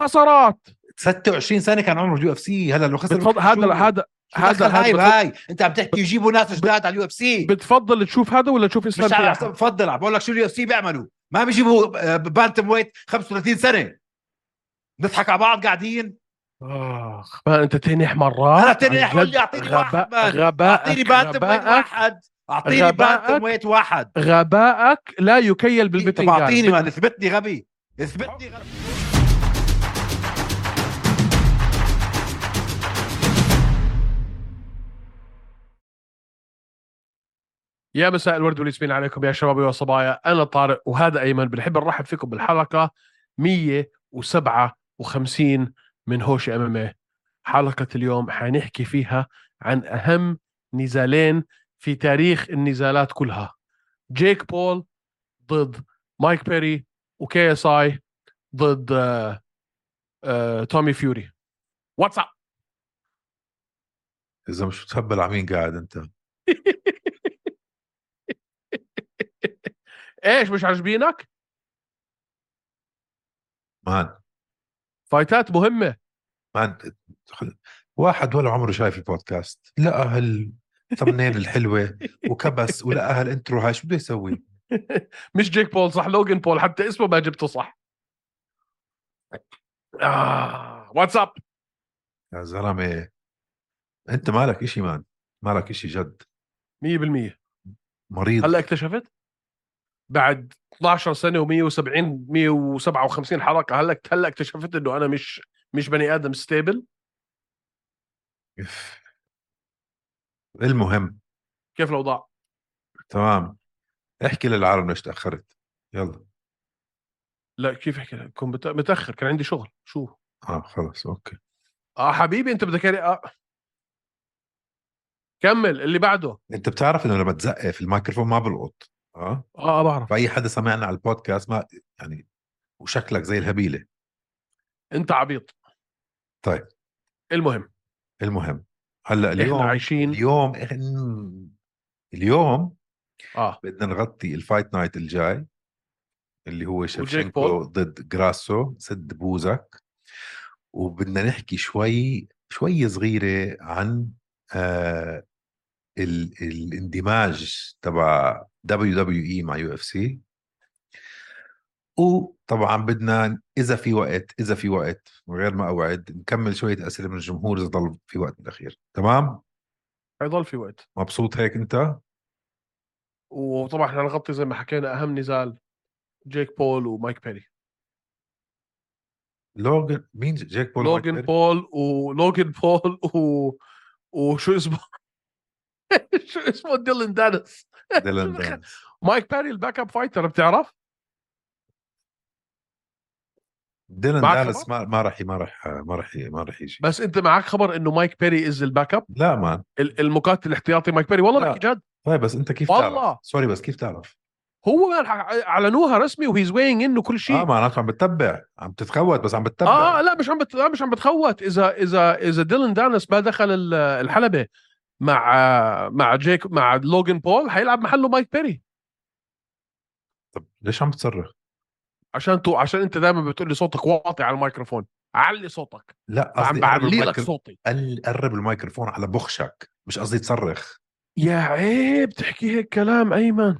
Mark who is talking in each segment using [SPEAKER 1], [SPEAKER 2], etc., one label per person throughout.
[SPEAKER 1] خسارات.
[SPEAKER 2] 26 سنه كان عمره اليو اف سي. هلا لو خسر
[SPEAKER 1] بتفضل
[SPEAKER 2] هذا هاي انت عم تحكي يجيبوا ناس جداد على اليو اف سي.
[SPEAKER 1] بتفضل تشوف هذا ولا تشوف اسلام
[SPEAKER 2] مش على
[SPEAKER 1] سياحة؟
[SPEAKER 2] بفضل عم بقول لك شو اليو اف سي بيعملوا. ما بيجيبوا بانتم ويت 35 سنه. نضحك على بعض قاعدين.
[SPEAKER 1] ما انت تنح
[SPEAKER 2] انا
[SPEAKER 1] مرات
[SPEAKER 2] تاني
[SPEAKER 1] عن
[SPEAKER 2] اقول لي
[SPEAKER 1] جد.
[SPEAKER 2] اعطيني واحد مان. اعطيني
[SPEAKER 1] غبائك
[SPEAKER 2] بانتم ويت
[SPEAKER 1] غبائك
[SPEAKER 2] واحد. اعطيني بانتم ويت واحد.
[SPEAKER 1] غبائك لا يكيل
[SPEAKER 2] طب
[SPEAKER 1] بالبتنجان.
[SPEAKER 2] اعطيني مان. اثبتني غبي. اثبتني غبي.
[SPEAKER 1] يا مساء الورد والياسمين عليكم يا شباب وصبايا. أنا طارق وهذا أيمن. بنحب نرحب فيكم بالحلقة 157 من هوش MMA. حلقة اليوم حنحكي فيها عن أهم نزالين في تاريخ النزالات كلها. جيك بول ضد مايك بيري، وكي اس اي ضد تومي فيوري. واتساب.
[SPEAKER 2] اذا مش بتهبل على مين قاعد انت؟
[SPEAKER 1] ايش مش عاجبينك؟
[SPEAKER 2] مان
[SPEAKER 1] فايتات مهمة.
[SPEAKER 2] مان واحد ولا عمره شايف البودكاست، لا اهل ثمنين الحلوه وكبس ولا اهل انترو. هاي شو بده يسوي؟
[SPEAKER 1] مش جيك بول صح، لوجن بول، حتى اسمه ما جبته صح. واتساب
[SPEAKER 2] يا زلمه انت مالك اشي مان. مالك اشي جد.
[SPEAKER 1] 100%.
[SPEAKER 2] مريض.
[SPEAKER 1] هلا اكتشفت بعد 12 سنة و170 157 حلقة، هلا اكتشفت انه انا مش بني ادم ستيبل.
[SPEAKER 2] المهم
[SPEAKER 1] كيف الاوضاع؟
[SPEAKER 2] تمام. احكي للعالم ليش تاخرت. يلا.
[SPEAKER 1] لا كيف احكي لك؟ كنت متاخر، كان عندي شغل. شو
[SPEAKER 2] خلص اوكي.
[SPEAKER 1] حبيبي انت بدك كمل اللي بعده.
[SPEAKER 2] انت بتعرف انه لما تزقف الميكروفون ما بلقط.
[SPEAKER 1] بعرف.
[SPEAKER 2] فاي حدا سمعنا على البودكاست ما يعني وشكلك زي الهبيله.
[SPEAKER 1] انت عبيط.
[SPEAKER 2] طيب
[SPEAKER 1] المهم
[SPEAKER 2] المهم هلا
[SPEAKER 1] احنا
[SPEAKER 2] اليوم
[SPEAKER 1] عايشين.
[SPEAKER 2] اليوم
[SPEAKER 1] اه
[SPEAKER 2] بدنا نغطي الفايت نايت الجاي اللي هو
[SPEAKER 1] وجيك بول.
[SPEAKER 2] شفشنكو ضد جراسو. سد بوزك. وبدنا نحكي شوي صغيرة عن آه الاندماج تبع WWE مع UFC. وطبعا بدنا اذا في وقت من غير ما اوعد نكمل شوية اسئلة من الجمهور اذا ضل في وقت بالاخير. تمام.
[SPEAKER 1] حيضل في وقت.
[SPEAKER 2] مبسوط هيك انت؟
[SPEAKER 1] وطبعا احنا نغطي زي ما حكينا اهم نزال، جيك بول ومايك بيري.
[SPEAKER 2] لوجن مين؟ جيك بول ومايك
[SPEAKER 1] لوجن
[SPEAKER 2] بيري؟
[SPEAKER 1] بول ولوجن بول وشو اسمه شو اسمه ديلان دانس.
[SPEAKER 2] ديلان دانس.
[SPEAKER 1] مايك بيري الباك اب فايتر، بتعرف؟
[SPEAKER 2] ديلان
[SPEAKER 1] معك خبر؟
[SPEAKER 2] دانس ما راح يجي.
[SPEAKER 1] بس انت معك خبر انه مايك بيري از الباك اب،
[SPEAKER 2] لا مان.
[SPEAKER 1] المقاتل الاحتياطي مايك بيري؟ والله بحكي
[SPEAKER 2] لا.
[SPEAKER 1] جد.
[SPEAKER 2] طيب بس انت كيف تعرف؟
[SPEAKER 1] والله
[SPEAKER 2] سوري بس كيف تعرف؟
[SPEAKER 1] هو اعلنوها رسمي وهيز وينج انه كل شيء.
[SPEAKER 2] معناته عم بتتبع، عم تتخوت بس عم بتتبع.
[SPEAKER 1] لا مش عم بتخوت. اذا ديلان دانس ما دخل الحلبة مع جيك مع لوجن بول، حيلعب محله مايك بيري.
[SPEAKER 2] طب ليش عم بتصرخ؟
[SPEAKER 1] عشان انت دائما بتقول لي صوتك واطي على الميكروفون. علي صوتك.
[SPEAKER 2] لا
[SPEAKER 1] فعم
[SPEAKER 2] قصدي قرب
[SPEAKER 1] بعلي لك صوتي.
[SPEAKER 2] قرب الميكروفون على بخشك، مش قصدي تصرخ.
[SPEAKER 1] يا عيب تحكي هيك كلام ايمن.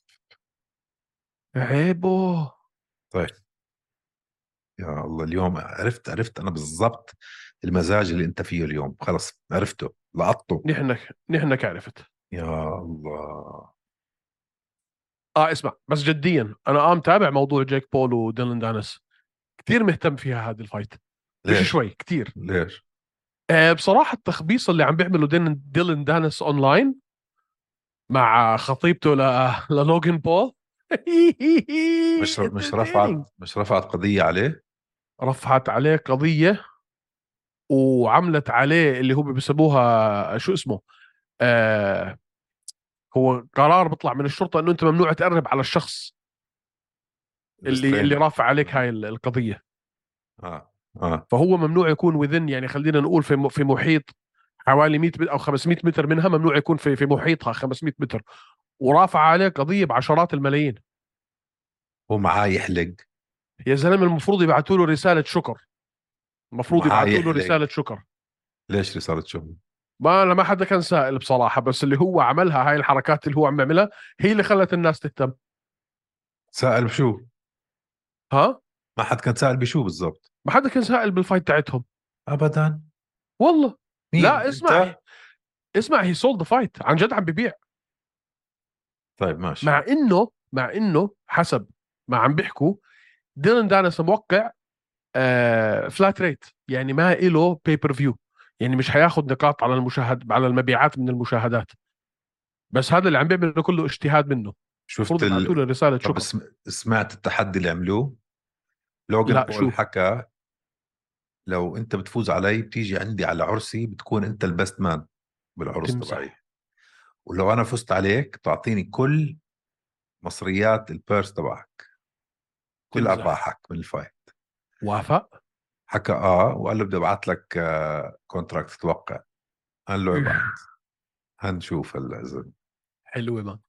[SPEAKER 1] عيبه.
[SPEAKER 2] طيب يا الله اليوم عرفت انا بالضبط المزاج اللي انت فيه اليوم. خلص عرفته لقطته.
[SPEAKER 1] نحنك عرفت.
[SPEAKER 2] يا الله.
[SPEAKER 1] اسمع بس جديا، انا متابع موضوع جيك بول وديلان دانس. كثير مهتم فيها هذه الفايت. مش
[SPEAKER 2] ليش؟
[SPEAKER 1] شوي، كثير.
[SPEAKER 2] ليش؟
[SPEAKER 1] بصراحة التخبيص اللي عم بيعمله ديلان دانس اونلاين مع خطيبته للوجن بول.
[SPEAKER 2] مش
[SPEAKER 1] entertaining.
[SPEAKER 2] رفعت قضية عليه.
[SPEAKER 1] رفعت عليه قضية وعملت عليه اللي هو بيسموها شو اسمه، آه هو قرار بيطلع من الشرطة انه انت ممنوع تقرب على الشخص اللي
[SPEAKER 2] ريسترين.
[SPEAKER 1] رافع عليك هاي القضية.
[SPEAKER 2] اه اه.
[SPEAKER 1] فهو ممنوع يكون وذن، يعني خلينا نقول في محيط حوالي 100 متر او 500 متر منها، ممنوع يكون في محيطها 500 متر. ورافع عليه قضية بعشرات الملايين.
[SPEAKER 2] هو معاه يحلق.
[SPEAKER 1] يا زلمة المفروض يبعثوا له رسالة شكر. المفروض يبعثوا له
[SPEAKER 2] وحايح
[SPEAKER 1] رسالة
[SPEAKER 2] لك.
[SPEAKER 1] شكر.
[SPEAKER 2] ليش رسالة شغل؟
[SPEAKER 1] ما حدا كان سائل بصراحة، بس اللي هو عملها، هاي الحركات اللي هو عم يعملها هي اللي خلت الناس تهتم.
[SPEAKER 2] سأل بشو؟
[SPEAKER 1] ها؟
[SPEAKER 2] ما حد كان سأل بشو بالضبط؟
[SPEAKER 1] ما حدا كان سائل بالفايت تاعتهم.
[SPEAKER 2] ابدا.
[SPEAKER 1] والله.
[SPEAKER 2] مين
[SPEAKER 1] لا اسمع،
[SPEAKER 2] انت؟
[SPEAKER 1] اسمع، هي سولد فايت عن جد، عم ببيع.
[SPEAKER 2] طيب ماشي.
[SPEAKER 1] مع انه حسب ما عم بيحكوا، ديلان دانس موقع فلات ريت، يعني ما له بيبر فيو، يعني مش هياخد نقاط على المشاهد، على المبيعات من المشاهدات. بس هذا اللي عم بيعمله كله اجتهاد منه.
[SPEAKER 2] شفت
[SPEAKER 1] المفروض يبعثوا له رسالة
[SPEAKER 2] طب
[SPEAKER 1] شكر.
[SPEAKER 2] سمعت التحدي اللي عملوه؟ لوجان
[SPEAKER 1] لا
[SPEAKER 2] بول
[SPEAKER 1] شو؟
[SPEAKER 2] حكى لو انت بتفوز علي بتيجي عندي على عرسي، بتكون انت البست مان بالعرس تبعي.
[SPEAKER 1] تمزح.
[SPEAKER 2] ولو انا فزت عليك تعطيني كل مصريات البيرس تبعك، كل
[SPEAKER 1] تمزح.
[SPEAKER 2] ارباحك من الفايت.
[SPEAKER 1] وافق.
[SPEAKER 2] حكى وقال له بدي ابعث لك كونتراكت تتوقع. قال له ابعت. هنشوف هلا اذا.
[SPEAKER 1] حلوة ما.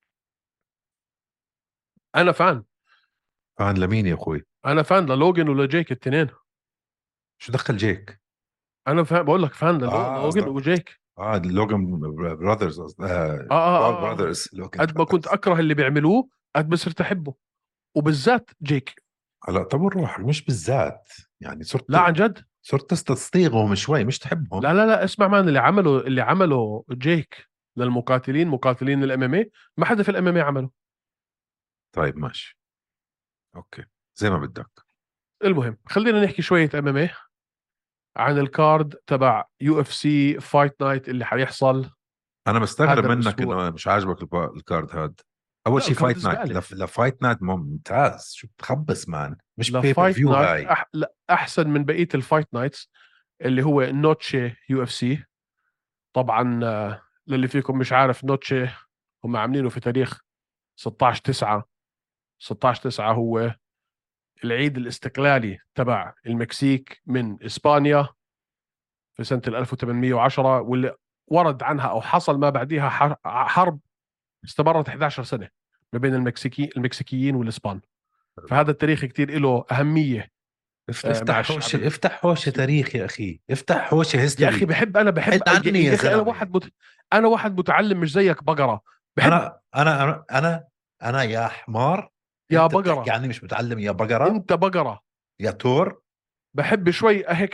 [SPEAKER 1] انا فان.
[SPEAKER 2] فان لمين يا اخوي؟
[SPEAKER 1] انا فان للوجن ولجيك التنين.
[SPEAKER 2] شو دخل جيك؟
[SPEAKER 1] انا فان، بقول لك فان للوجن
[SPEAKER 2] قصدك
[SPEAKER 1] وجيك.
[SPEAKER 2] لوجان براذرز
[SPEAKER 1] اه اه
[SPEAKER 2] بول
[SPEAKER 1] اه, آه.
[SPEAKER 2] براذرز، لوجان
[SPEAKER 1] قد ما كنت
[SPEAKER 2] براذرز.
[SPEAKER 1] اكره اللي بيعملوه، قد ما صرت احبه، وبالذات جيك.
[SPEAKER 2] هلا طب نروح، مش بالذات يعني
[SPEAKER 1] لا
[SPEAKER 2] صرت
[SPEAKER 1] عن جد.
[SPEAKER 2] صرت تستصيغهم شوي مش تحبهم.
[SPEAKER 1] لا اسمع مان، اللي عمله جيك للمقاتلين، مقاتلين الام ام اي، ما حدا في الام ام اي عمله.
[SPEAKER 2] طيب ماشي. اوكي. زي ما بدك.
[SPEAKER 1] المهم خلينا نحكي شويه ام ام اي عن الكارد تبع يو اف سي فايت نايت اللي حيحصل
[SPEAKER 2] انا مستغرب
[SPEAKER 1] هذا
[SPEAKER 2] منك
[SPEAKER 1] الاسبوع.
[SPEAKER 2] انه مش عاجبك الكارد هاد. اول
[SPEAKER 1] لا
[SPEAKER 2] شيء
[SPEAKER 1] الكارد
[SPEAKER 2] فايت نايت،
[SPEAKER 1] زباله.
[SPEAKER 2] لفايت نايت ممتاز. شو بتخبص مان، مش بيبر
[SPEAKER 1] لفايت
[SPEAKER 2] فيو
[SPEAKER 1] نايت
[SPEAKER 2] هاي.
[SPEAKER 1] لا احسن من بقيه الفايت نايتس، اللي هو نوتشي يو اف سي. طبعا للي فيكم مش عارف، نوتشي هم عاملينه في تاريخ 16 9. 16 9 هو العيد الاستقلالي تبع المكسيك من إسبانيا في سنة 1810، واللي ورد عنها أو حصل ما بعدها حرب استمرت 11 سنة ما بين المكسيكيين والإسبان. فهذا التاريخ كتير له أهمية مع
[SPEAKER 2] افتح
[SPEAKER 1] الشعب
[SPEAKER 2] حوشه، افتح حوشه
[SPEAKER 1] المكسيكي.
[SPEAKER 2] تاريخ يا اخي، افتح حوشه
[SPEAKER 1] يا أخي
[SPEAKER 2] هيستوري.
[SPEAKER 1] أنا بحب
[SPEAKER 2] حد عني يا
[SPEAKER 1] يا أخي
[SPEAKER 2] زلمه.
[SPEAKER 1] أنا واحد متعلم مش زيك بقرة. بحب.
[SPEAKER 2] انا يا حمار.
[SPEAKER 1] يا
[SPEAKER 2] انت بتحكي
[SPEAKER 1] بقرة.
[SPEAKER 2] عني مش متعلم يا بقره؟
[SPEAKER 1] أنت بقرة.
[SPEAKER 2] يا تور.
[SPEAKER 1] بحب شوي هيك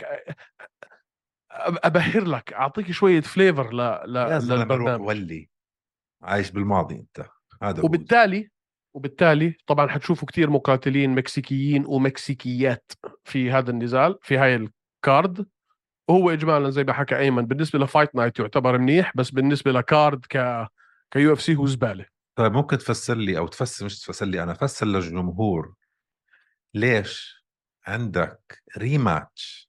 [SPEAKER 1] أبهر لك، أعطيك شوية فليفر
[SPEAKER 2] يا زلمه روح
[SPEAKER 1] للبرنامج.
[SPEAKER 2] ولي. عايش بالماضي انت. هذا هو.
[SPEAKER 1] وبالتالي طبعا حتشوفوا كتير مقاتلين مكسيكيين ومكسيكيات في هذا النزال، في هاي الكارد. وهو اجمالا زي ما حكى ايمن، بالنسبه لفايت نايت يعتبر منيح، بس بالنسبه لكارد كيو اف سي هو زباله.
[SPEAKER 2] طيب ممكن تفسر لي او تفسر، مش تفسر لي انا، فسر للجمهور ليش عندك ريماتش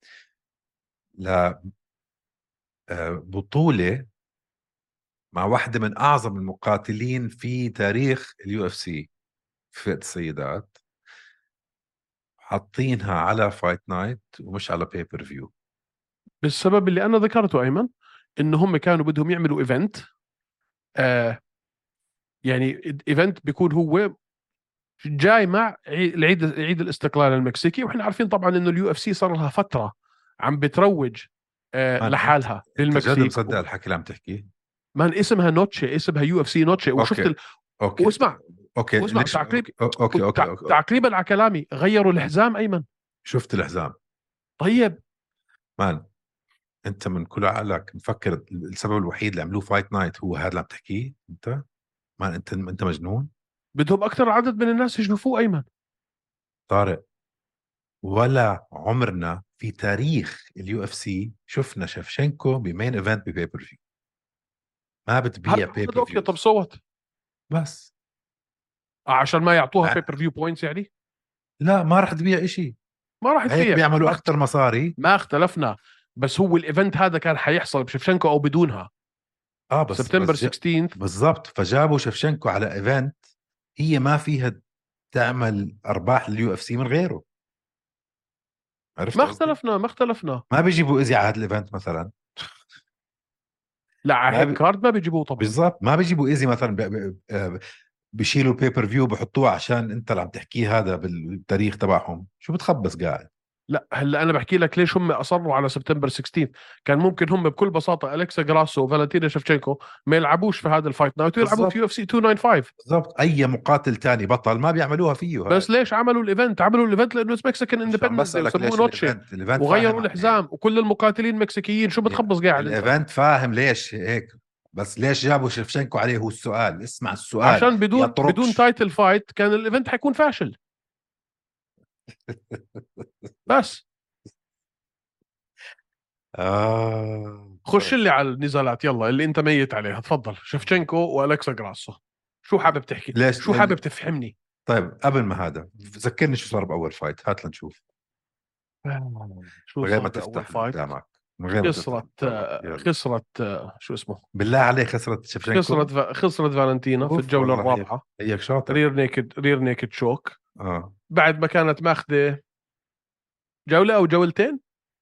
[SPEAKER 2] لبطولة مع واحدة من أعظم المقاتلين في تاريخ اليو اف سي، فئة السيدات، حاطينها على فايت نايت ومش على بيبر فيو؟
[SPEAKER 1] بالسبب اللي انا ذكرته ايمن، انه هم كانوا بدهم يعملوا ايفنت، آه يعني ايفنت بيكون هو جاي مع عيد الاستقلال المكسيكي. واحنا عارفين طبعا انه اليو اف سي صار لها فتره عم بتروج
[SPEAKER 2] انت
[SPEAKER 1] لحالها
[SPEAKER 2] انت جد
[SPEAKER 1] بالمكسيك.
[SPEAKER 2] مصدق الحكي اللي عم تحكيه؟
[SPEAKER 1] مان اسمها نوتشي، اسمها يو اف سي نوتشي.
[SPEAKER 2] اوكي. اوكي.
[SPEAKER 1] واسمع
[SPEAKER 2] اوكي
[SPEAKER 1] واسمع
[SPEAKER 2] ليش؟
[SPEAKER 1] تعقيب،
[SPEAKER 2] اوكي.
[SPEAKER 1] تعقيبا على كلامي، غيروا الحزام ايمن.
[SPEAKER 2] شفت الحزام؟
[SPEAKER 1] طيب.
[SPEAKER 2] مان انت من كل عقلك مفكر السبب الوحيد اللي عملوه فايت نايت هو هذا اللي عم تحكيه انت؟ مان انت مجنون.
[SPEAKER 1] بدهم اكثر عدد من الناس يشوفوه ايمن.
[SPEAKER 2] طارق، ولا عمرنا في تاريخ اليو اف سي شفنا شفشنكو بمين ايفنت ببيبر فيو. ما بتبيع
[SPEAKER 1] هلا هذا
[SPEAKER 2] بيبر
[SPEAKER 1] اوكي، طب
[SPEAKER 2] فيوز.
[SPEAKER 1] صوت
[SPEAKER 2] بس
[SPEAKER 1] عشان ما يعطوها
[SPEAKER 2] مع...
[SPEAKER 1] بيبر فيو بوينتس يعني.
[SPEAKER 2] لا ما راح تبيع إشي.
[SPEAKER 1] ما راح
[SPEAKER 2] هيك
[SPEAKER 1] تبيع.
[SPEAKER 2] بيعملوا اكثر مصاري.
[SPEAKER 1] ما اختلفنا، بس هو الايفنت هذا كان حيحصل بشفشنكو او بدونها.
[SPEAKER 2] اه بس
[SPEAKER 1] سبتمبر 16.
[SPEAKER 2] بالضبط، فجابوا شفشنكو على ايفنت هي ما فيها تعمل ارباح لليو اف سي من غيره.
[SPEAKER 1] ما
[SPEAKER 2] عرفت قصدي؟
[SPEAKER 1] اختلفنا ما اختلفنا.
[SPEAKER 2] ما بيجيبوا ايزي على هذا الايفنت مثلا.
[SPEAKER 1] لا على
[SPEAKER 2] ما
[SPEAKER 1] هيك
[SPEAKER 2] بي...
[SPEAKER 1] كارد ما بيجيبوه طبعا.
[SPEAKER 2] بالضبط ما بيجيبوا ايزي مثلا بيشيلوا البيبر فيو بحطوه عشان انت اللي عم تحكيه هذا بالتاريخ تبعهم. شو بتخبص قاعد؟
[SPEAKER 1] لا هلا انا بحكي لك ليش هم اصروا على سبتمبر 16. كان ممكن هم بكل بساطه اليكسا جراسو وفالنتينا شفشنكو ما يلعبوش في هذا الفايت نايت ويلعبوا في يو
[SPEAKER 2] بالضبط.
[SPEAKER 1] اف سي 295.
[SPEAKER 2] بالضبط، اي مقاتل تاني بطل ما بيعملوها فيه هاي.
[SPEAKER 1] بس ليش عملوا الايفنت؟ عملوا الايفنت لانه مكسيكان
[SPEAKER 2] مش عم
[SPEAKER 1] اندبندنس داي
[SPEAKER 2] بسألك
[SPEAKER 1] وسموه
[SPEAKER 2] ليش
[SPEAKER 1] نوتشي،
[SPEAKER 2] الايفنت
[SPEAKER 1] وغيروا
[SPEAKER 2] فاهم يعني.
[SPEAKER 1] الحزام وكل المقاتلين مكسيكيين. شو بتخبص قاعد انت؟
[SPEAKER 2] الايفنت فاهم ليش هيك، بس ليش جابوا شفشنكو عليه؟ هو السؤال، اسمع السؤال
[SPEAKER 1] عشان
[SPEAKER 2] يا
[SPEAKER 1] بدون
[SPEAKER 2] طرقش.
[SPEAKER 1] تايتل فايت كان الايفنت حيكون فاشل. بس خش
[SPEAKER 2] طيب.
[SPEAKER 1] لي على النزالات يلا اللي انت ميت عليها. تفضل شفتشنكو والكسا جراسو. شو حابب تحكي؟
[SPEAKER 2] ليش
[SPEAKER 1] شو حابب تفهمني؟
[SPEAKER 2] طيب قبل ما هذا ذكرني شو صار باول فايت، هات لنشوف.
[SPEAKER 1] شو
[SPEAKER 2] من غير ما
[SPEAKER 1] صار باول
[SPEAKER 2] تفتح اللي
[SPEAKER 1] فايت؟
[SPEAKER 2] قدامك، من غير ما تفتح اللي
[SPEAKER 1] خسرت
[SPEAKER 2] قدامك، يلا.
[SPEAKER 1] خسرت شو اسمه،
[SPEAKER 2] بالله عليك خسرت شفشنكو؟
[SPEAKER 1] خسرت فالنتينا في
[SPEAKER 2] اوف
[SPEAKER 1] الجولة
[SPEAKER 2] والله،
[SPEAKER 1] الرابعة.
[SPEAKER 2] هيك شاطر.
[SPEAKER 1] رير نيكد شوك.
[SPEAKER 2] اه.
[SPEAKER 1] بعد ما كانت ماخذة جولة او جولتين.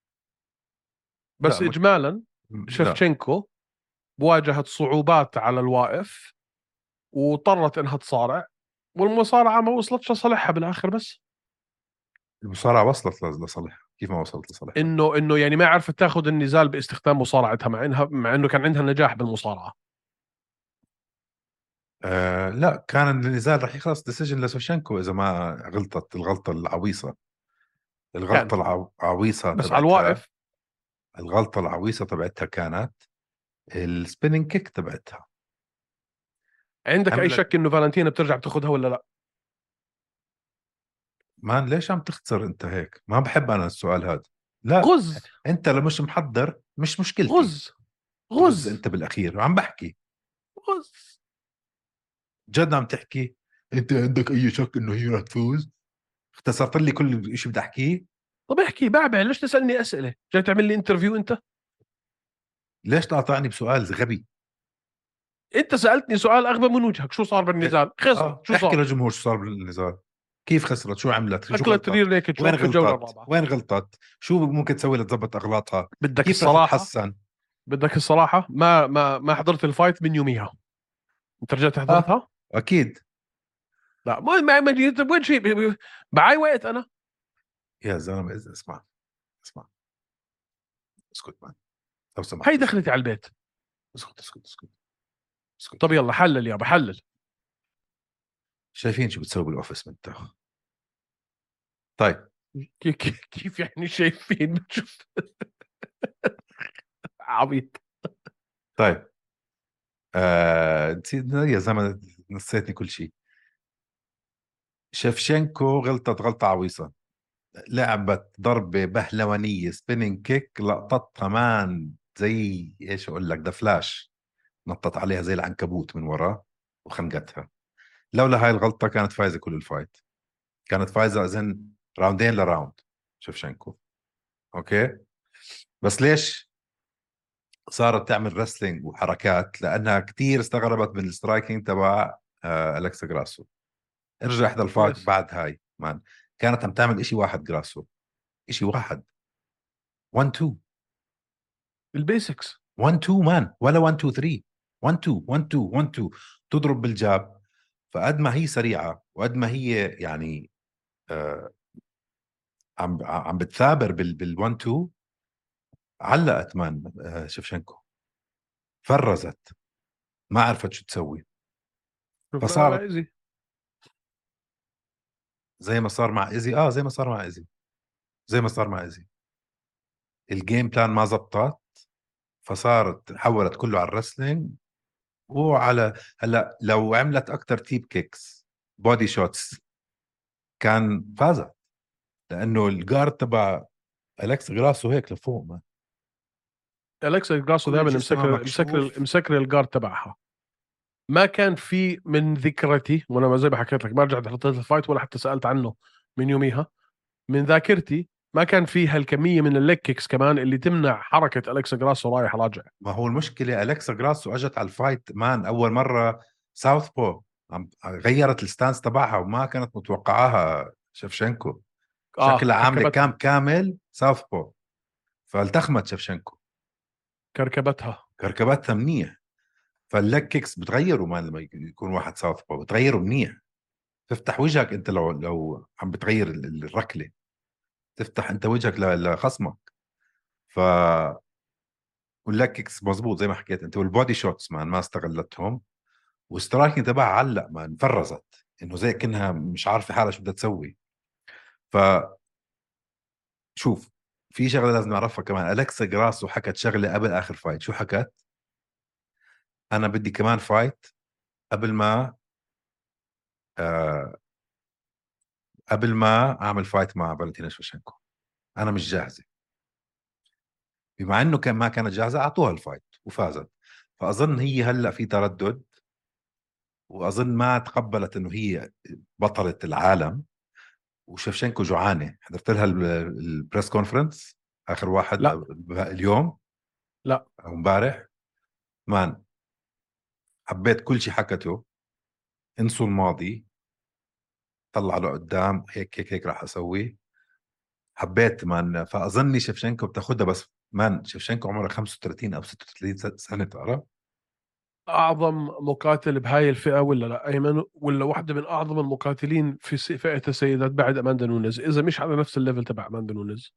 [SPEAKER 2] لا
[SPEAKER 1] بس اجمالا
[SPEAKER 2] لا.
[SPEAKER 1] شفتشنكو واجهت صعوبات على الواقف واضطرت انها تصارع، والمصارعة ما وصلتش لصالحها بالاخر. بس
[SPEAKER 2] المصارعة وصلت لصالح، كيف ما وصلت لصالحها؟
[SPEAKER 1] انه يعني ما عرفت تاخذ النزال باستخدام مصارعتها، مع انه كان عندها نجاح بالمصارعة.
[SPEAKER 2] لا، كان النزال رح يخلص ديسيجن لسوشنكو اذا ما غلطت الغلطة العويصة.
[SPEAKER 1] كان
[SPEAKER 2] الغلطة العويصة
[SPEAKER 1] بس على
[SPEAKER 2] تبعتها.
[SPEAKER 1] الواقف.
[SPEAKER 2] الغلطة العويصة تبعتها كانت السبيننج كيك تبعتها.
[SPEAKER 1] عندك اي
[SPEAKER 2] عملت.
[SPEAKER 1] شك انه فالنتينا بترجع بتاخذها ولا لا؟
[SPEAKER 2] مان ليش عم تخسر انت هيك؟ ما بحب انا السؤال هذا. لا.
[SPEAKER 1] غز
[SPEAKER 2] انت لو مش محضر مش مشكلتي.
[SPEAKER 1] غز
[SPEAKER 2] غز
[SPEAKER 1] غز
[SPEAKER 2] انت بالاخير وعم بحكي.
[SPEAKER 1] غز.
[SPEAKER 2] جد عم تحكي. انت عندك اي شك انه هي رح تفوز؟ اختصرت لي كل شيء بدي احكيه.
[SPEAKER 1] طب احكي بعبع، ليش تسالني اسئله؟ جاي تعمل لي انترفيو انت؟
[SPEAKER 2] ليش تقاطعني بسؤال غبي؟
[SPEAKER 1] انت سالتني سؤال اغبى من وجهك. شو صار بالنزال؟ خسرت.
[SPEAKER 2] اه،
[SPEAKER 1] شو
[SPEAKER 2] احكي
[SPEAKER 1] صار؟
[SPEAKER 2] للجمهور شو صار بالنزال. كيف خسرت؟ شو عملت؟ شو
[SPEAKER 1] اكلت رير
[SPEAKER 2] غلطت؟
[SPEAKER 1] نيكد
[SPEAKER 2] وين
[SPEAKER 1] شوك في الجوله
[SPEAKER 2] غلطت؟
[SPEAKER 1] الرابعه.
[SPEAKER 2] وين غلطت؟ شو ممكن تسوي لتضبط اغلاطها؟
[SPEAKER 1] بدك
[SPEAKER 2] كيف رح
[SPEAKER 1] الصراحه،
[SPEAKER 2] تتحسن؟
[SPEAKER 1] ما حضرت الفايت من يوميها. انت رجعت
[SPEAKER 2] اه
[SPEAKER 1] حضرتها؟
[SPEAKER 2] اكيد.
[SPEAKER 1] لا ما جيت وين شيء. بعاي وقت انا.
[SPEAKER 2] يا زلمه اسمع. اسمع. اسكت مان. لو
[SPEAKER 1] هي
[SPEAKER 2] سمحت اسكت.
[SPEAKER 1] دخلتي على البيت.
[SPEAKER 2] اسكت اسكت اسكت.
[SPEAKER 1] طب
[SPEAKER 2] اسكت.
[SPEAKER 1] يلا حلل يابا حلل.
[SPEAKER 2] شايفين شو بتسوي بالاوفيس من تحت؟ طيب.
[SPEAKER 1] كيف يعني شايفين؟ بتشوف؟ عبيط.
[SPEAKER 2] طيب. نسيت يا زلمه، نسيتني كل شيء. شفشنكو غلطت غلطه عويصه. لعبت ضربه بهلوانيه سبيننج كيك، لقطتها مان زي ايش اقول لك، ذا فلاش. نطت عليها زي العنكبوت من ورا وخنقتها. لولا هاي الغلطه كانت فايزه كل الفايت. كانت فايزه اذن راوندين لراوند شفشنكو. اوكي. بس ليش صارت تعمل رسلينج وحركات؟ لانها كتير استغربت من السترايكينج تبع الكسا جراسو. ارجع احدى الفايت
[SPEAKER 1] يس.
[SPEAKER 2] بعد هاي مان. كانت عم تعمل اشي واحد جراسو. اشي واحد. 1 2.
[SPEAKER 1] البيسكس.
[SPEAKER 2] 1 2 مان، ولا 1 2 3. 1 2 1 2 1 2. تضرب بالجاب. فقد ما هي سريعه وقد ما هي يعني آه عم بتثابر بال 1 2. علقت مان شفشنكو. فرزت. ما عرفت شو تسوي.
[SPEAKER 1] شفناها على
[SPEAKER 2] فصارت
[SPEAKER 1] ايزي.
[SPEAKER 2] زي ما صار مع ايزي. زي ما صار مع ايزي. زي ما صار مع ايزي. الجيم بلان ما زبطت. فصارت حولت كله على الرسلينج وعلى. هلا لو عملت اكتر تيب كيكس بودي شوتس كان فازت. لانه الجارد تبع الكس جراسو هيك لفوق ما.
[SPEAKER 1] الكسا جراسو
[SPEAKER 2] كل
[SPEAKER 1] دائما
[SPEAKER 2] جسمها
[SPEAKER 1] مسكر
[SPEAKER 2] مكشوف.
[SPEAKER 1] مسكر الجارد تبعها. ما كان في من ذكرتي، وانا ما زي ما حكيت لك ما رجعت حطيت الفايت ولا حتى سالت عنه من يوميها. من ذاكرتي ما كان في هالكميه من الليج كيكس كمان اللي تمنع حركه الكسا جراسو رايح راجع.
[SPEAKER 2] ما هو المشكله الكسا جراسو اجت على الفايت مان اول مره ساوث بو. غيرت الستانس تبعها وما كانت متوقعاها شفشنكو. شكلها عامله
[SPEAKER 1] كركبتها.
[SPEAKER 2] كام كامل ساوث بو. فالتخمت شفشنكو.
[SPEAKER 1] كركبتها.
[SPEAKER 2] كركبتها منيح. فالليج كيكس بتغيروا مان لما يكون واحد ساوث بو بتغيروا منيح. تفتح وجهك انت لو عم بتغير الركله. تفتح انت وجهك لخصمك. ف واللاك كيكس مزبوط زي ما حكيت انت، والبودي شوتس مان ما استغلتهم، والسترايكنج تبعها علق مان فرزت، انه زي كأنها مش عارفه حالها شو بدها تسوي. فشوف، في شغله لازم نعرفها كمان، الكسا جراسو حكت شغله قبل اخر فايت. شو حكت؟ انا بدي كمان فايت قبل ما آه قبل ما اعمل فايت مع فالنتينا شوشنكو، انا مش جاهزه. بما انه كان ما كانت جاهزه اعطوها الفايت وفازت. فاظن هي هلا في تردد، واظن ما تقبلت انه هي بطلة العالم. وشفشنكو جوعانه، حضرت لها البريس كونفرنس اخر واحد
[SPEAKER 1] لا
[SPEAKER 2] اليوم
[SPEAKER 1] لا.
[SPEAKER 2] او امبارح. مان حبيت كل شيء حكته، انسوا الماضي، طلع له قدام هيك هيك هيك راح اسوي. حبيت مان. فاظني شفشنكو بتاخدها، بس مان شفشنكو عمره 35 او 36 سنه تعرف.
[SPEAKER 1] اعظم مقاتل بهاي الفئه ولا لا ايمن؟ ولا واحده من اعظم المقاتلين في فئه السيدات بعد اماندا نونيز، اذا مش على نفس الليفل تبع اماندا نونيز.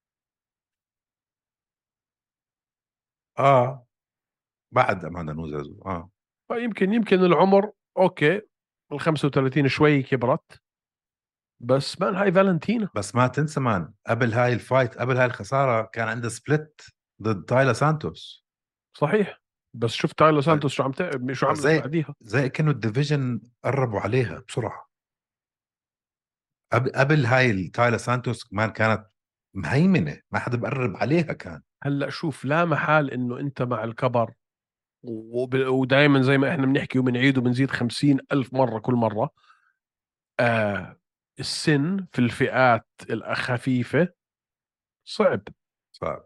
[SPEAKER 2] اه بعد اماندا نوزز اه.
[SPEAKER 1] فيمكن العمر اوكي، ال 35 شوي كبرت، بس مان هاي فالنتينا.
[SPEAKER 2] بس ما تنسى مان، قبل هاي الفايت قبل هاي الخساره كان عنده سبليت ضد تايلا سانتوس.
[SPEAKER 1] صحيح، بس شفت تايلر
[SPEAKER 2] ف...
[SPEAKER 1] سانتوس شو عملت
[SPEAKER 2] فزي
[SPEAKER 1] بعديها.
[SPEAKER 2] زي كأنه الديفيجن قربوا عليها بسرعه. قبل هاي تايلا سانتوس كمان كانت مهيمنه، ما حدا بقرب عليها كان.
[SPEAKER 1] هلا شوف، لا محال انه انت مع الكبر، ودائما زي ما احنا بنحكي وبنعيد وبنزيد 50,000 مرة كل مرة، آه السن في الفئات الخفيفة صعب.
[SPEAKER 2] صعب.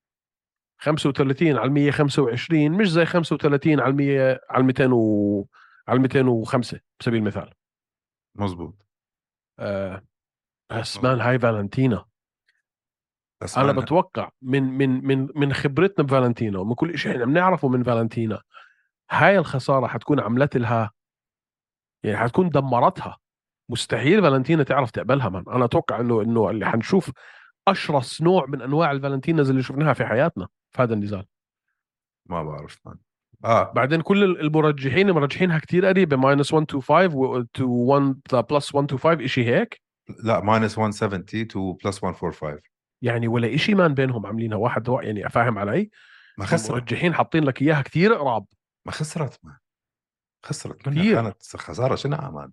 [SPEAKER 1] 35 على 125 مش زي 35 على 100 على 200 على 205 بسبيل المثال.
[SPEAKER 2] مزبوط.
[SPEAKER 1] آه بس مان
[SPEAKER 2] مزبوط.
[SPEAKER 1] هاي فالنتينا.
[SPEAKER 2] بس
[SPEAKER 1] انا
[SPEAKER 2] مان
[SPEAKER 1] بتوقع من خبرتنا بفالنتينا ومن كل شيء احنا بنعرفه من فالنتينا، هاي الخسارة حتكون عملت لها، يعني حتكون دمرتها. مستحيل فالنتينا تعرف تقبلها. من انا اتوقع انه اللي حنشوف اشرس نوع من انواع الفالنتينز اللي شفناها في حياتنا في هذا النزال.
[SPEAKER 2] ما بعرف مان. اه
[SPEAKER 1] بعدين كل المرجحين مرجحينها كتير قريبه، ماينس 125 و تو 1 بلس 125 شيء هيك.
[SPEAKER 2] لا ماينس 170 تو بلس 145.
[SPEAKER 1] يعني ولا شيء مان بينهم عاملينها واحد يعني فاهم علي.
[SPEAKER 2] ما خسرت.
[SPEAKER 1] المرجحين حاطين لك اياها كتير قراب.
[SPEAKER 2] ما خسرت مان. خسرت منها،
[SPEAKER 1] كتير.
[SPEAKER 2] كانت خسارة شنعة مان.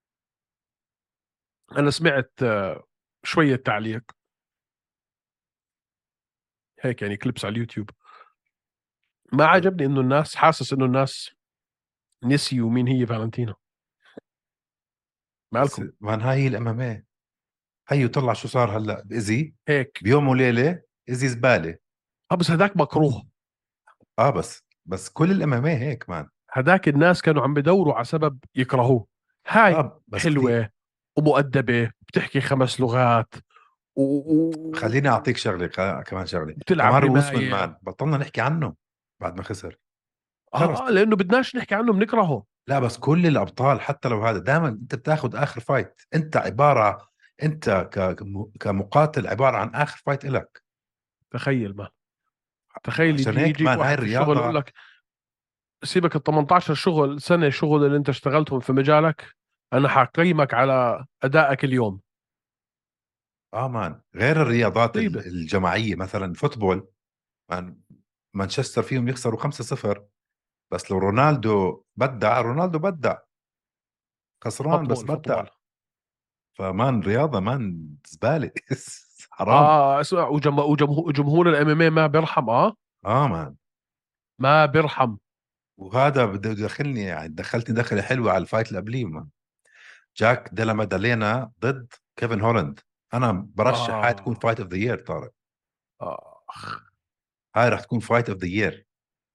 [SPEAKER 1] انا سمعت شويه تعليق هيك يعني كليبس على اليوتيوب، ما عجبني انه الناس، حاسس انه الناس نسيوا مين هي فالنتينا.
[SPEAKER 2] بس
[SPEAKER 1] مالكم
[SPEAKER 2] مان هاي هي الام ام اي. هيو طلع شو صار هلا بإزي،
[SPEAKER 1] هيك؟
[SPEAKER 2] بيوم وليلة إزي زبالة.
[SPEAKER 1] بس هذاك مكروه.
[SPEAKER 2] اه بس كل الام ام اي هيك مان.
[SPEAKER 1] هذاك الناس كانوا عم بدوروا على سبب يكرهوه. هاي
[SPEAKER 2] اه بس كثير.
[SPEAKER 1] حلوة ومؤدبة، بتحكي 5 لغات
[SPEAKER 2] خليني اعطيك شغله كمان شغله.
[SPEAKER 1] وبتلعب
[SPEAKER 2] كمارو اوسمان
[SPEAKER 1] رماية.
[SPEAKER 2] مان بطلنا نحكي عنه بعد ما خسر. خلص.
[SPEAKER 1] لانه بدناش نحكي عنه بنكرهه.
[SPEAKER 2] لا بس كل الابطال حتى لو هذا دائما انت بتاخذ اخر فايت، انت عباره، انت كمقاتل عباره عن اخر فايت لك.
[SPEAKER 1] تخيل ما تخيل
[SPEAKER 2] عشان
[SPEAKER 1] يجي
[SPEAKER 2] هيك
[SPEAKER 1] يجيك
[SPEAKER 2] مان هاي
[SPEAKER 1] واحد في الشغل يقول
[SPEAKER 2] الرياضه.
[SPEAKER 1] لك سيبك ال 18 سنة شغل اللي انت اشتغلتهم في مجالك، انا حقيمك على ادائك اليوم.
[SPEAKER 2] اه مان غير الرياضات
[SPEAKER 1] مصيبة.
[SPEAKER 2] الجماعيه مثلا فوتبول مان، مانشستر فيهم يخسروا 5-0، بس لو رونالدو بدع، رونالدو بدع، خسران بس
[SPEAKER 1] فوتبول
[SPEAKER 2] بدع.
[SPEAKER 1] فوتبول.
[SPEAKER 2] فمان رياضه مان زباله. حرام.
[SPEAKER 1] اسمع، وجمهور الام ام اي ما بيرحم.
[SPEAKER 2] اه مان.
[SPEAKER 1] ما بيرحم.
[SPEAKER 2] وهذا بده يدخلني، يعني دخلتني دخله حلوه على الفايت اللي قبليه مان. جاك ديلا مادالينا ضد كيفن هولاند. انا برشح هاي تكون
[SPEAKER 1] آه
[SPEAKER 2] فايت اوف ذا يير طارق.
[SPEAKER 1] آه
[SPEAKER 2] هاي راح تكون فايت اوف ذا يير.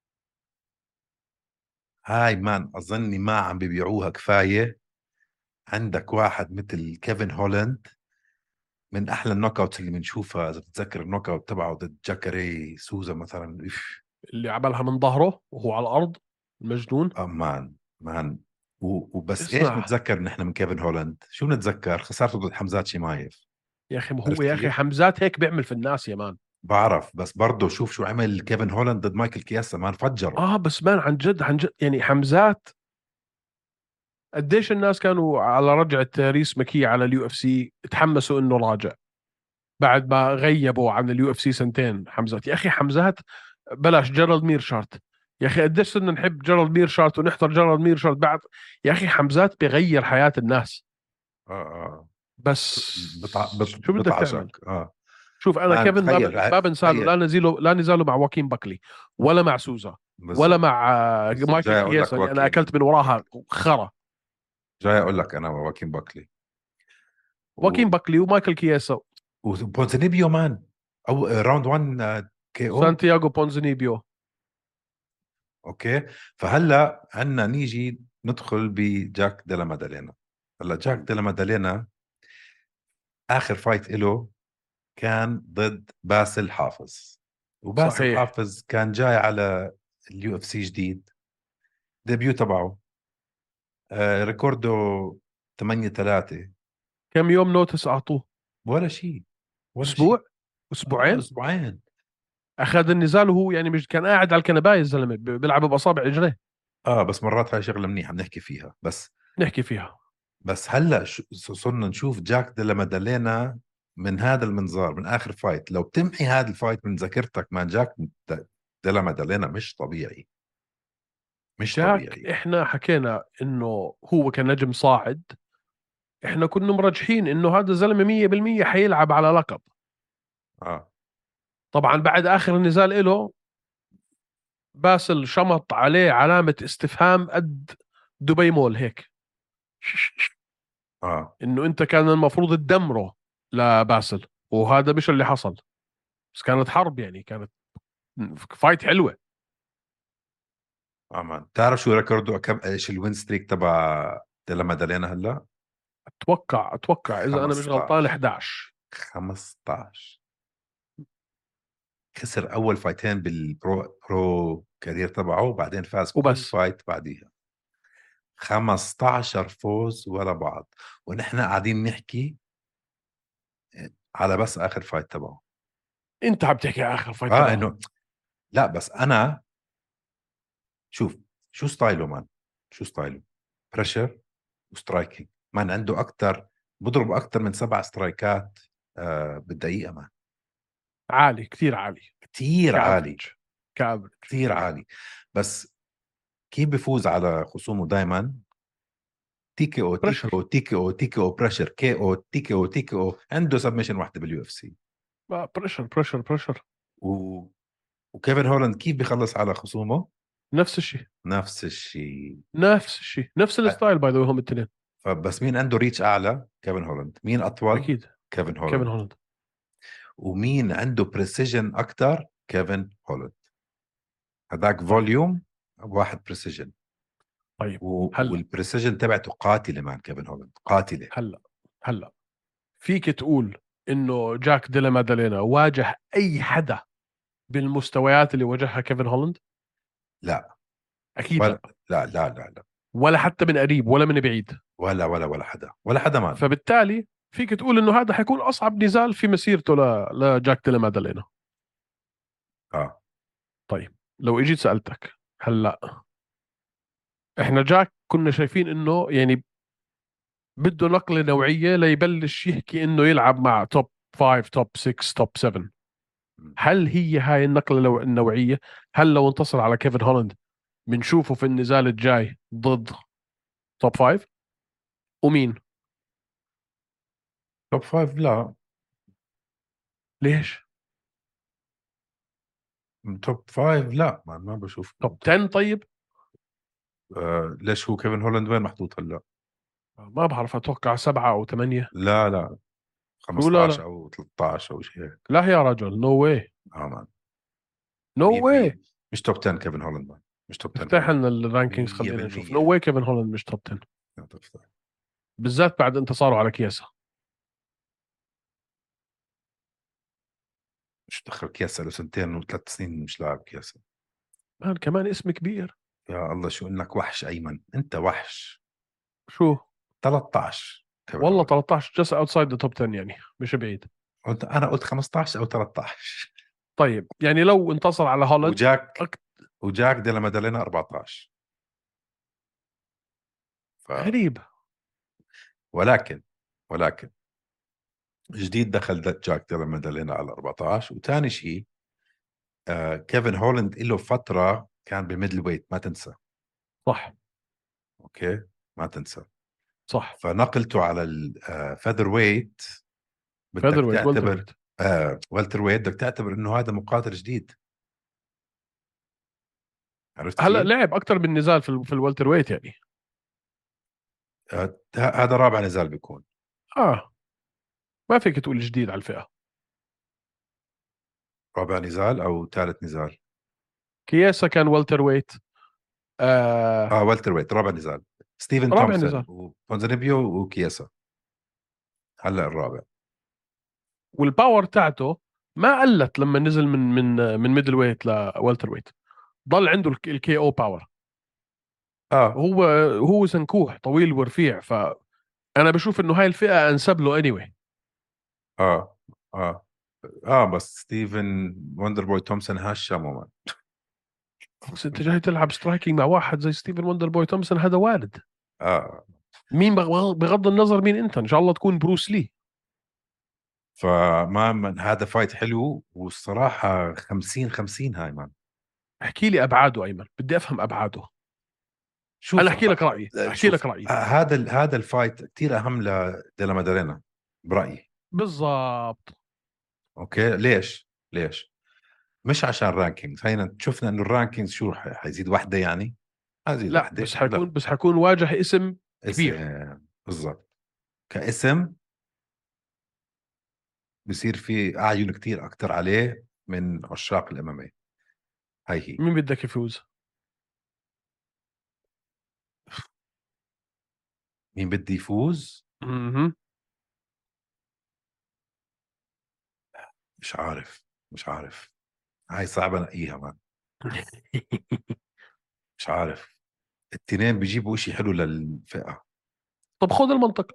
[SPEAKER 2] هاي مان اظني ما عم بيبيعوها كفايه. عندك واحد مثل كيفن هولاند، من احلى النوك اوتس اللي بنشوفها. اذا بتتذكر النوك اوت تبعه ضد جاكاري سوزا مثلا،
[SPEAKER 1] اللي عملها من ظهره وهو على الأرض، المجنون.
[SPEAKER 2] مان مان. وبس ايش
[SPEAKER 1] اسمع،
[SPEAKER 2] نتذكر نحن من كيفن هولاند؟ شو نتذكر؟ خسارته ضد حمزات شيمايف.
[SPEAKER 1] يا اخي ما هو
[SPEAKER 2] عرفت
[SPEAKER 1] يا اخي
[SPEAKER 2] كيف؟
[SPEAKER 1] حمزات هيك بيعمل في الناس يا مان.
[SPEAKER 2] بعرف، بس برضه شوف شو عمل كيفن هولاند ضد مايكل كياسا، ما انفجروا.
[SPEAKER 1] اه بس مان عن جد عن جد يعني حمزات، قديش الناس كانوا على رجعة ريس مكي على اليو اف سي تحمسوا انه راجع بعد ما غيبوا عن اليو اف سي سنتين. حمزات يا اخي حمزات، بلاش جيرالد ميرشارت، يا اخي قديش صرنا نحب جيرالد ميرشارت ونحضر جيرالد ميرشارت بعد. يا اخي حمزات بيغير حياة الناس.
[SPEAKER 2] اه اه.
[SPEAKER 1] بس شو بدك تعمل؟
[SPEAKER 2] بتعشق اه.
[SPEAKER 1] شوف انا
[SPEAKER 2] مان
[SPEAKER 1] كيفن
[SPEAKER 2] تخيل
[SPEAKER 1] ما بنسى له،
[SPEAKER 2] تخيل.
[SPEAKER 1] لا نزاله مع واكين باكلي ولا مع سوزا ولا
[SPEAKER 2] بالضبط.
[SPEAKER 1] مع
[SPEAKER 2] بالضبط
[SPEAKER 1] مايكل
[SPEAKER 2] جاي اقول
[SPEAKER 1] كياسا
[SPEAKER 2] لك
[SPEAKER 1] اللي انا
[SPEAKER 2] واكين.
[SPEAKER 1] اكلت من وراها خرا.
[SPEAKER 2] جاي اقول لك انا واكين باكلي
[SPEAKER 1] واكين
[SPEAKER 2] و...
[SPEAKER 1] باكلي ومايكل كياسا.
[SPEAKER 2] وبونزينيبيو مان، او راوند 1 كي او.
[SPEAKER 1] سانتياغو بونزينيبيو.
[SPEAKER 2] اوكي. فهلا عنا نيجي ندخل بجاك ديلا مادالينا. هلا جاك ديلا مادالينا اخر فايت له كان ضد باسل حافظ. وباسل
[SPEAKER 1] صحيح.
[SPEAKER 2] حافظ كان جاي على اليو اف سي جديد، ديبيو تبعه. ريكوردو 8-3.
[SPEAKER 1] كم يوم نوتس اعطوه؟
[SPEAKER 2] ولا شيء. ولا شيء.
[SPEAKER 1] اسبوع، اسبوعين.
[SPEAKER 2] اسبوعين.
[SPEAKER 1] اخذ النزال وهو يعني مش كان قاعد على الكنبايه الزلمه بيلعب باصابع رجليه.
[SPEAKER 2] اه بس مرات هاي شغله منيحه بنحكي فيها.
[SPEAKER 1] نحكي فيها.
[SPEAKER 2] بس هلا صرنا نشوف جاك ديلا مادالينا من هذا المنظار من اخر فايت. لو بتمحي هذا الفايت من ذاكرتك، ما جاك ديلا مادالينا مش طبيعي. مش
[SPEAKER 1] جاك
[SPEAKER 2] طبيعي.
[SPEAKER 1] احنا حكينا انه هو كنجم صاعد، احنا كنا مرجحين انه هذا الزلمه 100% حيلعب على لقب.
[SPEAKER 2] اه
[SPEAKER 1] طبعا بعد اخر نزال له باسل شمط عليه علامه استفهام قد دبي مول هيك،
[SPEAKER 2] اه
[SPEAKER 1] انه انت كان المفروض تدمره لباسل، وهذا مش اللي حصل. بس كانت حرب يعني، كانت فايت حلوه.
[SPEAKER 2] اه. تعرف شو ريكوردو كم ايش الوين ستريك تبع ديلا مادالينا هلا؟
[SPEAKER 1] اتوقع اذا انا مش غلطان
[SPEAKER 2] 15.
[SPEAKER 1] 11.
[SPEAKER 2] 15. خسر اول فايتين بالبرو كارير تبعه، وبعدين فاز كل
[SPEAKER 1] وبس.
[SPEAKER 2] فايت بعديها. 15 فوز ورا بعض. ونحن قاعدين نحكي على بس اخر فايت تبعه.
[SPEAKER 1] انت عم تحكي على اخر فايت
[SPEAKER 2] اه
[SPEAKER 1] تبعه.
[SPEAKER 2] انه لا بس انا شوف شو ستايله مان. شو ستايله؟ بريشر وسترايكينج. مان عنده اكثر، بضرب اكثر من 7 سترايكات بالدقيقه مان.
[SPEAKER 1] عالي، كثير عالي.
[SPEAKER 2] كثير عالي.
[SPEAKER 1] كافرج. كافرج.
[SPEAKER 2] كثير عالي. بس كيف بفوز على خصومه دائما؟ تيكي او تيكي
[SPEAKER 1] بريشر.
[SPEAKER 2] او تيكي او تيكي او بريشر كي او تيكي او تيكي او. عنده سبمشن واحده باليو اف سي.
[SPEAKER 1] بريشر بريشر بريشر.
[SPEAKER 2] و... وكيفن هولاند كيف بيخلص على خصومه؟
[SPEAKER 1] نفس الشيء.
[SPEAKER 2] نفس الشيء.
[SPEAKER 1] نفس الشيء، نفس الستايل باي ذا هم الاثنين.
[SPEAKER 2] فبس مين عنده ريتش اعلى؟ كيفن هولاند. مين اطول؟
[SPEAKER 1] اكيد.
[SPEAKER 2] كيفن
[SPEAKER 1] كيفن
[SPEAKER 2] هولاند.
[SPEAKER 1] هولاند.
[SPEAKER 2] ومين عنده بريسيجن اكثر؟ كيفن هولاند. هذاك
[SPEAKER 1] طيب.
[SPEAKER 2] فوليوم، واحد بريسيجن.
[SPEAKER 1] طيب. هلا
[SPEAKER 2] والبريسيجن تبعته قاتله مان. كيفن هولاند قاتله.
[SPEAKER 1] هلا هلا فيك تقول انه جاك ديلا مادالينا واجه اي حدا بالمستويات اللي واجهها كيفن هولاند؟
[SPEAKER 2] لا.
[SPEAKER 1] اكيد لا.
[SPEAKER 2] ولا. لا لا لا لا.
[SPEAKER 1] ولا حتى من قريب ولا من بعيد.
[SPEAKER 2] ولا حدا. ولا حدا مان.
[SPEAKER 1] فبالتالي فيك تقول انه هذا حيكون اصعب نزال في مسيرته لجاك ديلا مادالينا.
[SPEAKER 2] اه
[SPEAKER 1] طيب لو اجيت سألتك هلا، احنا جاك كنا شايفين انه يعني بده نقلة نوعية ليبلش يحكي انه يلعب مع توب 5 توب 6 توب 7. هل هي هاي النقلة النوعية؟ هل لو انتصر على كيفن هولاند بنشوفه في النزال الجاي ضد توب 5؟ ومين؟
[SPEAKER 2] توب فايف لا.
[SPEAKER 1] ليش؟
[SPEAKER 2] توب فايف لا ما بشوف.
[SPEAKER 1] توب 10 طيب؟
[SPEAKER 2] ليش هو كيفن هولاند وين محطوط هلا؟
[SPEAKER 1] ما بعرف، اتوقع 7 او 8.
[SPEAKER 2] لا لا.
[SPEAKER 1] شو لا
[SPEAKER 2] 15
[SPEAKER 1] لا؟
[SPEAKER 2] او 13 او شيء هيك.
[SPEAKER 1] لا يا رجل، نو واي.
[SPEAKER 2] اه مان.
[SPEAKER 1] نو واي.
[SPEAKER 2] 100%. مش توب 10 كيفن هولاند مان. مش توب 10
[SPEAKER 1] افتح
[SPEAKER 2] كيفن
[SPEAKER 1] لنا
[SPEAKER 2] هولاند.
[SPEAKER 1] الرانكينجز خلينا نشوف. نو
[SPEAKER 2] 100%.
[SPEAKER 1] واي كيفن هولاند مش توب 10،
[SPEAKER 2] يا طفل.
[SPEAKER 1] بالذات بعد انتصاره على كياسة.
[SPEAKER 2] مش دخل كياسة له 2 و3 سنين مش لاعب كياسة.
[SPEAKER 1] مان كمان اسم كبير.
[SPEAKER 2] يا الله شو انك وحش ايمن، انت وحش.
[SPEAKER 1] شو؟
[SPEAKER 2] 13. كيفن
[SPEAKER 1] والله
[SPEAKER 2] هولاند.
[SPEAKER 1] 13 جس اوتسايد ذا توب 10 يعني مش بعيد.
[SPEAKER 2] انا قلت 15 او 13.
[SPEAKER 1] طيب يعني لو انتصر على هولاند
[SPEAKER 2] وجاك
[SPEAKER 1] أك...
[SPEAKER 2] وجاك ديلا مادالينا 14. ف
[SPEAKER 1] غريب.
[SPEAKER 2] ولكن ولكن جديد دخل جاك ديلا مادالينا على 14. وثاني شيء كيفن هولاند له فترة كان بالميدل ويت، ما تنسى.
[SPEAKER 1] صح.
[SPEAKER 2] اوكي، ما تنسى.
[SPEAKER 1] صح.
[SPEAKER 2] فنقلته على الفيذر ويت، بدك
[SPEAKER 1] فيذر ويت والتر
[SPEAKER 2] تعتبر
[SPEAKER 1] ويت.
[SPEAKER 2] والتر ويت، بدك تعتبر انه هذا مقاتل جديد. عرفت
[SPEAKER 1] هلا
[SPEAKER 2] كيف؟
[SPEAKER 1] لعب اكثر من نزال في الوالتر ويت يعني.
[SPEAKER 2] هذا رابع نزال بيكون.
[SPEAKER 1] اه ما فيك تقول جديد على الفئه.
[SPEAKER 2] رابع نزال او ثالث نزال.
[SPEAKER 1] كياسا كان والتر ويت. آه
[SPEAKER 2] والتر ويت رابع نزال. ستيفن
[SPEAKER 1] رابع
[SPEAKER 2] تومسون
[SPEAKER 1] نزال.
[SPEAKER 2] وبونزانيبيو وكياسا. هلا الرابع.
[SPEAKER 1] والباور تاعته ما قلت لما نزل من ميدل ويت لوالتر ويت. ضل عنده الكي او باور.
[SPEAKER 2] اه
[SPEAKER 1] هو سنكوح طويل ورفيع، فانا بشوف انه هاي الفئه انسب له اني anyway.
[SPEAKER 2] اه اه بس ستيفن وندر بوي تومسون هاش عموما.
[SPEAKER 1] بس انت جاي تلعب سترايكينج مع واحد زي ستيفن وندر بوي تومسون، هذا وارد.
[SPEAKER 2] اه
[SPEAKER 1] مين بغض النظر مين انت، ان شاء الله تكون بروس لي.
[SPEAKER 2] فما هذا فايت حلو، والصراحة 50-50 هاي مان.
[SPEAKER 1] احكي لي ابعاده ايمن، بدي افهم ابعاده. انا
[SPEAKER 2] شوف
[SPEAKER 1] احكي لك رايي، احكي
[SPEAKER 2] شوف
[SPEAKER 1] لك رايي.
[SPEAKER 2] هذا الفايت كثير اهم لديلا مادالينا برأيي.
[SPEAKER 1] بالضبط.
[SPEAKER 2] اوكي، ليش مش عشان رانكينجز. هينا شفنا انه الرانكينجز شو حيزيد واحدة يعني. حيزيد
[SPEAKER 1] لا
[SPEAKER 2] واحدة
[SPEAKER 1] بس حيكون
[SPEAKER 2] لا.
[SPEAKER 1] بس حيكون واجه اسم كبير.
[SPEAKER 2] اسم بالضبط. كاسم بصير في اعين كتير اكتر عليه من عشاق الام ام اي. هاي هي.
[SPEAKER 1] مين بدك يفوز؟
[SPEAKER 2] مين بدي يفوز؟
[SPEAKER 1] اها.
[SPEAKER 2] مش عارف. هاي صعبة نقيها مان. مش عارف. التنين بيجيبوا اشي حلو للفئة.
[SPEAKER 1] طب خذ المنطق.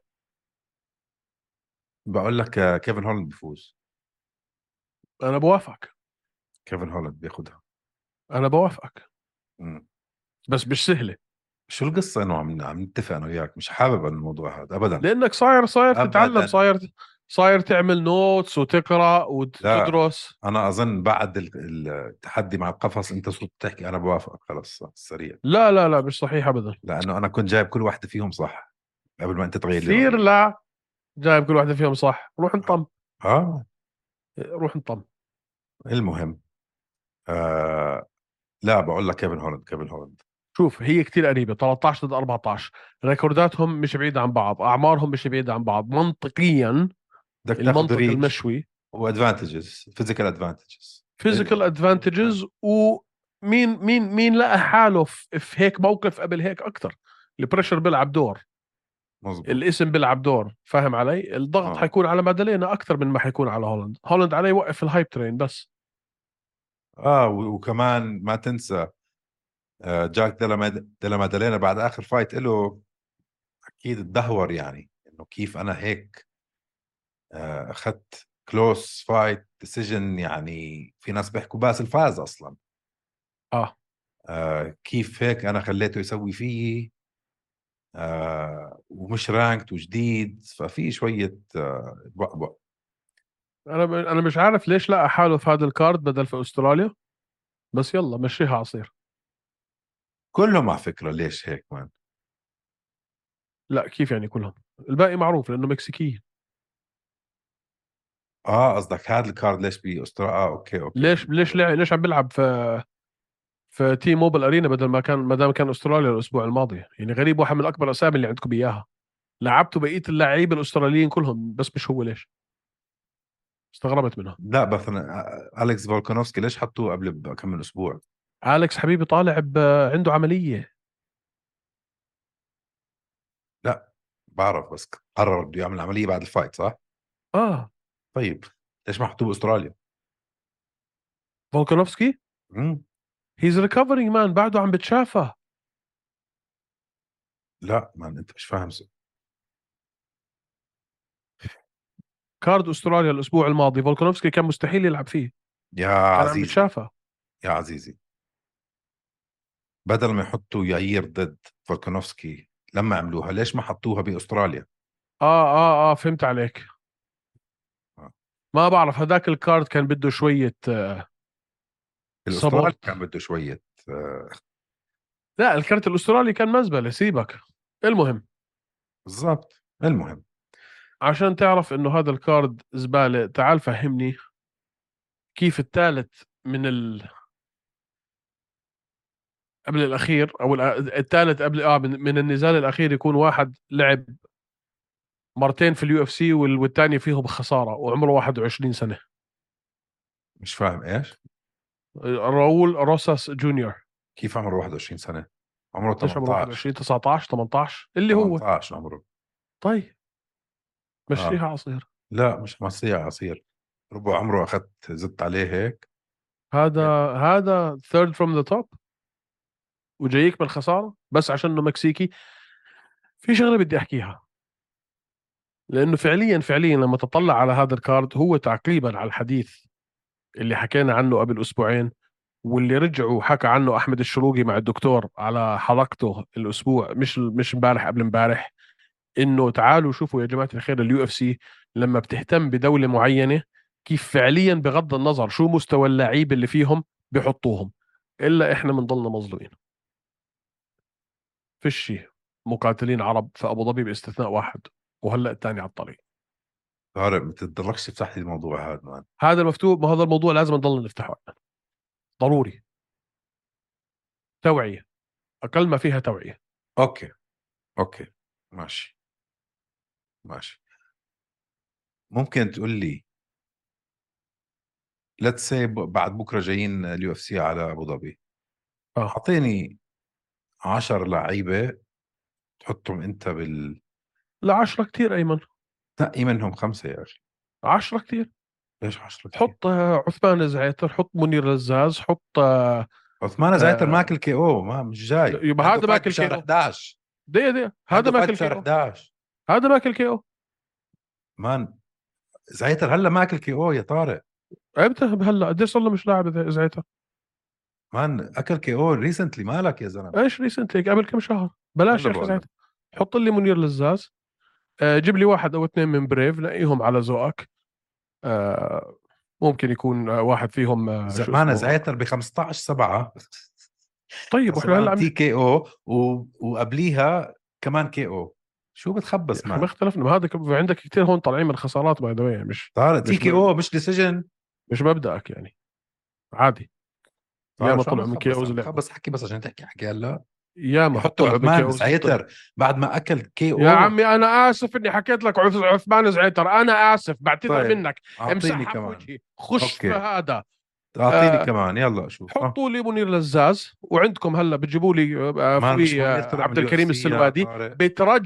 [SPEAKER 2] بقول لك كيفن هولاند بيفوز.
[SPEAKER 1] انا بوافقك.
[SPEAKER 2] كيفن هولاند بياخدها.
[SPEAKER 1] انا بوافقك.
[SPEAKER 2] مم.
[SPEAKER 1] بس مش سهله.
[SPEAKER 2] شو القصة انه عم نتفق انا وياك؟ مش حابب الموضوع هذا ابدا.
[SPEAKER 1] لانك صاير تتعلم،
[SPEAKER 2] ابدا.
[SPEAKER 1] صاير تعمل نوتس وتقرا
[SPEAKER 2] لا،
[SPEAKER 1] وتدرس.
[SPEAKER 2] انا اظن بعد التحدي مع القفص انت صرت تحكي انا بوافقك خلص سريع.
[SPEAKER 1] لا لا لا مش صحيح ابدا.
[SPEAKER 2] لانه انا كنت جايب كل واحدة فيهم صح قبل ما انت تغير لي
[SPEAKER 1] كثير
[SPEAKER 2] رأيي.
[SPEAKER 1] لا. جايب كل واحده فيهم صح، روح انطم.
[SPEAKER 2] اه
[SPEAKER 1] روح انطم.
[SPEAKER 2] المهم لا، بقول لك كيفن هولاند.
[SPEAKER 1] شوف هي كثير قريبه، 13 ضد 14. ريكورداتهم مش بعيده عن بعض، اعمارهم مش بعيده عن بعض منطقيا.
[SPEAKER 2] بدك تاخذ
[SPEAKER 1] المنطق
[SPEAKER 2] ريتش
[SPEAKER 1] المشوي.
[SPEAKER 2] وادفانتجز، فيزيكال ادفانتجز.
[SPEAKER 1] فيزيكال ادفانتجز. ومين لقى حاله في هيك موقف قبل هيك اكثر. البريشر بيلعب دور.
[SPEAKER 2] مزبوط.
[SPEAKER 1] الاسم بيلعب دور، فاهم علي؟ الضغط
[SPEAKER 2] اه
[SPEAKER 1] حيكون على مادالينا اكثر من ما حيكون على هولند. هولند عليه يوقف الهايب ترين بس.
[SPEAKER 2] وكمان ما تنسى جاك ديلا مادالينا بعد اخر فايت له اكيد تدهور، يعني انه كيف انا هيك اخذت كلوس فايت ديسيجن. يعني في ناس بيحكوا باسل فاز اصلا.
[SPEAKER 1] اه
[SPEAKER 2] كيف هيك انا خليته يسوي فيي ومش رانكت وجديد، ففي شوية بقبق.
[SPEAKER 1] انا مش عارف ليش لقى حاله في هذا الكارد بدل في استراليا. بس يلا مشيها عصير.
[SPEAKER 2] كلهم على فكرة ليش هيك مان.
[SPEAKER 1] لا كيف يعني كلهم؟ الباقي معروف لانه مكسيكيين.
[SPEAKER 2] قصدك هذا الكارد ليش بأستراليا؟ اوكي فهمت عليك.
[SPEAKER 1] ليش عم بيلعب في تي موبل ارينا بدل ما دام كان استراليا الاسبوع الماضي؟ يعني غريب، واحد من اكبر الاسامي اللي عندكم اياها. لعبتوا بقيه اللعيبه الاستراليين كلهم بس مش هو، ليش؟ استغربت منها.
[SPEAKER 2] لا بس أنا أليكس فولكانوفسكي ليش حطوه قبل كم من أسبوع؟
[SPEAKER 1] أليكس حبيبي طالع عنده عمليه.
[SPEAKER 2] لا بعرف، بس قرر بده يعمل عملية بعد الفايت صح؟
[SPEAKER 1] اه
[SPEAKER 2] طيب ليش ما حطوه بأستراليا؟
[SPEAKER 1] فولكانوفسكي
[SPEAKER 2] مم.
[SPEAKER 1] هيز ريكفرينج مان، بعده عم بتشافى.
[SPEAKER 2] لا ما أنت مش فاهم.
[SPEAKER 1] كارد استراليا الاسبوع الماضي فولكانوفسكي كان مستحيل يلعب فيه،
[SPEAKER 2] يا
[SPEAKER 1] كان عم
[SPEAKER 2] عزيزي،
[SPEAKER 1] بتشافى.
[SPEAKER 2] يا عزيزي، بدل ما يحطوا ياير ضد فولكانوفسكي لما عملوها، ليش ما حطوها باستراليا؟
[SPEAKER 1] فهمت عليك.
[SPEAKER 2] آه.
[SPEAKER 1] ما بعرف، هذاك الكارد كان بده شوية
[SPEAKER 2] الاسترالي
[SPEAKER 1] صبر.
[SPEAKER 2] كان بده شويه
[SPEAKER 1] لا، الكارت الاسترالي كان مزبلة، سيبك. المهم،
[SPEAKER 2] بالضبط. المهم،
[SPEAKER 1] عشان تعرف انه هذا الكارد زبالة، تعال فهمني كيف الثالث من قبل الاخير، او الثالث قبل من النزال الاخير يكون واحد لعب مرتين في اليو اف سي والثاني فيهم خسارة وعمره 21 سنة.
[SPEAKER 2] مش فاهم ايش.
[SPEAKER 1] راؤول روساس جونيور.
[SPEAKER 2] كيف عمره 21 سنه؟ عمره
[SPEAKER 1] ايش عمره
[SPEAKER 2] 18.
[SPEAKER 1] 21 19 18 اللي هو.
[SPEAKER 2] 18 عمره.
[SPEAKER 1] طيب
[SPEAKER 2] اه
[SPEAKER 1] مشيها عصير.
[SPEAKER 2] لا، مش مصيع عصير. ربع عمره اخذت زدت عليه هيك.
[SPEAKER 1] هذا ثيرد فروم ذا توب وجايك بالخسارة بس عشان انه مكسيكي. في شغلة بدي احكيها، لانه فعليا لما تطلع على هذا الكارد هو تعقيبا على الحديث اللي حكينا عنه قبل اسبوعين، واللي رجع وحكى عنه احمد الشروقي مع الدكتور على حلقته الاسبوع، مش امبارح، قبل امبارح. انه تعالوا شوفوا يا جماعه الخير اليو اف سي لما بتهتم بدوله معينه كيف فعليا بغض النظر شو مستوى اللعيب اللي فيهم بحطوهم. الا احنا بنضلنا مظلومين. فيش مقاتلين عرب في ابو ظبي باستثناء واحد، وهلا الثاني على الطريق.
[SPEAKER 2] طارق ما تتدركش تفتح لي الموضوع هذا مان.
[SPEAKER 1] هذا المفتوح، ما هذا الموضوع لازم نضلنا نفتحه. ضروري توعيه، اقل ما فيها توعيه.
[SPEAKER 2] اوكي، اوكي، ماشي، ماشي. ممكن تقول لي ليتس سي بعد بكره جايين اليو اف سي على ابو ظبي،
[SPEAKER 1] اه
[SPEAKER 2] اعطيني 10 لعيبه تحطهم انت
[SPEAKER 1] لا، 10 كثير ايمن.
[SPEAKER 2] تنقي منهم خمسه يا اخي.
[SPEAKER 1] 10 كثير.
[SPEAKER 2] ليش 10 كثير؟
[SPEAKER 1] حط عثمان زعيتر، حط منير لزاز، حط
[SPEAKER 2] عثمان زايتر
[SPEAKER 1] آه
[SPEAKER 2] ماكل كي او، ما مش جاي،
[SPEAKER 1] يبقى
[SPEAKER 2] عنده
[SPEAKER 1] هذا
[SPEAKER 2] فايت
[SPEAKER 1] ماكل كي
[SPEAKER 2] بشهر
[SPEAKER 1] او.
[SPEAKER 2] 11.
[SPEAKER 1] دي هذا
[SPEAKER 2] عنده فايت
[SPEAKER 1] ماكل كي
[SPEAKER 2] بشهر
[SPEAKER 1] او.
[SPEAKER 2] 11.
[SPEAKER 1] هذا ماكل كي او.
[SPEAKER 2] مان، زعيتر هلا ماكل كي او يا طارق.
[SPEAKER 1] امتى؟ هلا قديش صار له مش لاعب زعيتر؟
[SPEAKER 2] مان اكل كي او ريسنتلي، مالك يا زلمه.
[SPEAKER 1] ايش ريسنتلي؟ قبل كم شهر. بلاش
[SPEAKER 2] هلا
[SPEAKER 1] يا اخي
[SPEAKER 2] بقول لك.
[SPEAKER 1] زعيتر. حط لي منير لزاز. جيب لي واحد او اثنين من بريف، نقيهم على ذوقك. آه ممكن يكون واحد فيهم شو
[SPEAKER 2] معنا
[SPEAKER 1] اسمه.
[SPEAKER 2] زعيتر ب 15/7
[SPEAKER 1] طيب واحنا هلا
[SPEAKER 2] خسران تي كي او وقبليها كمان كي او. شو
[SPEAKER 1] يا
[SPEAKER 2] بتخبص
[SPEAKER 1] اخي ما
[SPEAKER 2] مان؟
[SPEAKER 1] اختلفنا، ما هذا عندك كثير هون طالعين من خسارات باي ذا،
[SPEAKER 2] طارق تي
[SPEAKER 1] مش
[SPEAKER 2] كي او مش ديسيجن.
[SPEAKER 1] مش مبدأك يعني. عادي. يا
[SPEAKER 2] طارق
[SPEAKER 1] ما
[SPEAKER 2] شو عم
[SPEAKER 1] طلعوا من كي
[SPEAKER 2] بتخبص؟
[SPEAKER 1] اوز
[SPEAKER 2] عم
[SPEAKER 1] لعبوا.
[SPEAKER 2] بتخبص حكي بس عشان تحكي حكي هلا.
[SPEAKER 1] يا ما
[SPEAKER 2] يحطوا
[SPEAKER 1] طلعوا من كي
[SPEAKER 2] عثمان
[SPEAKER 1] اوز
[SPEAKER 2] زعيتر بعد ما اكل كي
[SPEAKER 1] يا
[SPEAKER 2] او.
[SPEAKER 1] عمي انا اسف اني حكيت لك عثمان زعيتر، انا اسف، بعتذر
[SPEAKER 2] طيب
[SPEAKER 1] منك.
[SPEAKER 2] اعطيني
[SPEAKER 1] امسحها في
[SPEAKER 2] كمان.
[SPEAKER 1] وجهي، خش في
[SPEAKER 2] اوكي،
[SPEAKER 1] هذا.
[SPEAKER 2] اعطيني
[SPEAKER 1] آه
[SPEAKER 2] كمان يلا شوف
[SPEAKER 1] حطوا لي منير لزاز، وعندكم هلا بتجيبوا لي
[SPEAKER 2] مان مش
[SPEAKER 1] فوقي
[SPEAKER 2] منير طلع من
[SPEAKER 1] عبد
[SPEAKER 2] اليو اف
[SPEAKER 1] الكريم
[SPEAKER 2] سي يا
[SPEAKER 1] السلوادي.
[SPEAKER 2] طارق.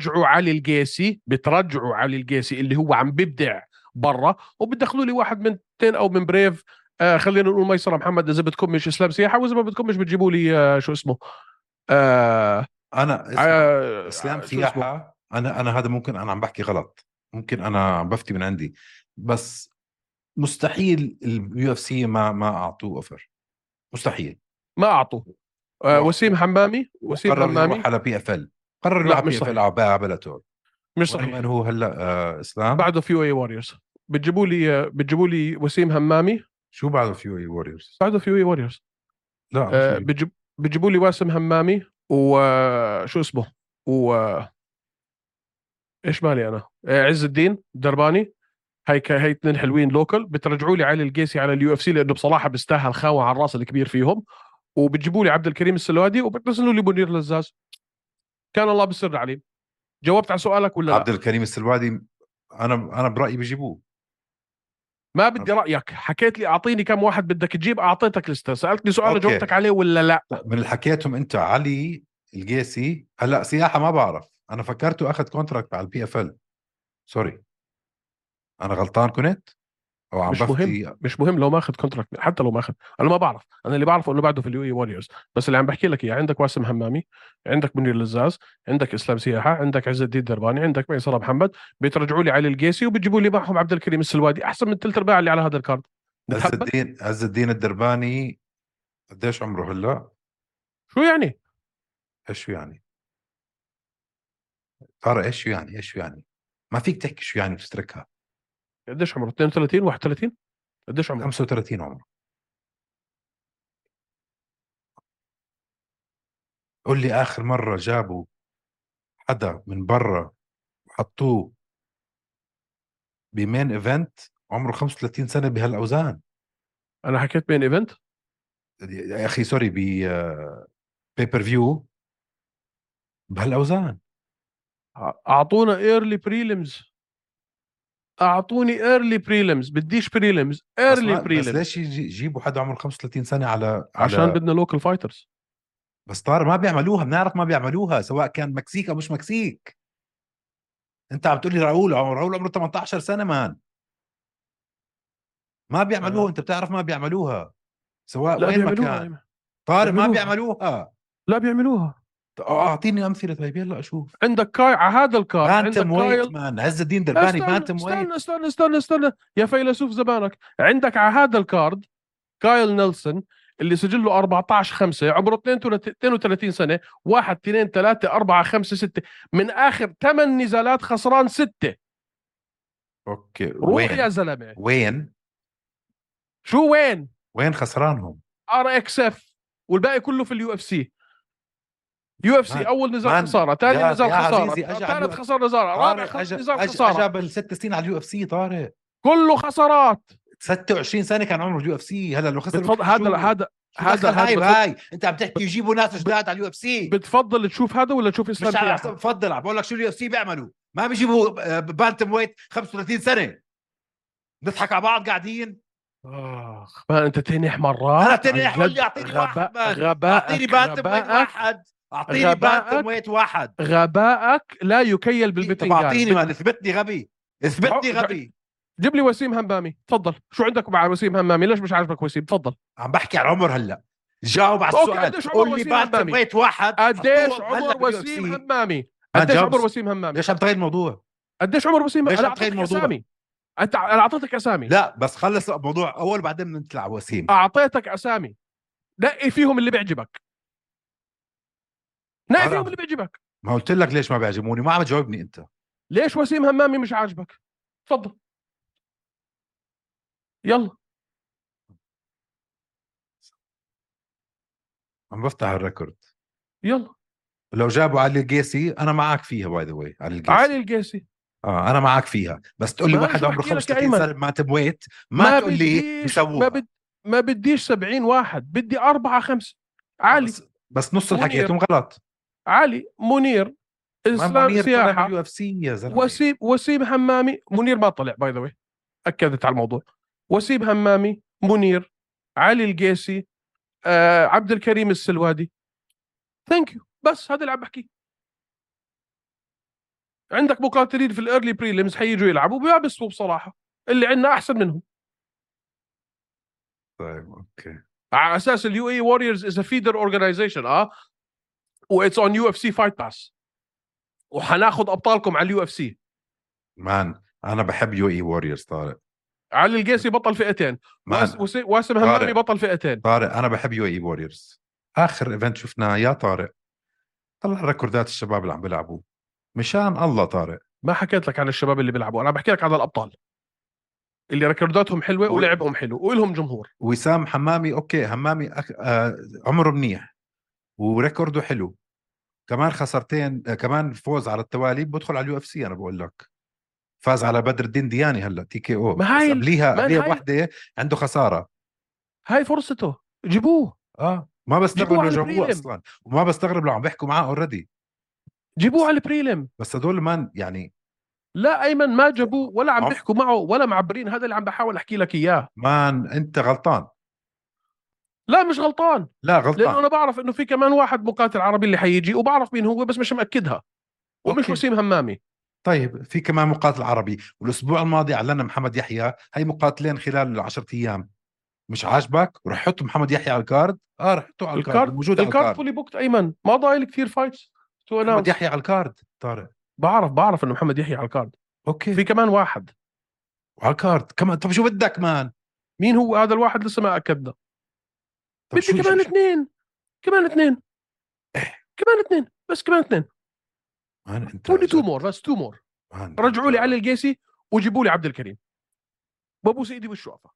[SPEAKER 1] بترجعوا علي القيسي اللي هو عم ببدع برا، وبتدخلوا لي واحد من تين او من بريف. خلينا نقول ميسره محمد اذا بدكم، مش اسلام سياحه، واذا ما بدكم مش بتجيبوا لي شو اسمه. آه
[SPEAKER 2] انا اسمع، اسلام
[SPEAKER 1] شو اسمه.
[SPEAKER 2] سياحه، انا هذا ممكن انا عم بحكي غلط، ممكن انا عم بفتي من عندي، بس مستحيل اليو اف سي ما اعطوه اوفر. مستحيل.
[SPEAKER 1] ما اعطوا. وسيم حمامي، وسيم
[SPEAKER 2] وقرر يروح
[SPEAKER 1] حمامي.
[SPEAKER 2] على بي اف ال. قرر يروح
[SPEAKER 1] لا
[SPEAKER 2] على
[SPEAKER 1] مش
[SPEAKER 2] بي اف ال
[SPEAKER 1] صحيح.
[SPEAKER 2] على بلاتور.
[SPEAKER 1] مش
[SPEAKER 2] وين
[SPEAKER 1] صحيح.
[SPEAKER 2] هو هلا اسلام؟
[SPEAKER 1] بعده في اي واريورز. بتجيبوا لي وسيم همامي.
[SPEAKER 2] شو بعده فيو اي ووريرز؟
[SPEAKER 1] بعده في اي واريورز.
[SPEAKER 2] لا مش
[SPEAKER 1] آه
[SPEAKER 2] هي.
[SPEAKER 1] بتجيب بتجيبوا لي واسم همامي وشو اسمه. و ايش مالي انا، عز الدين درباني. هي اثنين حلوين لوكل. بترجعوا لي علي القيسي على اليو اف سي لانه بصراحه بيستاهل خاوه على الراس الكبير فيهم. وبتجيبوا لي عبد الكريم السلوادي، وبتنزلوا لي منير لزاز. كان الله بالسر عليم. جاوبت على سؤالك ولا
[SPEAKER 2] عبد
[SPEAKER 1] لا؟
[SPEAKER 2] الكريم السلوادي، انا برايي بيجيبوه.
[SPEAKER 1] ما بدي رايك، حكيت لي اعطيني كم واحد بدك تجيب، اعطيتك لسته، سالتني سؤال
[SPEAKER 2] اوكي،
[SPEAKER 1] جاوبتك عليه ولا لا؟
[SPEAKER 2] من اللي حكيتهم انت علي القيسي، هلا سياحه ما بعرف، انا فكرته اخذ كونتراكت على البي اف ال. سوري، انا غلطان كنت. او عم
[SPEAKER 1] مش مهم،
[SPEAKER 2] بفتي.
[SPEAKER 1] مش مهم لو ماخذ كونتراكت، حتى لو ماخذ. انا ما بعرف، انا اللي بعرفه انه بعده في اليو اي واريورز. بس اللي عم بحكي لك اياه، عندك واسم همامي، عندك منير لزاز، عندك اسلام سياحه، عندك عز الدين درباني، عندك ميسر محمد، بيترجعوا لي علي القيسي وبتجيبوا لي معهم عبد الكريم السلوادي، احسن من ثلث ارباع اللي على هذا الكارد. نتهبل.
[SPEAKER 2] عز الدين الدرباني قديش عمره هلا؟
[SPEAKER 1] شو يعني؟
[SPEAKER 2] ايش شو يعني؟ طارق ايش شو يعني؟ ايش شو يعني؟ ما فيك تحكي شو يعني وتتركها.
[SPEAKER 1] قديش عمره؟ 32 31؟ قديش عمره؟
[SPEAKER 2] 35 عمره. قول لي اخر مرة جابوا حدا من برا وحطوه بمين ايفنت عمره 35 سنة بهالاوزان.
[SPEAKER 1] انا حكيت بين ايفنت.
[SPEAKER 2] يا اخي سوري، بيبر فيو بهالاوزان.
[SPEAKER 1] اعطونا ايرلي بريليمز، اعطوني ايرلي بريليمز، بديش بريليمز، ايرلي
[SPEAKER 2] بس
[SPEAKER 1] بريليمز.
[SPEAKER 2] ليش يجيبوا حدا عمره 35 سنة على
[SPEAKER 1] عشان بدنا لوكال فايترز.
[SPEAKER 2] بس طار ما بيعملوها، بنعرف ما بيعملوها سواء كان مكسيك او مش مكسيك. انت عم تقول لي راؤول عمره 18 سنة مان. ما بيعملوها، انت بتعرف ما بيعملوها سواء
[SPEAKER 1] لا
[SPEAKER 2] وين ما
[SPEAKER 1] بيعملوها
[SPEAKER 2] كان.
[SPEAKER 1] ايمن،
[SPEAKER 2] طارق ما
[SPEAKER 1] بيعملوها.
[SPEAKER 2] بيعملوها.
[SPEAKER 1] لا بيعملوها.
[SPEAKER 2] اعطيني امثله طيب يلا اشوف.
[SPEAKER 1] عندك كاي على هذا الكارد، عندك
[SPEAKER 2] بانتم ويت
[SPEAKER 1] كايل.
[SPEAKER 2] مان، عز الدين درباني
[SPEAKER 1] استنى
[SPEAKER 2] بانتم ويت.
[SPEAKER 1] استنى استنى استنى استنى يا فيلسوف زمانك، عندك على هذا الكارد كايل نيلسون، اللي سجله 14/5، عمره 32 سنة، 1 2 3 4 5 6، من آخر 8 نزالات خسران 6.
[SPEAKER 2] اوكي
[SPEAKER 1] روح يا
[SPEAKER 2] وين؟
[SPEAKER 1] زلمة.
[SPEAKER 2] وين؟
[SPEAKER 1] شو وين؟
[SPEAKER 2] وين خسرانهم؟
[SPEAKER 1] ار اكس اف، والباقي كله في اليو اف سي. يو اف سي
[SPEAKER 2] مان
[SPEAKER 1] اول نزال
[SPEAKER 2] مان
[SPEAKER 1] خساره، ثاني نزال
[SPEAKER 2] يا
[SPEAKER 1] خساره،
[SPEAKER 2] عزيزي اجى على اليو
[SPEAKER 1] ثالث
[SPEAKER 2] اف سي.
[SPEAKER 1] خساره نزال، رابع
[SPEAKER 2] طارق اجى
[SPEAKER 1] نزال
[SPEAKER 2] اجى
[SPEAKER 1] خساره.
[SPEAKER 2] اجى بالست سنين على اليو اف سي طارق.
[SPEAKER 1] كله خسارات.
[SPEAKER 2] 26 سنه كان عمره اليو اف سي، هلا لو خسر
[SPEAKER 1] بتفضل
[SPEAKER 2] بتحكي
[SPEAKER 1] هذا
[SPEAKER 2] شو؟
[SPEAKER 1] هذا
[SPEAKER 2] شو
[SPEAKER 1] هذا
[SPEAKER 2] دخل
[SPEAKER 1] هذا
[SPEAKER 2] هاي
[SPEAKER 1] بتفضل
[SPEAKER 2] بهاي؟ انت عم تحكي يجيبوا ناس
[SPEAKER 1] ب-
[SPEAKER 2] جداد على اليو اف سي.
[SPEAKER 1] بتفضل تشوف هذا ولا تشوف اسلام
[SPEAKER 2] مش على حسب،
[SPEAKER 1] سياحه؟
[SPEAKER 2] بفضل عم بقول لك شو اليو اف سي بيعملوا. ما بيجيبوا بانتم ويت 35 سنه. نضحك على بعض قاعدين.
[SPEAKER 1] ما انت تنح
[SPEAKER 2] انا
[SPEAKER 1] مرات عن
[SPEAKER 2] تاني قول لي
[SPEAKER 1] جد.
[SPEAKER 2] اعطيني واحد مان. اعطيني
[SPEAKER 1] غبائك
[SPEAKER 2] بانتم ويت
[SPEAKER 1] غبائك
[SPEAKER 2] واحد. اعطيني بانتم
[SPEAKER 1] غبائك
[SPEAKER 2] ويت واحد.
[SPEAKER 1] غبائك لا يكيل
[SPEAKER 2] طب
[SPEAKER 1] بالبتنجان.
[SPEAKER 2] اعطيني مان، اثبتني غبي. اثبتني غبي.
[SPEAKER 1] جيب لي وسيم همامي، تفضل. شو عندك مع وسيم همامي؟ ليش مش عاجبك وسيم؟ تفضل.
[SPEAKER 2] عم بحكي على العمر هلا. جاوب على
[SPEAKER 1] اوكي،
[SPEAKER 2] السؤال،
[SPEAKER 1] قديش عمر
[SPEAKER 2] قول لي
[SPEAKER 1] وسيم
[SPEAKER 2] بانتم
[SPEAKER 1] همامي؟
[SPEAKER 2] ويت واحد
[SPEAKER 1] قديش
[SPEAKER 2] حطوه هلا
[SPEAKER 1] عمر
[SPEAKER 2] باليو اف
[SPEAKER 1] وسيم
[SPEAKER 2] سي.
[SPEAKER 1] همامي؟
[SPEAKER 2] ما
[SPEAKER 1] قديش
[SPEAKER 2] جاوب
[SPEAKER 1] عمر وسيم همامي؟
[SPEAKER 2] ليش عم تغير الموضوع؟
[SPEAKER 1] قديش عمر وسيم؟
[SPEAKER 2] ليش
[SPEAKER 1] انا
[SPEAKER 2] عم تغير
[SPEAKER 1] اعطيتك
[SPEAKER 2] الموضوع؟
[SPEAKER 1] اسامي. انا اعطيتك اسامي.
[SPEAKER 2] لا بس خلص الموضوع اول بعدين نطلع وسيم.
[SPEAKER 1] اعطيتك اسامي، نقي فيهم اللي بيعجبك، نقي فيهم
[SPEAKER 2] طارق
[SPEAKER 1] اللي بيعجبك.
[SPEAKER 2] ما قلت لك ليش ما بيعجبوني؟ ما عم تجاوبني انت.
[SPEAKER 1] ليش وسيم همامي مش عاجبك؟ تفضل. يلا.
[SPEAKER 2] عم بفتح الريكورد.
[SPEAKER 1] يلا.
[SPEAKER 2] لو جابوا علي القيسي انا معك فيها، باي ذا واي علي
[SPEAKER 1] علي
[SPEAKER 2] القيسي.
[SPEAKER 1] القيسي.
[SPEAKER 2] اه انا معك فيها، بس تقول لي
[SPEAKER 1] ما
[SPEAKER 2] واحد
[SPEAKER 1] شو
[SPEAKER 2] عمره
[SPEAKER 1] بحكي لك يا
[SPEAKER 2] 35
[SPEAKER 1] ايمن؟
[SPEAKER 2] سنه ما تمويت، ما
[SPEAKER 1] ما
[SPEAKER 2] تقول لي
[SPEAKER 1] بديش ما
[SPEAKER 2] بيسووها.
[SPEAKER 1] بد ما بديش 70 واحد، بدي 4 5. علي.
[SPEAKER 2] بس نص اللي
[SPEAKER 1] منير.
[SPEAKER 2] حكيتهم غلط.
[SPEAKER 1] علي منير.
[SPEAKER 2] ما
[SPEAKER 1] اسلام
[SPEAKER 2] منير طلع من
[SPEAKER 1] سياحة.
[SPEAKER 2] اليو اف سي يا زلمه.
[SPEAKER 1] وسيم همامي. منير ما طلع باي ذا واي، اكدت على الموضوع. وسيم همامي، منير، علي القيسي، عبد الكريم السلوادي. ثانك يو، بس هذا اللي عم بحكيه. عندك مقاتلين في الايرلي بريليمز حييجوا يلعبوا ما بيسوا بصراحه، اللي عندنا احسن منهم.
[SPEAKER 2] طيب اوكي.
[SPEAKER 1] على اساس اليو اي واريورز از فيدر اورجانيزيشن، واتس اون يو اف سي فايت باس، وحناخذ ابطالكم على اليو اف سي.
[SPEAKER 2] مان انا بحب يو اي ووريرز طارق.
[SPEAKER 1] علي القيسي بطل فئتين،
[SPEAKER 2] مان
[SPEAKER 1] واسم همامي
[SPEAKER 2] طارق
[SPEAKER 1] بطل فئتين.
[SPEAKER 2] طارق انا بحب يو اي ووريرز. اخر ايفنت شفناه يا طارق، طلع ريكوردات الشباب اللي عم بيلعبوا. مشان الله طارق.
[SPEAKER 1] ما حكيت لك عن الشباب اللي بيلعبوا، انا بحكي لك عن الابطال اللي ريكورداتهم حلوه
[SPEAKER 2] و...
[SPEAKER 1] ولعبهم حلو ولهم جمهور.
[SPEAKER 2] وسام حمامي اوكي، حمامي عمره منيح وريكورده حلو. كمان خسرتين كمان فوز على التوالي بدخل على اليو اف سي. انا بقول لك فاز على بدر الدين دياني هلا تي كي او،
[SPEAKER 1] ما
[SPEAKER 2] بس
[SPEAKER 1] هاي
[SPEAKER 2] قبليها
[SPEAKER 1] هاي
[SPEAKER 2] بوحده عنده خساره.
[SPEAKER 1] هاي فرصته، جيبوه.
[SPEAKER 2] ما بستغرب
[SPEAKER 1] جيبوه
[SPEAKER 2] لو
[SPEAKER 1] على
[SPEAKER 2] جابوه
[SPEAKER 1] البريلم،
[SPEAKER 2] اصلا، وما بستغرب لو عم بيحكوا معاه اوريدي.
[SPEAKER 1] جيبوه
[SPEAKER 2] بس
[SPEAKER 1] على البريلم.
[SPEAKER 2] بس هدول مان يعني.
[SPEAKER 1] لا ايمن، ما جابوه ولا عم
[SPEAKER 2] عم
[SPEAKER 1] بيحكوا معه ولا معبرين، هذا اللي عم بحاول احكي لك اياه.
[SPEAKER 2] مان انت غلطان.
[SPEAKER 1] لا مش غلطان،
[SPEAKER 2] لا
[SPEAKER 1] لانه
[SPEAKER 2] غلطان.
[SPEAKER 1] انا بعرف انه في كمان واحد مقاتل عربي اللي حيجي، وبعرف مين هو بس مش مأكدها، ومش
[SPEAKER 2] اوكي
[SPEAKER 1] وسيم همامي.
[SPEAKER 2] طيب في كمان مقاتل عربي، والاسبوع الماضي اعلنا محمد يحيى، هي مقاتلين خلال 10 ايام. مش عاجبك؟ روح حط محمد يحيى على الكارد. رح حطه على الكارد، موجود على
[SPEAKER 1] الكارد
[SPEAKER 2] الكارد.
[SPEAKER 1] فولي بوكت ايمن، ما ضايل كثير فايتس تو
[SPEAKER 2] محمد
[SPEAKER 1] اناونس.
[SPEAKER 2] يحيى على الكارد طارق.
[SPEAKER 1] بعرف انه محمد يحيى على الكارد.
[SPEAKER 2] اوكي،
[SPEAKER 1] في كمان واحد.
[SPEAKER 2] وعلى الكارد كمان. طب شو بدك مان؟
[SPEAKER 1] مين هو هذا الواحد؟ لسه ما اكدنا.
[SPEAKER 2] طب
[SPEAKER 1] بدي كمان اثنين. كمان اثنين. كمان اثنين، بس كمان اثنين.
[SPEAKER 2] مان انت
[SPEAKER 1] ودي تو
[SPEAKER 2] جد.
[SPEAKER 1] مور، بس تو مور.
[SPEAKER 2] مان
[SPEAKER 1] رجعوا لي
[SPEAKER 2] انت.
[SPEAKER 1] علي القيسي وجيبوا لي عبد الكريم. بابوس ايدي والشوفه.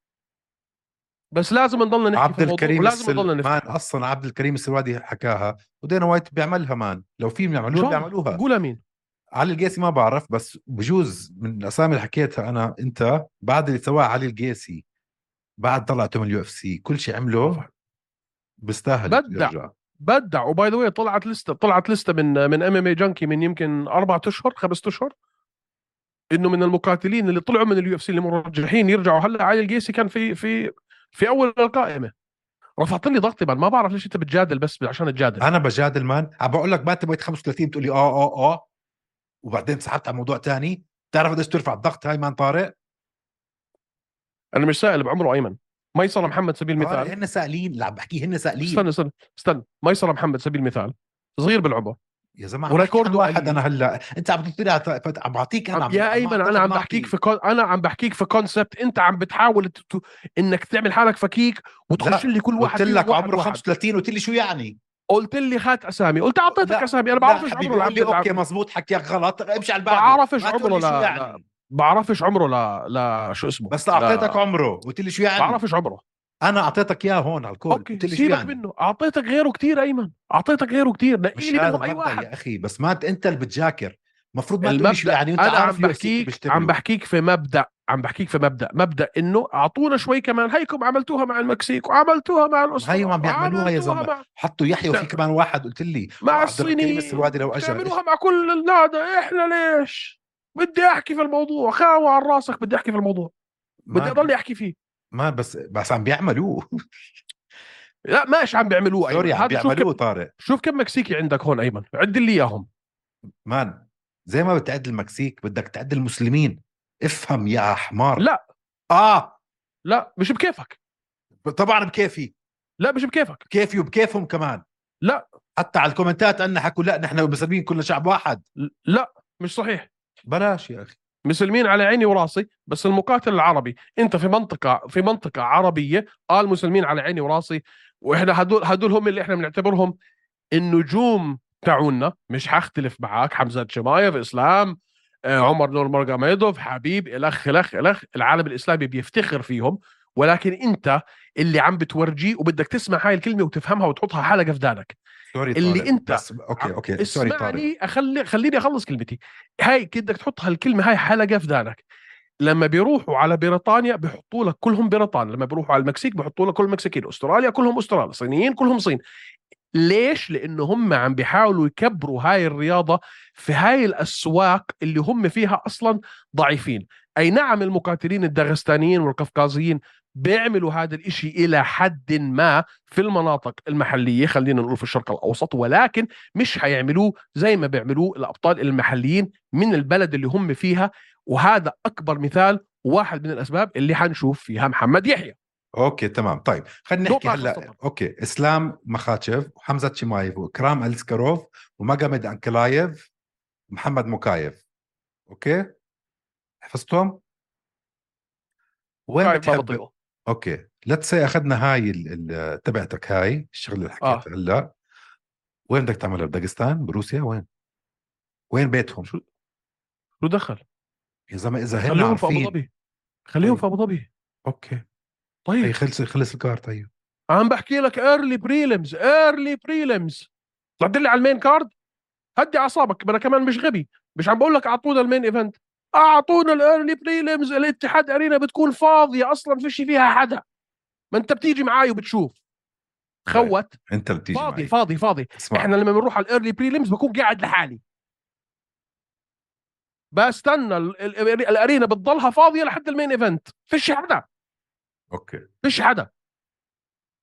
[SPEAKER 1] بس لازم نضلنا نحكي في
[SPEAKER 2] عبد
[SPEAKER 1] الموضوع،
[SPEAKER 2] الكريم
[SPEAKER 1] ولازم نضلنا
[SPEAKER 2] مان
[SPEAKER 1] نفتحه.
[SPEAKER 2] اصلا عبد الكريم السوادي حكاها، ودينا وايت بيعملها مان، لو في
[SPEAKER 1] ان
[SPEAKER 2] بيعملوها
[SPEAKER 1] شاء الله.
[SPEAKER 2] بيعملوها.
[SPEAKER 1] قولها مين؟
[SPEAKER 2] علي القيسي ما بعرف، بس بجوز من الاسامي اللي حكيتها انا انت، بعد اللي سواه علي القيسي، بعد طلعته من اليو اف سي كل شيء عمله،
[SPEAKER 1] رفع.
[SPEAKER 2] بيستاهل
[SPEAKER 1] بدع.
[SPEAKER 2] يرجع.
[SPEAKER 1] بدع. وباي ذا واي طلعت لسته من ام ام اي جانكي من يمكن 4 اشهر 5 اشهر، انه من المقاتلين اللي طلعوا من اليو اف سي اللي مرجحين يرجعوا. هلا علي القيسي كان في اول القائمه. رفعت لي ضغطي بعد. ما بعرف ليش انت بتجادل بس عشان تجادل.
[SPEAKER 2] انا بجادل مان، عم بقول لك ما تبغى 35 بتقول لي وبعدين سحبت على موضوع تاني. بتعرف قديش ترفع الضغط هاي مان طارق؟
[SPEAKER 1] انا مش سائل بعمره ايمن. ميسره محمد سبيل
[SPEAKER 2] طارق
[SPEAKER 1] المثال.
[SPEAKER 2] هن سائلين، اللي عم بحكيه هن سائلين.
[SPEAKER 1] استنى. ميسره محمد سبيل المثال صغير بالعمر
[SPEAKER 2] يا زلمه عم بحكي عن
[SPEAKER 1] وريكوردو
[SPEAKER 2] واحد انا
[SPEAKER 1] قليل.
[SPEAKER 2] هلا، انت عم تطلع عم بعطيك، انا
[SPEAKER 1] يا
[SPEAKER 2] عم
[SPEAKER 1] ايمن، انا
[SPEAKER 2] اعطيك
[SPEAKER 1] عم بحكيك
[SPEAKER 2] نعطي.
[SPEAKER 1] انا عم بحكيك في كونسبت. انت عم بتحاول انك تعمل حالك فكيك وتخش
[SPEAKER 2] لا
[SPEAKER 1] لي كل
[SPEAKER 2] قلت
[SPEAKER 1] واحد فيهم
[SPEAKER 2] لك
[SPEAKER 1] واحد
[SPEAKER 2] عمره
[SPEAKER 1] واحد.
[SPEAKER 2] 35، قلت لي شو يعني؟
[SPEAKER 1] قلت لي هات اسامي، قلت اعطيتك
[SPEAKER 2] لا
[SPEAKER 1] اسامي. انا
[SPEAKER 2] لا
[SPEAKER 1] بعرفش
[SPEAKER 2] حبيبي،
[SPEAKER 1] عمره
[SPEAKER 2] قول لي اوكي
[SPEAKER 1] العبد.
[SPEAKER 2] مزبوط، حكيك غلط، امشي على اللي بعده،
[SPEAKER 1] بعرفش
[SPEAKER 2] ما تقول
[SPEAKER 1] عمره.
[SPEAKER 2] لي شو
[SPEAKER 1] لا
[SPEAKER 2] يعني.
[SPEAKER 1] بعرفش عمره. لا شو اسمه.
[SPEAKER 2] بس اعطيتك
[SPEAKER 1] لا
[SPEAKER 2] عمره، قلت لي شو يعني.
[SPEAKER 1] بعرفش عمره.
[SPEAKER 2] انا اعطيتك اياه هون على الكول، قلت
[SPEAKER 1] اوكي
[SPEAKER 2] لي شو
[SPEAKER 1] سيبك
[SPEAKER 2] يعني.
[SPEAKER 1] منه. اعطيتك غيره كتير ايمن. اعطيتك غيره كتير. نقي
[SPEAKER 2] مش
[SPEAKER 1] لي
[SPEAKER 2] هذا
[SPEAKER 1] منهم اي
[SPEAKER 2] المبدأ
[SPEAKER 1] واحد.
[SPEAKER 2] يا اخي، بس ما انت اللي بتجاكر. المفروض ما تقول لي شو
[SPEAKER 1] المبدأ.
[SPEAKER 2] يعني، وانت
[SPEAKER 1] انا عم
[SPEAKER 2] عارف يو اف سي كيف
[SPEAKER 1] بحكيك عم
[SPEAKER 2] بيشتغلوا.
[SPEAKER 1] بحكيك في مبدأ عم بحكيك في مبدأ انه اعطونا شوي كمان. هيكم عملتوها مع المكسيك وعملتوها مع
[SPEAKER 2] ما هيهم
[SPEAKER 1] الاسترال
[SPEAKER 2] عم بيعملوها يا
[SPEAKER 1] وعملتوها
[SPEAKER 2] زلمه،
[SPEAKER 1] مع
[SPEAKER 2] حطوا يحيى وفي كمان واحد قلت لي،
[SPEAKER 1] مع
[SPEAKER 2] وعبد الكريم
[SPEAKER 1] الصينيين.
[SPEAKER 2] السروادي لو اجى
[SPEAKER 1] بتعملوها
[SPEAKER 2] ايش.
[SPEAKER 1] مع كل هذا. احنا ليش؟ بدي احكي في الموضوع. خاوة على راسك. بدي احكي في الموضوع. بدي
[SPEAKER 2] ما
[SPEAKER 1] اضل احكي فيه.
[SPEAKER 2] ما بس عم بيعملوه.
[SPEAKER 1] لا ماشي عم بيعملوه
[SPEAKER 2] سوري
[SPEAKER 1] ايمن.
[SPEAKER 2] عم
[SPEAKER 1] هذا شوف كم.
[SPEAKER 2] بيعملوه طارق.
[SPEAKER 1] شوف كم مكسيكي عندك هون ايمن. عد لي اياهم.
[SPEAKER 2] مان زي ما بتعد المكسيك بدك تعد المسلمين، افهم يا حمار.
[SPEAKER 1] لا
[SPEAKER 2] اه
[SPEAKER 1] لا مش بكيفك.
[SPEAKER 2] طبعا بكيفي.
[SPEAKER 1] لا مش بكيفك.
[SPEAKER 2] بكيفي وبكيفهم كمان.
[SPEAKER 1] لا
[SPEAKER 2] حتى على الكومنتات عندنا حكوا لا نحن مسلمين كلنا شعب واحد.
[SPEAKER 1] لا مش صحيح.
[SPEAKER 2] بلاش يا اخي.
[SPEAKER 1] مسلمين على عيني وراسي، بس المقاتل العربي انت في منطقه عربيه. المسلمين على عيني وراسي. واحنا هدول هم اللي احنا بنعتبرهم النجوم تاعونا. مش حختلف معك. حمزه شمايف، اسلام، عمر نور مرقميدوف، حبيب، الخ العالم الاسلامي بيفتخر فيهم. ولكن انت اللي عم بتورجيه وبدك تسمع هاي الكلمه وتفهمها وتحطها حلقه في دانك.
[SPEAKER 2] سوري
[SPEAKER 1] اللي
[SPEAKER 2] طارق،
[SPEAKER 1] انت
[SPEAKER 2] بس اوكي سوري طارق.
[SPEAKER 1] اسمعني. خليني اخلص كلمتي. هاي بدك تحط هالكلمه. هاي حلقه في دانك. لما بيروحوا على بريطانيا بيحطوا لك كلهم بريطانيا. لما بيروحوا على المكسيك بيحطوا لك كل مكسيكيين. استراليا كلهم استراليا. صينيين كلهم صين. ليش؟ لانه هم عم بيحاولوا يكبروا هاي الرياضه في هاي الاسواق اللي هم فيها اصلا ضعيفين. اي نعم المقاتلين الداغستانيين والقفقازيين بيعملوا هذا الاشي الى حد ما في المناطق المحليه، خلينا نقول في الشرق الاوسط، ولكن مش حيعملوه زي ما بيعملوه الابطال المحليين من البلد اللي هم فيها. وهذا اكبر مثال. واحد من الاسباب اللي حنشوف فيها محمد يحيى.
[SPEAKER 2] اوكي تمام. طيب خلينا نحكي
[SPEAKER 1] نقطة آخر
[SPEAKER 2] هلا.
[SPEAKER 1] سطر.
[SPEAKER 2] اوكي، اسلام مخاتشف وحمزه شمايف وكرام السكروف وماجمد انكلايف ومحمد مكايف. اوكي، حفظتهم؟ وين
[SPEAKER 1] كايف ما
[SPEAKER 2] بتحب؟
[SPEAKER 1] بطيقه.
[SPEAKER 2] اوكي ليتس سي اخذنا هاي تبعتك، هاي الشغله اللي
[SPEAKER 1] اه.
[SPEAKER 2] حكيتها هلا. وين بدك تعملها؟ بداغستان؟ بروسيا؟ وين بيتهم؟
[SPEAKER 1] شو دخل؟
[SPEAKER 2] يا زلمه اذا هن
[SPEAKER 1] خليهم في ابو
[SPEAKER 2] عارفين.
[SPEAKER 1] ظبي. خليهم في
[SPEAKER 2] طيب
[SPEAKER 1] ابو ظبي.
[SPEAKER 2] اوكي. هي
[SPEAKER 1] طيب.
[SPEAKER 2] خلص الكار. طيب
[SPEAKER 1] عم بحكي لك ايرلي بريلمز. ايرلي بريلمز. طلعت لي على المين كارد. هدي اعصابك. انا كمان مش غبي. مش عم بقول لك اعطونا المين ايفنت. اعطونا الايرلي بريلمز. الاتحاد ارينا بتكون فاضيه اصلا. فيش فيها حدا. ما انت بتيجي معاي وبتشوف.
[SPEAKER 2] طيب
[SPEAKER 1] خوت.
[SPEAKER 2] انت اللي بتيجي
[SPEAKER 1] فاضي
[SPEAKER 2] معي.
[SPEAKER 1] فاضي فاضي.
[SPEAKER 2] اسمع،
[SPEAKER 1] احنا لما بنروح على الايرلي بريلمز بكون قاعد لحالي. بستنى الارينا بتضلها فاضيه لحد المين ايفنت. فيش حدا.
[SPEAKER 2] اوكي
[SPEAKER 1] فيش حدا.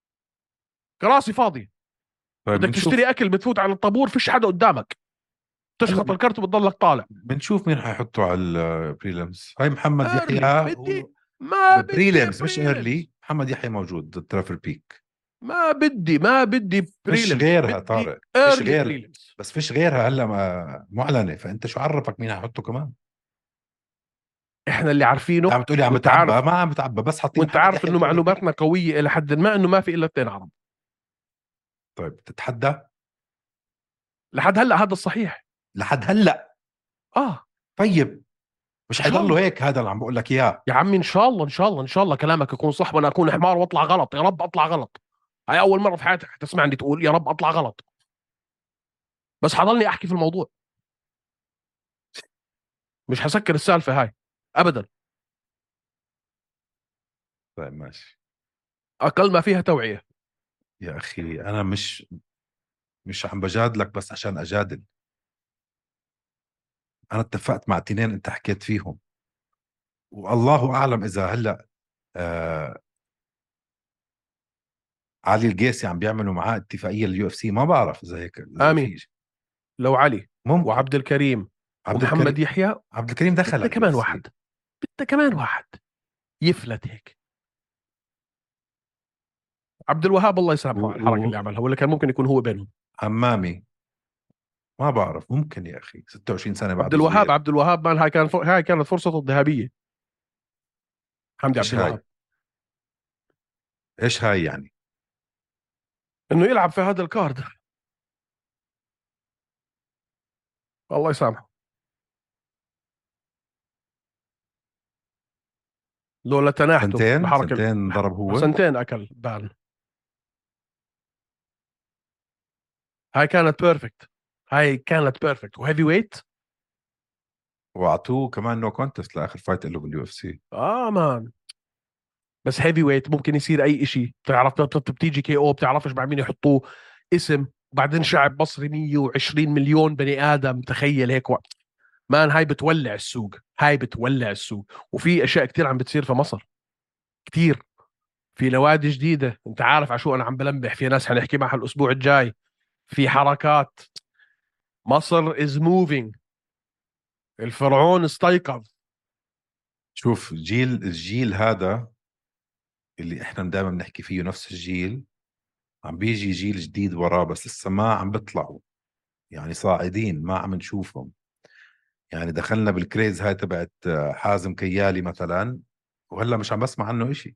[SPEAKER 1] كراسي فاضيه.
[SPEAKER 2] طيب
[SPEAKER 1] بدك
[SPEAKER 2] بنشوف.
[SPEAKER 1] تشتري اكل بتفوت على الطابور. فيش حدا قدامك. تشخط
[SPEAKER 2] هلا
[SPEAKER 1] الكرت وبتضلك طالع.
[SPEAKER 2] بنشوف مين حيحطوا على البريلمز. هاي محمد
[SPEAKER 1] ايرلي
[SPEAKER 2] يحيى
[SPEAKER 1] ما بدي
[SPEAKER 2] بريلمز مش
[SPEAKER 1] بريلمز.
[SPEAKER 2] ايرلي. محمد يحيى موجود ضد ترافل بيك.
[SPEAKER 1] ما بدي
[SPEAKER 2] فيش
[SPEAKER 1] بريلمز،
[SPEAKER 2] غيرها
[SPEAKER 1] بدي
[SPEAKER 2] طارق، فيش
[SPEAKER 1] ايرلي
[SPEAKER 2] غير.
[SPEAKER 1] بريلمز.
[SPEAKER 2] بس فيش غيرها هلا معلنه، فانت شو عرفك مين حيحطه كمان؟
[SPEAKER 1] احنا اللي
[SPEAKER 2] انت
[SPEAKER 1] عارفينه.
[SPEAKER 2] عم تقولي عم
[SPEAKER 1] وانت
[SPEAKER 2] بتعبى،
[SPEAKER 1] عارف
[SPEAKER 2] ما عم بتعبى، بس حاطين
[SPEAKER 1] وانت
[SPEAKER 2] محمد
[SPEAKER 1] عارف
[SPEAKER 2] يحيى
[SPEAKER 1] انه
[SPEAKER 2] وترافل بيك.
[SPEAKER 1] معلوماتنا قويه الى حد ما، انه ما في الا اثنين عرب.
[SPEAKER 2] طيب تتحدى؟
[SPEAKER 1] لحد هلا هذا الصحيح.
[SPEAKER 2] لحد هلا؟
[SPEAKER 1] اه.
[SPEAKER 2] طيب مش
[SPEAKER 1] ان شاء
[SPEAKER 2] حيضلوا
[SPEAKER 1] الله.
[SPEAKER 2] هيك، هذا اللي عم بقول لك اياه.
[SPEAKER 1] يا عمي ان شاء الله ان شاء الله ان شاء الله كلامك يكون صح وانا اكون حمار واطلع غلط، يا رب اطلع غلط. هاي اول مره في حياتك تسمعني تقول يا رب اطلع غلط. بس حضلني احكي في الموضوع، مش حسكر السالفه هاي ابدا.
[SPEAKER 2] طيب ماشي.
[SPEAKER 1] اقل ما فيها توعيه.
[SPEAKER 2] يا اخي انا مش عم بجادلك بس عشان اجادل. انا اتفقت مع تنين انت حكيت فيهم، والله اعلم اذا هلا آه علي القيسي عم بيعملوا معاه اتفاقيه اليو اف سي. ما بعرف اذا هيك، اذا
[SPEAKER 1] امين.
[SPEAKER 2] في.
[SPEAKER 1] لو علي
[SPEAKER 2] ممكن.
[SPEAKER 1] وعبد الكريم
[SPEAKER 2] عبد
[SPEAKER 1] ومحمد
[SPEAKER 2] الكريم.
[SPEAKER 1] يحيى،
[SPEAKER 2] عبد الكريم دخل
[SPEAKER 1] بدنا
[SPEAKER 2] على اليو اف
[SPEAKER 1] كمان
[SPEAKER 2] سي.
[SPEAKER 1] واحد، بدنا كمان واحد يفلت هيك. عبد الوهاب الله يسامحه على الحركه اللي عملها، ولا كان ممكن يكون هو بينهم.
[SPEAKER 2] وحمامي ما بعرف، ممكن يا اخي 26 سنه
[SPEAKER 1] عبد
[SPEAKER 2] بعده
[SPEAKER 1] الوهاب
[SPEAKER 2] صغير.
[SPEAKER 1] عبد الوهاب مان، هاي كانت فرصته الذهبيه. حمدي عبد
[SPEAKER 2] ايش هاي؟
[SPEAKER 1] الوهاب
[SPEAKER 2] ايش هاي يعني؟
[SPEAKER 1] انه يلعب في هذا الكارد. الله يسامحه. لولا تناحته
[SPEAKER 2] سنتين
[SPEAKER 1] بحركه.
[SPEAKER 2] سنتين ضرب هو.
[SPEAKER 1] سنتين اكل بان. هاي كانت بيرفكت. هاي كانت بيرفكت وهيفي ويت.
[SPEAKER 2] واعطوه كمان نو كونتست لاخر فايت له باليو اف سي.
[SPEAKER 1] مان. بس هيفي ويت ممكن يصير اي شيء، بتعرف بتيجي كي او بتعرفش مع مين يحطوه اسم. وبعدين شعب مصري 120 مليون بني ادم، تخيل هيك وقت. مان هاي بتولع السوق، هاي بتولع السوق. وفي اشياء كتير عم بتصير في مصر، كتير. في نوادي جديده، انت عارف على شو انا عم بلمح، في ناس حنحكي معها الاسبوع الجاي. في حركات. مصر از موفينج. الفرعون استيقظ.
[SPEAKER 2] شوف الجيل هذا اللي احنا دائما بنحكي فيه نفس الجيل، عم بيجي جيل جديد وراه بس لسه ما عم بيطلعوا، يعني صاعدين ما عم نشوفهم. يعني دخلنا بالكريز هاي تبعت حازم كيالي مثلا، وهلا مش عم بسمع عنه إشي.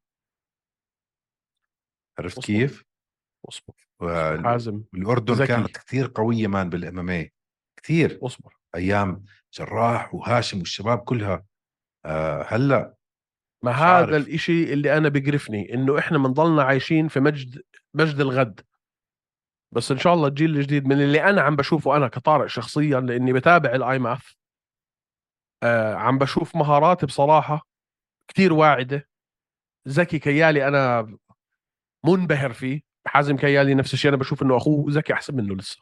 [SPEAKER 2] عرفت
[SPEAKER 1] اصبر
[SPEAKER 2] كيف؟
[SPEAKER 1] اصبر اصبر
[SPEAKER 2] وال-
[SPEAKER 1] حازم.
[SPEAKER 2] والأردن
[SPEAKER 1] ذكي.
[SPEAKER 2] كانت كثير قوية مان بالام ام اي، كثير.
[SPEAKER 1] اصبر.
[SPEAKER 2] أيام جراح وهاشم والشباب كلها. هلا
[SPEAKER 1] ما
[SPEAKER 2] مش
[SPEAKER 1] هذا
[SPEAKER 2] عارف.
[SPEAKER 1] الاشي اللي انا بقرفني، انه احنا بنضلنا عايشين في مجد الغد. بس ان شاء الله الجيل الجديد من اللي انا عم بشوفه انا كطارق شخصيا، لاني بتابع الاي ماث. عم بشوف مهارات بصراحة كتير واعدة. زكي كيالي انا منبهر فيه. حازم كيالي نفس الشيء، انا بشوف انه اخوه زكي احسن منه لسه.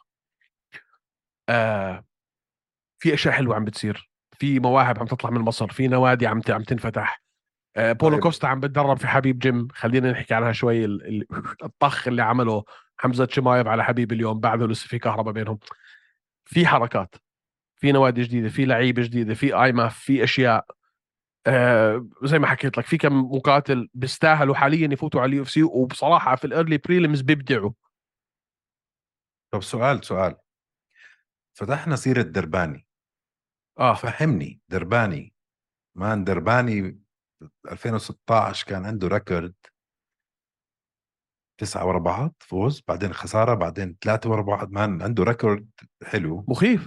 [SPEAKER 1] آه في اشياء حلوه عم بتصير، في مواهب عم تطلع من مصر، في نوادي عم تنفتح. بولو
[SPEAKER 2] طيب
[SPEAKER 1] كوستا عم بتدرب في حبيب جيم، خلينا نحكي عنها شوي. الطخ اللي عمله حمزة شمايف على حبيب اليوم بعده لسه في كهرباء بينهم. في حركات، في نوادي جديده، في لعيبه جديده، في ايماف، في اشياء. زي ما حكيت لك، في كم مقاتل بيستاهلوا حاليا يفوتوا على اليو اف سي، وبصراحه في الايرلي بريلمز بيبدعوا.
[SPEAKER 2] طب سؤال، فتحنا سيرة درباني.
[SPEAKER 1] اه.
[SPEAKER 2] فهمني درباني. مان درباني 2016 كان عنده ريكورد 9 ورا بعض فوز، بعدين خسارة، بعدين 3 ورا بعض. مان عنده ريكورد حلو.
[SPEAKER 1] مخيف.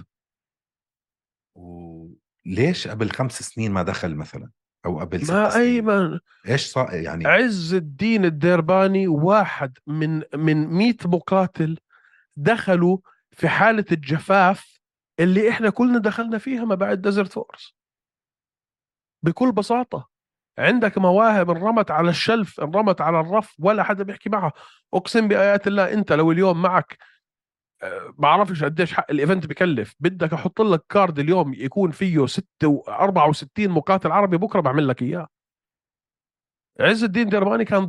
[SPEAKER 2] وليش قبل 5 سنين ما دخل مثلا، او قبل ست
[SPEAKER 1] ما
[SPEAKER 2] سنين
[SPEAKER 1] ايمن.
[SPEAKER 2] ايش صار يعني؟
[SPEAKER 1] عز الدين الديرباني واحد من 100 مقاتل دخلوا في حالة الجفاف اللي احنا كلنا دخلنا فيها ما بعد ديزرت فورس. بكل بساطة، عندك مواهب انرمت على الشلف، انرمت على الرف، ولا حدا بيحكي معها. اقسم بآيات الله، انت لو اليوم معك بعرفش قديش حق الايفنت بكلف، بدك احط لك كارد اليوم يكون فيه 64 مقاتل عربي، بكره بعمل لك اياه. عز الدين درباني كان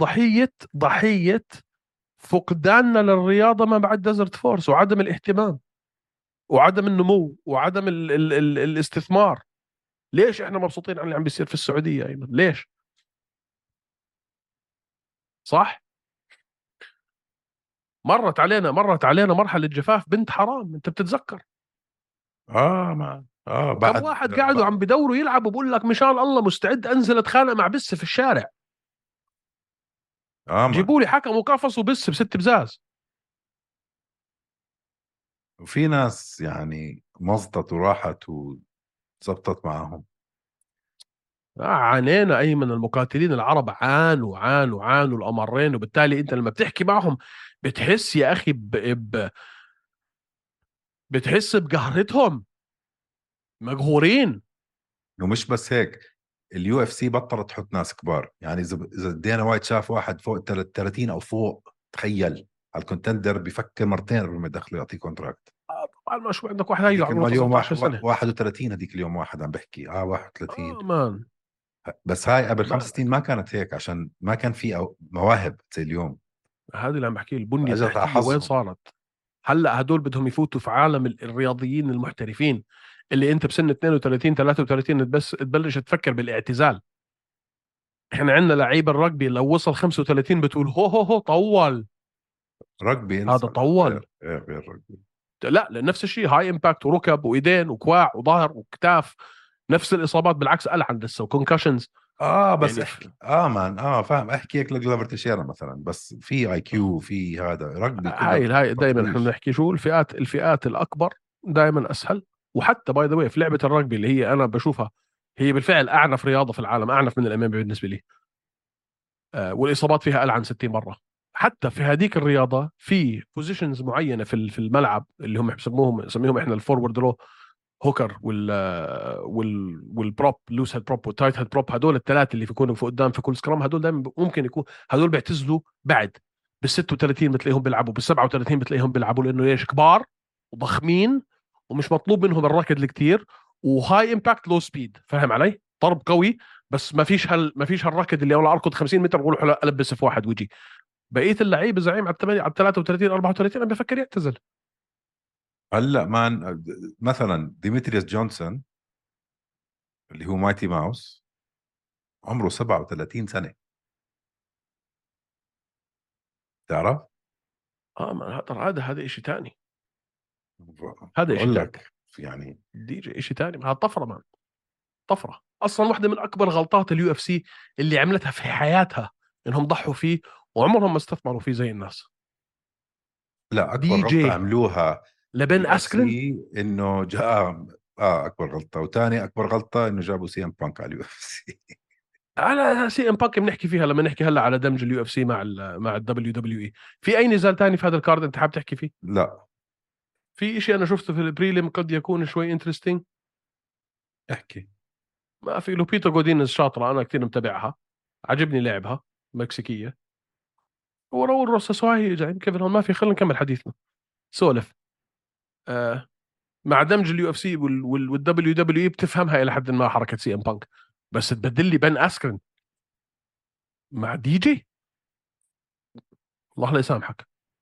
[SPEAKER 1] ضحية فقداننا للرياضة ما بعد ديزرت فورس وعدم الاهتمام. وعدم النمو وعدم ال الاستثمار. ليش احنا مبسوطين على اللي عم بيصير في السعوديه ايمن؟ ليش؟ صح. مرت علينا مرحله جفاف بنت حرام، انت بتتذكر؟
[SPEAKER 2] اه ما
[SPEAKER 1] وكم
[SPEAKER 2] بعد
[SPEAKER 1] واحد قاعدوا عم بدوروا يلعبوا بقول لك مشان الله مستعد انزل اتخانق مع بس في الشارع،
[SPEAKER 2] اه ما
[SPEAKER 1] جيبوا لي حكم وقفص وبس بست بزاز.
[SPEAKER 2] وفي ناس يعني مزطت وراحت وزبطت معهم.
[SPEAKER 1] عانينا ايمن، المقاتلين العرب عانوا الامرين، وبالتالي انت لما بتحكي معهم بتحس يا اخي بتحس بقهرتهم، مقهورين.
[SPEAKER 2] ومش بس هيك، اليو اف سي بطلت تحط ناس كبار. يعني اذا دينا وايت شاف واحد فوق 30 او فوق، تخيل على الكونتندر بيفكر مرتين قبل ما يدخله يعطيه كونتراكت.
[SPEAKER 1] طبعا ما شو عندك واحد هاي
[SPEAKER 2] هذيك
[SPEAKER 1] عمره
[SPEAKER 2] اليوم
[SPEAKER 1] 19 سنه.
[SPEAKER 2] 31، هذيك اليوم واحد عم بحكي 31.
[SPEAKER 1] مان.
[SPEAKER 2] بس هاي قبل
[SPEAKER 1] ما
[SPEAKER 2] 5 سنين ما كانت هيك، عشان ما كان في مواهب زي اليوم.
[SPEAKER 1] هذا اللي عم بحكيه، البنيه
[SPEAKER 2] اجت على
[SPEAKER 1] التحتيه وين
[SPEAKER 2] حظهم.
[SPEAKER 1] صارت؟ هلا هدول بدهم يفوتوا في عالم الرياضيين المحترفين، اللي انت بسن 32 33 بس تبلش تفكر بالاعتزال. احنا عندنا لعيب الرugby لو وصل 35 بتقول هو طول.
[SPEAKER 2] رجبي
[SPEAKER 1] هذا
[SPEAKER 2] انسى،
[SPEAKER 1] طول.
[SPEAKER 2] غير رجبي.
[SPEAKER 1] لا نفس الشيء، هاي امباكت، وركب وايدين وكواع وظهر وكتاف، نفس الاصابات بالعكس العن لسه وكونكشنز.
[SPEAKER 2] بس
[SPEAKER 1] يعني
[SPEAKER 2] احكي مان، فاهم، احكي هيك لجلافر تشيرا مثلا، بس في اي كيو، في هذا رجبي كلها
[SPEAKER 1] هاي دائما احنا
[SPEAKER 2] بطيش.
[SPEAKER 1] بنحكي شو الفئات الاكبر دائما اسهل. وحتى باي ذا واي في لعبه الرugby اللي هي انا بشوفها هي بالفعل اعنف رياضه في العالم، اعنف من الامامي بالنسبه لي. والاصابات فيها العن 60 مره. حتى في هذيك الرياضه في بوزيشنز معينه في الملعب اللي هم بسميهم احنا الفورورد رو، هوكر والبروب، لوس هيد بروب والتايت هيد بروب، هدول الثلاثه اللي بيكونوا في قدام في كل سكرام، هدول دائما ممكن يكون هدول بيعتزلوا بعد بال 36 بتلاقيهم بيلعبوا، بال 37 بتلاقيهم بيلعبوا، لانه ليش؟ كبار وضخمين ومش مطلوب منهم الركض الكتير، وهاي امباكت لو سبيد، فاهم علي؟ ضرب قوي بس ما فيش هالركض اللي انا اركض 50 متر واقول له البس في واحد وجي. بقيه اللعيبه زعيم على الثمانية على 33 34 عم بفكر يعتزل.
[SPEAKER 2] هلا مان، مثلا ديمتريوس جونسون اللي هو مايتي ماوس عمره 37 سنة، تعرف؟
[SPEAKER 1] اه ما هذا شيء ثاني. هذا شيء
[SPEAKER 2] بقول
[SPEAKER 1] ثاني.
[SPEAKER 2] لك يعني.
[SPEAKER 1] دي جي شيء ثاني، هذا طفره مان. طفره اصلا، واحده من اكبر غلطات اليو اف سي اللي عملتها في حياتها انهم ضحوا فيه وعمرهم ما استثمروا فيه زي الناس.
[SPEAKER 2] لا،
[SPEAKER 1] دي
[SPEAKER 2] اكبر غلطة
[SPEAKER 1] جي
[SPEAKER 2] عملوها
[SPEAKER 1] لبن
[SPEAKER 2] اليو اف
[SPEAKER 1] اسكرين.
[SPEAKER 2] سي انه جاء. اكبر غلطة، وثاني اكبر غلطة انه جابوا سي ام بانك على اليو اف سي.
[SPEAKER 1] على سي ام بانك بنحكي فيها لما نحكي هلا على دمج اليو اف سي مع الدبليو دبليو اي. في اي نزال ثاني في هذا الكارد انت حابب تحكي فيه؟
[SPEAKER 2] لا،
[SPEAKER 1] في شيء انا شفته في البريليم قد يكون شوي انترستينج.
[SPEAKER 2] احكي.
[SPEAKER 1] ما في لوبيتا جودينز شاطره، انا كثير متابعها، عجبني لعبها، مكسيكيه. وراول روساسواي زعيم كيفن هون، ما في، خلينا نكمل حديثنا. سولف. آه مع دمج اليو اف سي والدبليو دبليو اي بتفهمها الى حد ما حركه سي ام بانك، بس تبدل لي بن اسكرين مع دي جي، الله لا يسامحك.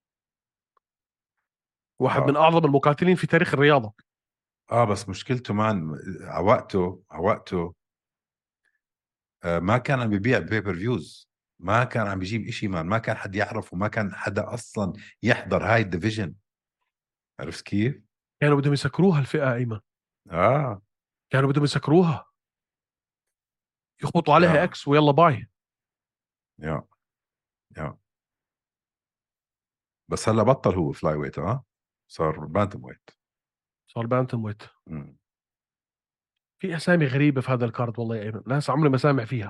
[SPEAKER 1] واحد من
[SPEAKER 2] اه
[SPEAKER 1] اعظم المقاتلين في تاريخ الرياضه.
[SPEAKER 2] بس مشكلته مان، على وقته ما كان عم بيبيع بيبر فيوز، ما كان عم بيجيب إشي مان، ما كان حد يعرفه، ما كان حدا اصلا يحضر هاي الديفيجن. عرفت كيف؟
[SPEAKER 1] كانوا بدهم يسكروها الفئه ايمن،
[SPEAKER 2] اه
[SPEAKER 1] كانوا بدهم يسكروها، يخبطوا عليها
[SPEAKER 2] يا
[SPEAKER 1] اكس ويلا باي.
[SPEAKER 2] يا يا بس هلا بطل هو فلاي ويت، صار بانتم ويت.
[SPEAKER 1] صار بانتم ويت.
[SPEAKER 2] مم.
[SPEAKER 1] في اسامي غريبه في هذا الكارد والله يا ايمن، ناس عمري ما سامع فيها.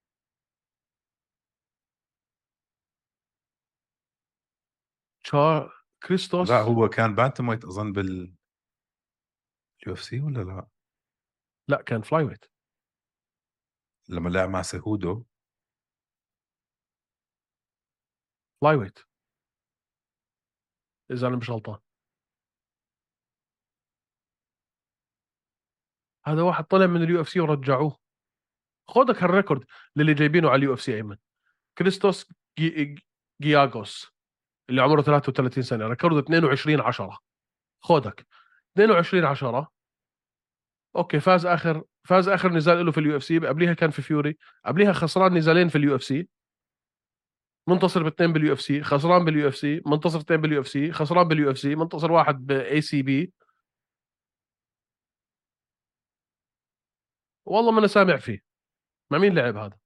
[SPEAKER 1] شا
[SPEAKER 2] لا،
[SPEAKER 1] كريستوس.
[SPEAKER 2] هو كان بانتم ويت اظن باليو اف سي ولا لا؟
[SPEAKER 1] لا كان فلاي ويت.
[SPEAKER 2] لما لعب مع سهودو.
[SPEAKER 1] فلاي ويت اذا انا مش غلطان. هذا واحد طلع من اليو اف سي ورجعوه. خذك هالريكورد للي جايبينه على اليو اف سي ايمن. كريستوس جياغوس اللي عمره 33 سنه، ريكورد 22 10. خذك 22/10. اوكي، فاز اخر نزال له في اليو اف سي، قبليها كان في فيوري، قبليها خسران نزالين في اليو اف سي، منتصر باثنين باليو اف سي، خسران باليو اف سي، منتصر اثنين باليو اف سي، خسران باليو اف سي، منتصر واحد باي سي بي. والله ما انا سامع فيه. مع مين لعب هذا؟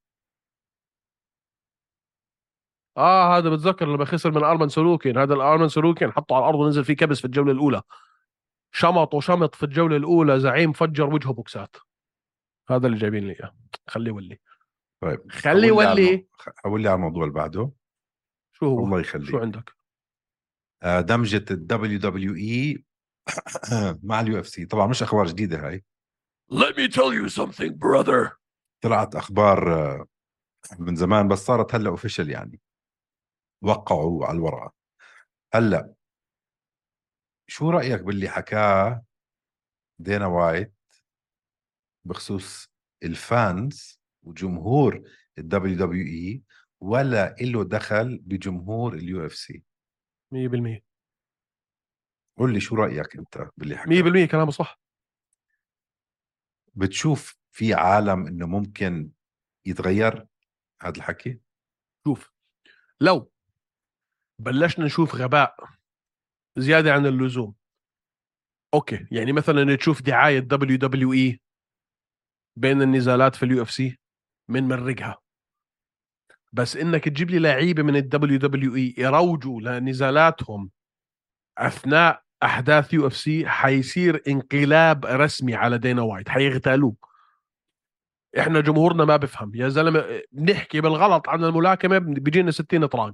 [SPEAKER 1] هذا بتذكر لما خسر من ارمن سلوكين. هذا الارمن سلوكين حطه على الارض ونزل فيه كبس في الجوله الاولى، شمط وشمط في الجوله الاولى، زعيم فجر وجهه بوكسات. هذا اللي جايبين لي اياه. خليه يولي،
[SPEAKER 2] طيب
[SPEAKER 1] خليه يولي.
[SPEAKER 2] حول لي على الموضوع اللي بعده.
[SPEAKER 1] شو هو؟
[SPEAKER 2] الله
[SPEAKER 1] شو
[SPEAKER 2] يخليك.
[SPEAKER 1] عندك؟
[SPEAKER 2] دمجة الدبليو دبليو اي مع اليو اف سي. طبعا مش اخبار جديده هاي،
[SPEAKER 1] Let me tell you something brother.
[SPEAKER 2] طلعت اخبار من زمان، بس صارت هلا اوفيشال يعني، وقعوا على الورقه. هلا شو رايك باللي حكاه دينا وايت بخصوص الفانز وجمهور الدبليو دبليو اي، ولا له دخل بجمهور اليو اف سي؟
[SPEAKER 1] 100%.
[SPEAKER 2] قول لي شو رايك انت باللي حكاه.
[SPEAKER 1] 100% كلامه صح.
[SPEAKER 2] بتشوف في عالم انه ممكن يتغير هذا الحكي؟
[SPEAKER 1] شوف، لو بلشنا نشوف غباء زيادة عن اللزوم، اوكي، يعني مثلا تشوف دعاية دبليو دبليو اي بين النزالات في اليو اف سي، من مرقها. بس انك تجيب لي لعيبة من الدبليو دبليو اي يروجوا لنزالاتهم اثناء احداث يو اف سي، حيصير انقلاب رسمي على دينا وايت، حيغتالوه. احنا جمهورنا ما بفهم يا زلمة، بنحكي بالغلط عن الملاكمة بيجينا 60 طراق.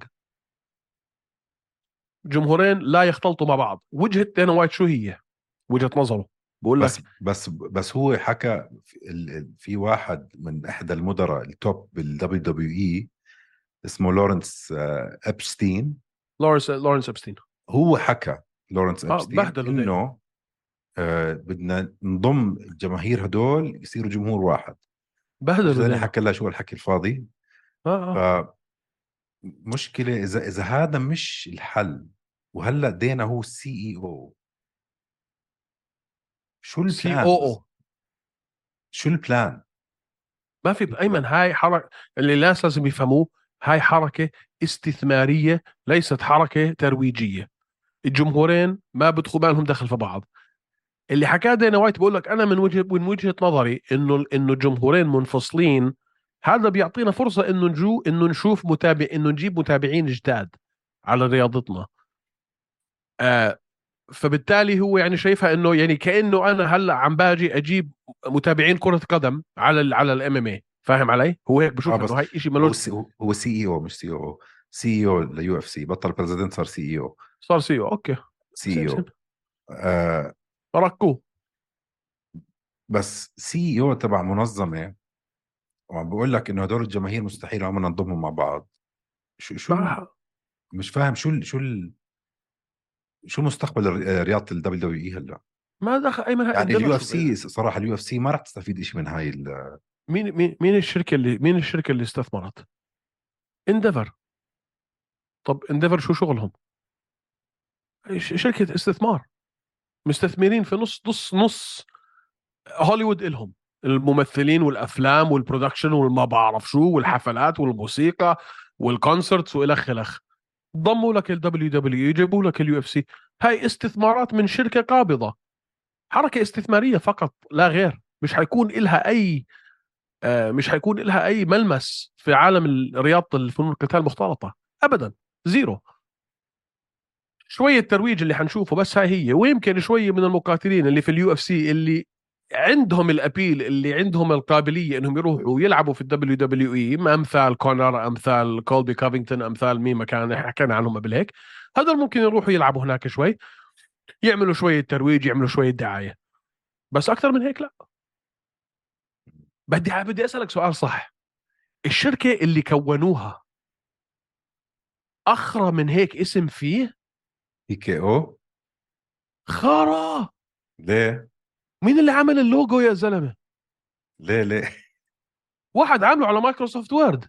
[SPEAKER 1] جمهورين لا يختلطوا مع بعض. وجهة دينا وايت شو هي؟ وجهة نظره بقول
[SPEAKER 2] بس
[SPEAKER 1] لك.
[SPEAKER 2] بس هو حكى في واحد من احدى المدراء التوب بالدبليو دبليو اي اسمه لورنس ابشتين.
[SPEAKER 1] لورنس ابستين.
[SPEAKER 2] هو حكى، لورنس ابشتين،
[SPEAKER 1] بهدلوا دينا.
[SPEAKER 2] انه بدنا نضم الجماهير هدول يصيروا جمهور واحد.
[SPEAKER 1] بهدلوا
[SPEAKER 2] فجأة
[SPEAKER 1] دينا.
[SPEAKER 2] حكى لها شو الحكي الفاضي.
[SPEAKER 1] اه اه
[SPEAKER 2] فمشكلة إذا هذا مش الحل، وهلا دينا هو السي اي او، شو
[SPEAKER 1] سي او
[SPEAKER 2] البلان؟
[SPEAKER 1] او.
[SPEAKER 2] شو البلان؟
[SPEAKER 1] ما في ايمن، هاي حركه اللي الناس لازم يفهموه. هاي حركه استثماريه، ليست حركه ترويجيه. الجمهورين ما بدخل ما لهم دخل في بعض. اللي حكاه دينا وايت بقول لك انا من وجهه نظري انه الجمهورين منفصلين. هذا بيعطينا فرصه انه نشوف انه نجيب متابعين جداد على رياضتنا. آه فبالتالي هو يعني شايفها انه يعني كانه انا هلا عم باجي اجيب متابعين كره قدم على الام ام اي. فاهم علي؟ هو هيك
[SPEAKER 2] اه
[SPEAKER 1] بشوفها
[SPEAKER 2] بس
[SPEAKER 1] انه هاي شيء ملوش.
[SPEAKER 2] هو سي اي او، مش سي او. سي اي او ليو اف سي، بطل بريزيدنت صار سي اي او.
[SPEAKER 1] صار سيو اوكي.
[SPEAKER 2] سي
[SPEAKER 1] سيم
[SPEAKER 2] اي
[SPEAKER 1] سيم.
[SPEAKER 2] او. آه
[SPEAKER 1] ركوه.
[SPEAKER 2] بس سي اي او تبع منظمه، وعم بقول لك انه هدول الجماهير مستحيل عمرنا نضمهم مع بعض.
[SPEAKER 1] ما
[SPEAKER 2] مش فاهم شو مستقبل رياضه الدبليو دبليو اي هلا.
[SPEAKER 1] ما دخل ايمن، هاي
[SPEAKER 2] يعني
[SPEAKER 1] اندفع.
[SPEAKER 2] اليو اف
[SPEAKER 1] شوف،
[SPEAKER 2] سي صراحه، اليو اف سي ما راح تستفيد شيء من هاي
[SPEAKER 1] مين الشركه اللي استثمرت؟ اندفر. طب اندفر شو شغلهم؟ شركه استثمار. مستثمرين في نص نص نص هوليوود إلهم، الممثلين والافلام والبرودكشن والما بعرف شو والحفلات والموسيقى والكونسرتس والخ الخ. ضموا لك الدبليو دبليو، يجيبوا لك اليو اف سي. هاي استثمارات من شركه قابضه، حركه استثماريه فقط لا غير. مش حيكون لها اي ملمس في عالم رياضه الفنون القتال المختلطه ابدا. زيرو. شويه ترويج اللي حنشوفه بس هاي هي، ويمكن شويه من المقاتلين اللي في اليو اف سي اللي عندهم الابيل، اللي عندهم القابليه انهم يروحوا ويلعبوا في الدبليو دبليو اي، امثال كونر، امثال كولبي كوفينغتون، امثال مين ما كان حكينا عنهم قبل هيك. هذول ممكن يروحوا يلعبوا هناك شوي، يعملوا شويه ترويج، يعملوا شويه دعايه، بس اكثر من هيك لا. بدي اسالك سؤال صح. الشركه اللي كونوها اخرى من هيك اسم فيه؟
[SPEAKER 2] بي كي او.
[SPEAKER 1] خرا.
[SPEAKER 2] ليه؟
[SPEAKER 1] مين اللي عمل اللوجو يا زلمه؟
[SPEAKER 2] ليه؟
[SPEAKER 1] واحد عامله على مايكروسوفت وورد.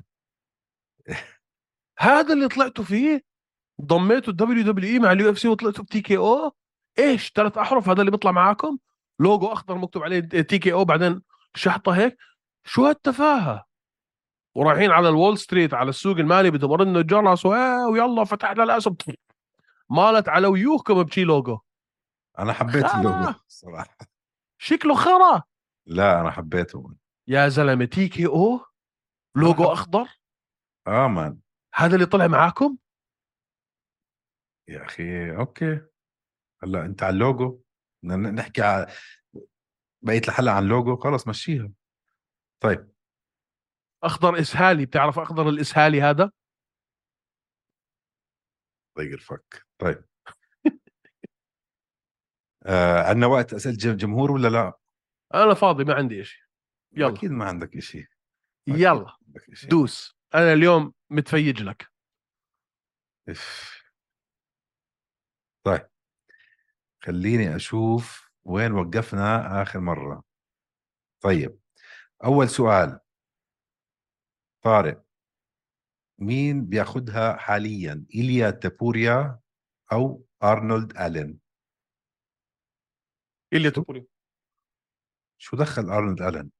[SPEAKER 1] هذا اللي طلعتوا فيه؟ ضميتوا الدبليو دبليو اي مع اليو اف سي وطلعتوا بتي كي او؟ ايش 3 احرف هذا اللي بيطلع معاكم؟ لوجو اخضر مكتوب عليه تي كي او، بعدين شحطه هيك. شو هالتفاهه؟ ورايحين على الول ستريت، على السوق المالي، بدهم يرنوا الجرس ويلا فتحنا الاسهم. مالت على ويوهكم بشي لوجو
[SPEAKER 2] انا حبيت اللوجو
[SPEAKER 1] خرا،
[SPEAKER 2] صراحه.
[SPEAKER 1] شكله خرا.
[SPEAKER 2] لا انا حبيته.
[SPEAKER 1] يا زلمه تي كي او
[SPEAKER 2] انا
[SPEAKER 1] لوجو
[SPEAKER 2] حب
[SPEAKER 1] اخضر،
[SPEAKER 2] مان.
[SPEAKER 1] هذا اللي طلع معاكم؟
[SPEAKER 2] يا اخي اوكي، هلا انت على اللوجو، بدنا نحكي بقيت لحلا عن اللوجو، خلص مشيها. طيب.
[SPEAKER 1] اخضر اسهالي، بتعرف اخضر الاسهالي هذا؟
[SPEAKER 2] طيب الفك. طيب. عندنا وقت اسئله جمهور ولا لا؟
[SPEAKER 1] انا فاضي ما عندي شيء. يلا
[SPEAKER 2] اكيد ما عندك إشي. اكيد
[SPEAKER 1] يلا
[SPEAKER 2] ما عندك إشي.
[SPEAKER 1] دوس، انا اليوم متفيج لك.
[SPEAKER 2] إف. طيب خليني اشوف وين وقفنا اخر مره. طيب اول سؤال، طارق، مين بياخدها حاليا، إيليا تابوريا او ارنولد الين؟
[SPEAKER 1] إيه اللي
[SPEAKER 2] شو
[SPEAKER 1] تقولي؟
[SPEAKER 2] شو دخل ارنولد الين؟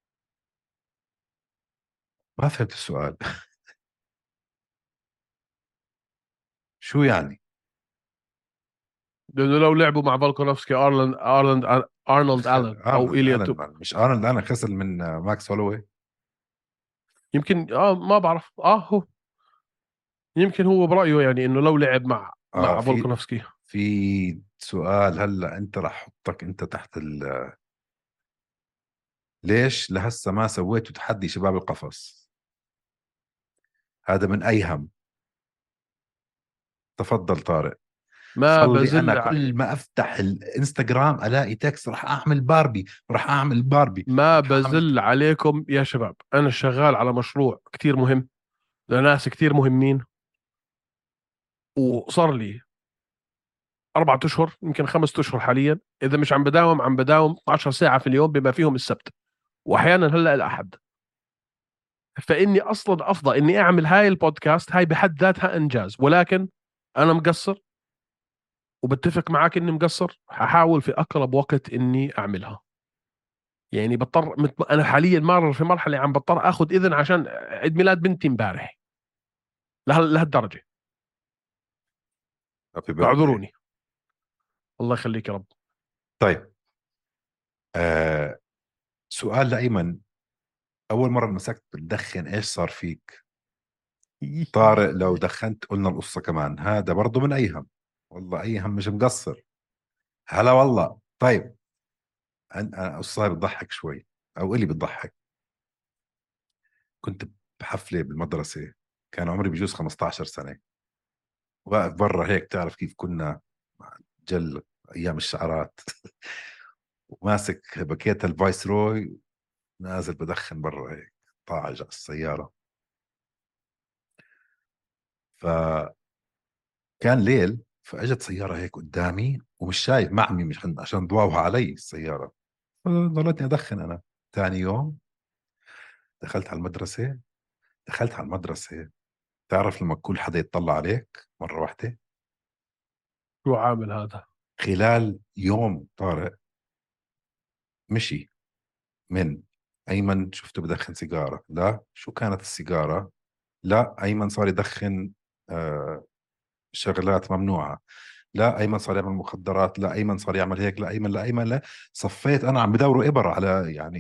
[SPEAKER 2] ما فهمت السؤال. شو يعني؟
[SPEAKER 1] لانه لو لعبوا مع فولكونوفسكي، ارنولد الن او
[SPEAKER 2] ارنولد
[SPEAKER 1] ايليا
[SPEAKER 2] الين، مش ارنولد الين خسر من ماكس هولوي؟
[SPEAKER 1] يمكن ما بعرف. هو يمكن هو برايه يعني انه لو لعب مع
[SPEAKER 2] اه في
[SPEAKER 1] فولكونوفسكي.
[SPEAKER 2] في سؤال هلا انت رح احطك انت تحت ليش لهسه ما سويتوا تحدي شباب القفص؟ هذا من ايهم. تفضل طارق.
[SPEAKER 1] ما
[SPEAKER 2] صار لي انا
[SPEAKER 1] بزل
[SPEAKER 2] كل ما افتح الانستغرام الاقي تكست راح اعمل باربي، راح اعمل باربي،
[SPEAKER 1] ما
[SPEAKER 2] راح اعمل.
[SPEAKER 1] بزل عليكم يا شباب، انا شغال على مشروع كتير مهم لناس كتير مهمين، وصار لي 4 اشهر يمكن 5 اشهر حاليا، اذا مش عم بداوم 12 ساعه في اليوم بما فيهم السبت، واحيانا هلا الاحد. فاني اصلا افضل اني اعمل هاي البودكاست، هاي بحد ذاتها انجاز، ولكن انا مقصر، وبتفق معاك اني مقصر. ححاول في اقرب وقت اني اعملها. يعني انا حاليا مر في مرحله عم بضطر اخذ اذن عشان عيد ميلاد بنتي امبارح، لهالدرجه.
[SPEAKER 2] هابي بيرثداي.
[SPEAKER 1] فاعذروني. الله يخليك يا رب.
[SPEAKER 2] طيب آه سؤال لايمن، اول مره مسكت بتدخن ايش صار فيك؟ طارق لو دخنت قلنا القصه كمان، هذا برضه من ايهم. والله ايهم مش مقصر. هلا والله. طيب أنا قصة بتضحك شوي، او اللي بتضحك. كنت بحفله بالمدرسه، كان عمري بجوز 15 سنه، واقف برا هيك، تعرف كيف كنا جل ايام الشعرات. وماسك باكيت الفايس روي، نازل بدخن برا هيك، طاعج على السياره. فكان ليل، فاجت سياره هيك قدامي ومش شايف معمي، مش عشان ضواوها علي السياره. ضليتني ادخن انا. ثاني يوم دخلت على المدرسه، دخلت على المدرسه، تعرف لما كل حدا يتطلع عليك مره واحده؟
[SPEAKER 1] شو عامل هذا؟
[SPEAKER 2] خلال يوم طارق مشي من أيمن شفته بدخن سيجارة، لا شو كانت السيجارة، لا أيمن صار يدخن شغلات ممنوعة، لا أيمن صار يعمل مخدرات، لا أيمن صار يعمل هيك، لا أيمن، لا أيمن، لا. صفيت أنا عم بدوروا إبر على يعني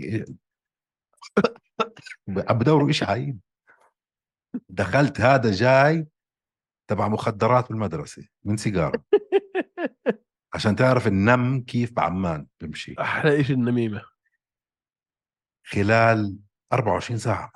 [SPEAKER 2] عم بدوروا إشي عيب. دخلت هذا جاي تبع مخدرات بالمدرسة من سيجارة، عشان تعرف النم كيف بعمان بمشي.
[SPEAKER 1] احلى شيء النميمه.
[SPEAKER 2] خلال 24 ساعة.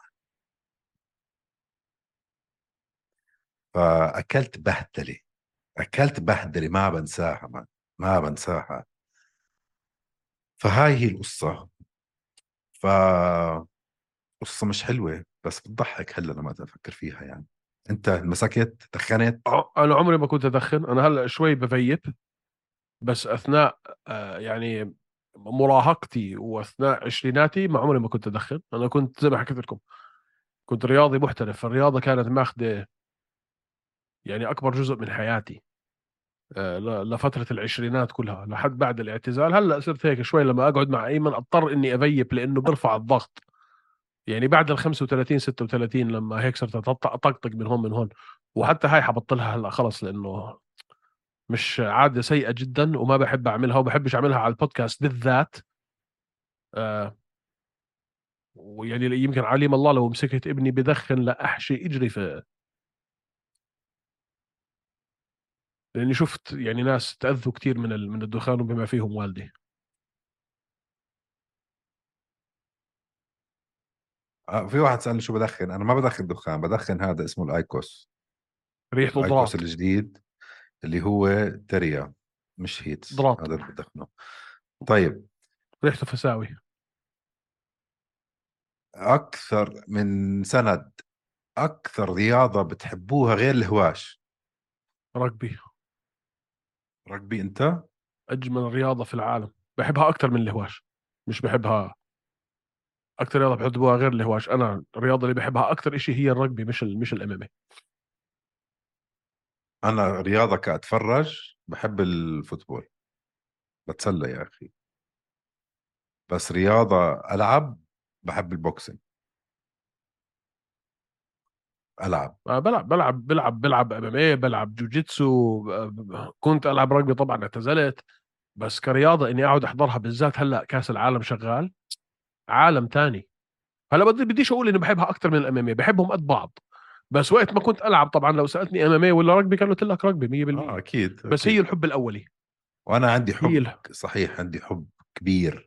[SPEAKER 2] فأكلت بهدلة، أكلت بهدلة ما بنساها، ما بنساها. فهاي هي القصة. ف قصة مش حلوة بس بتضحك هلا لما أفكر فيها يعني. أنت مسكت دخنت؟
[SPEAKER 1] انا عمري ما كنت ادخن، انا هلا شوي بفيب، بس اثناء يعني مراهقتي واثناء عشريناتي ما عمري ما كنت ادخن. انا كنت زي ما حكيت لكم كنت رياضي محترف، فالرياضه كانت ماخذه يعني اكبر جزء من حياتي. لفترة العشرينات كلها لحد بعد الاعتزال. هلا صرت هيك شوي لما اقعد مع ايمن اضطر اني اذيب لانه بيرفع الضغط. يعني بعد ال 35 36 لما هيك صرت اطقطق من هون من هون. وحتى هاي حبطلها هلا خلص لانه مش عادة سيئة جدا وما بحب اعملها وبحبش اعملها على البودكاست بالذات. آه ويعني يمكن عليم الله لو مسكت ابني بدخن لا احشي اجري في. لاني شفت يعني ناس تاذوا كثير من الدخان وبما فيهم والدي.
[SPEAKER 2] في واحد سألني شو بدخن، انا ما بدخن دخان، بدخن هذا اسمه الايكوس.
[SPEAKER 1] ريحته
[SPEAKER 2] الايكوس
[SPEAKER 1] ضرات.
[SPEAKER 2] الجديد اللي هو تريا، مش هيتس،
[SPEAKER 1] ضرات.
[SPEAKER 2] هذا اللي بدخنه. طيب،
[SPEAKER 1] ريحته فساوي.
[SPEAKER 2] اكثر من سند، اكثر رياضة بتحبوها غير الهواش؟
[SPEAKER 1] رugby.
[SPEAKER 2] رجبي انت؟
[SPEAKER 1] اجمل رياضه في العالم. بحبها اكثر من الهواش. مش بحبها. اكثر رياضه بحبها غير الهواش. انا الرياضه اللي بحبها اكثر شيء هي الرugby مش الام ام اي.
[SPEAKER 2] انا رياضة كأتفرج بحب الفوتبول، بتسلى يا اخي. بس رياضة العب، بحب البوكسينج، العب.
[SPEAKER 1] بلعب ام ام اي، بلعب جوجيتسو. كنت العب رugby طبعا اعتزلت. بس كرياضه اني اقعد احضرها بالذات هلا كاس العالم شغال. عالم تاني. هلا بديش اقول اني بحبها اكثر من الام ام اي، بحبهم قد بعض. بس وقت ما كنت العب طبعا لو سالتني ام ام اي ولا رugby كان قلت لك رugby
[SPEAKER 2] اه
[SPEAKER 1] 100%.
[SPEAKER 2] اكيد
[SPEAKER 1] بس هي
[SPEAKER 2] اكيد.
[SPEAKER 1] الحب الاولي.
[SPEAKER 2] وانا عندي
[SPEAKER 1] هي
[SPEAKER 2] حب، صحيح عندي حب كبير،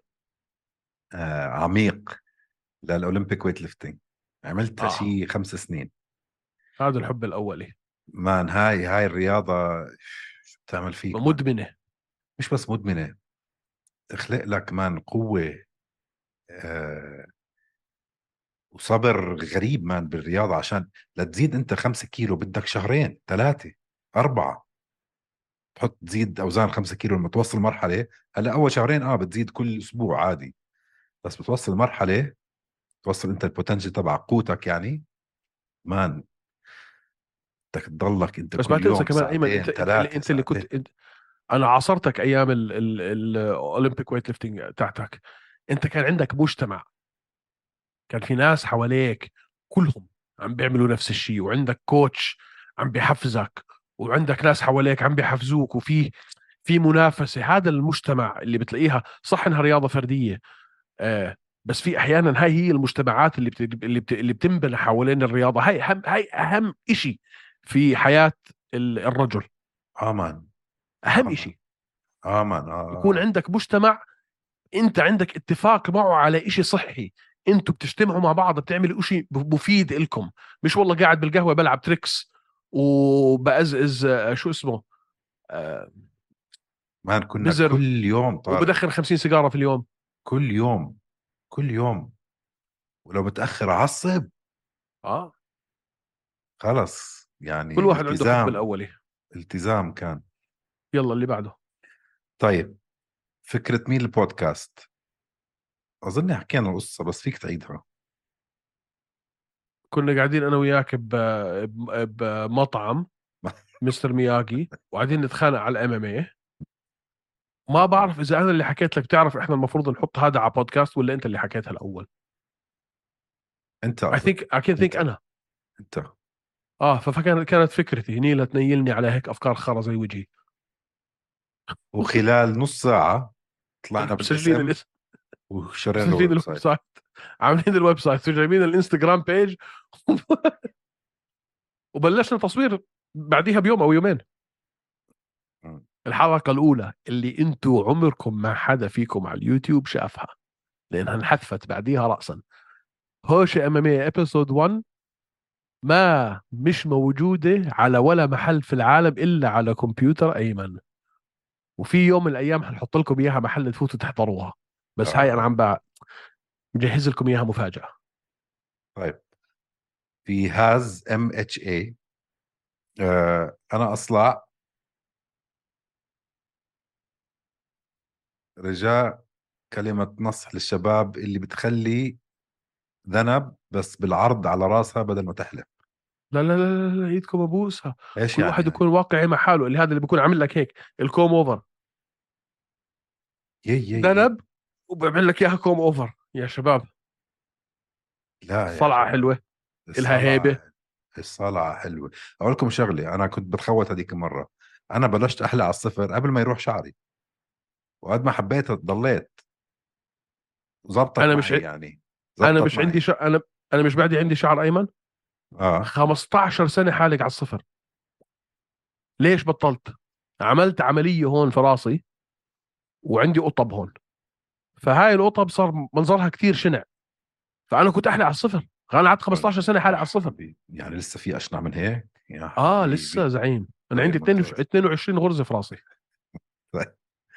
[SPEAKER 2] عميق، للاولمبيك ويت ليفتنج. عملتها
[SPEAKER 1] اه
[SPEAKER 2] شي 5 سنين.
[SPEAKER 1] هذا الحب الاولي.
[SPEAKER 2] مان، هاي الرياضة شو بتعمل فيك مان؟
[SPEAKER 1] مدمنه.
[SPEAKER 2] مش بس مدمنة، تخلق لك مان قوة، آه وصبر غريب مان بالرياضة. عشان لتزيد انت 5 كيلو بدك شهرين 3 4، تحط تزيد اوزان 5 كيلو لما توصل مرحلة. هلا اول شهرين بتزيد كل اسبوع عادي، بس بتوصل مرحلة، توصل انت البوتنشل تبع قوتك يعني. مان، بدك تضلك انت
[SPEAKER 1] بس ما
[SPEAKER 2] كل
[SPEAKER 1] تنسى
[SPEAKER 2] يوم
[SPEAKER 1] كمان ايمن، انت
[SPEAKER 2] ساعتين
[SPEAKER 1] انت اللي
[SPEAKER 2] ثلاثة
[SPEAKER 1] انت اللي
[SPEAKER 2] ساعتين.
[SPEAKER 1] كنت انت. انا عاصرتك ايام الاولمبيك ويت ليفتنج تاعتك. انت كان عندك مجتمع. كان في ناس حواليك كلهم عم بيعملوا نفس الشيء، وعندك كوتش عم بيحفزك، وعندك ناس حواليك عم بيحفزوك، في منافسة. هذا المجتمع اللي بتلاقيها صح انها رياضة فردية. آه بس في احيانا هاي هي المجتمعات اللي بتنبنى حوالين الرياضة. هاي اهم إشي في حياة الرجل.
[SPEAKER 2] مان،
[SPEAKER 1] اهم
[SPEAKER 2] مان،
[SPEAKER 1] إشي
[SPEAKER 2] مان،
[SPEAKER 1] يكون عندك مجتمع. انت عندك اتفاق معه على إشي صحي. انتوا بتجتمعوا مع بعض بتعملوا إشي مفيد لكم. مش والله قاعد بالقهوة بلعب تريكس وبأزز شو اسمه آه،
[SPEAKER 2] مان كنا
[SPEAKER 1] بزر،
[SPEAKER 2] كل يوم طارق،
[SPEAKER 1] وبدخن 50 سيجارة في اليوم.
[SPEAKER 2] كل يوم، كل يوم. ولو متأخر عصب،
[SPEAKER 1] اه
[SPEAKER 2] خلص
[SPEAKER 1] كل
[SPEAKER 2] يعني
[SPEAKER 1] واحد عنده حب
[SPEAKER 2] التزام.
[SPEAKER 1] الأولي.
[SPEAKER 2] التزام كان.
[SPEAKER 1] يلا اللي بعده.
[SPEAKER 2] طيب، فكرة مين البودكاست؟ أظن حكينا القصة بس فيك تعيدها.
[SPEAKER 1] كنا قاعدين انا وياك بمطعم مستر مياجي وقاعدين نتخانق على الام ام اي. ما بعرف اذا انا اللي حكيت لك. تعرف احنا المفروض نحط هذا على بودكاست ولا انت اللي حكيتها الاول؟
[SPEAKER 2] أنت
[SPEAKER 1] I
[SPEAKER 2] أظن.
[SPEAKER 1] think I can think
[SPEAKER 2] أنت
[SPEAKER 1] انا.
[SPEAKER 2] أنت
[SPEAKER 1] كانت فكرتي هني لتنيلني على هيك افكار خرا زي وجهي.
[SPEAKER 2] وخلال نص ساعة طلعنا
[SPEAKER 1] مسجلين
[SPEAKER 2] بالاسم وشرينا
[SPEAKER 1] مسجلين
[SPEAKER 2] الويب
[SPEAKER 1] الويب
[SPEAKER 2] سايت.
[SPEAKER 1] سايت. عاملين الويب سايت وجايبين الانستغرام بيج. وبلشنا تصوير بعديها بيوم او يومين.
[SPEAKER 2] مم.
[SPEAKER 1] الحلقة الأولى اللي أنتوا عمركم ما حدا فيكم على اليوتيوب شافها لأنها انحذفت بعديها رأسا. هوش ام ام اي ابيسود 1 ما مش موجودة على ولا محل في العالم إلا على كمبيوتر أيمن. وفي يوم من الأيام حنحط لكم إياها محل تفوتوا تحضروها. بس هاي أنا
[SPEAKER 2] آه.
[SPEAKER 1] عم مجهز لكم إياها مفاجأة.
[SPEAKER 2] طيب، في هاز ام اتش اي، انا اصلع، رجاء كلمة نصح للشباب اللي بتخلي ذنب بس بالعرض على راسها بدل ما تحلق.
[SPEAKER 1] لا لا لا لا لا، ايدكم ابوسها.
[SPEAKER 2] ايش
[SPEAKER 1] كل
[SPEAKER 2] يعني
[SPEAKER 1] واحد
[SPEAKER 2] هاي؟
[SPEAKER 1] يكون واقعي مع حاله، اللي هذا اللي بيكون عامل لك هيك الكوم اوفر،
[SPEAKER 2] يي.
[SPEAKER 1] ذنب وبعمل لك اياها كوم اوفر يا شباب.
[SPEAKER 2] لا يا
[SPEAKER 1] الصلعه
[SPEAKER 2] جماعة،
[SPEAKER 1] حلوه، الها هيبه.
[SPEAKER 2] الصلعة، الصلعة حلوة. اقول لكم شغلة، انا كنت بتخوت هذيك المرة. انا بلشت احلق على الصفر قبل ما يروح شعري، وقد ما حبيت ضليت. زبطت
[SPEAKER 1] انا مش
[SPEAKER 2] معي
[SPEAKER 1] ع-
[SPEAKER 2] يعني،
[SPEAKER 1] انا
[SPEAKER 2] زبطت
[SPEAKER 1] مش عندي
[SPEAKER 2] معي.
[SPEAKER 1] انا مش بعدي عندي شعر ايمن.
[SPEAKER 2] اه.
[SPEAKER 1] 15 سنه حالق على الصفر. ليش بطلت؟ عملت عمليه هون في راسي، وعندي قطب هون، فهاي القطب صار منظرها كثير شنع، فانا كنت احلق على الصفر. انا قعدت 15 سنه
[SPEAKER 2] يا
[SPEAKER 1] حالق على الصفر.
[SPEAKER 2] حبيبي، يعني لسه في اشنع من هيك يا
[SPEAKER 1] اه لسه
[SPEAKER 2] حبيبي؟
[SPEAKER 1] زعيم، انا عندي
[SPEAKER 2] طيب ممتاز.
[SPEAKER 1] 22 غرزه في راسي.
[SPEAKER 2] طيب.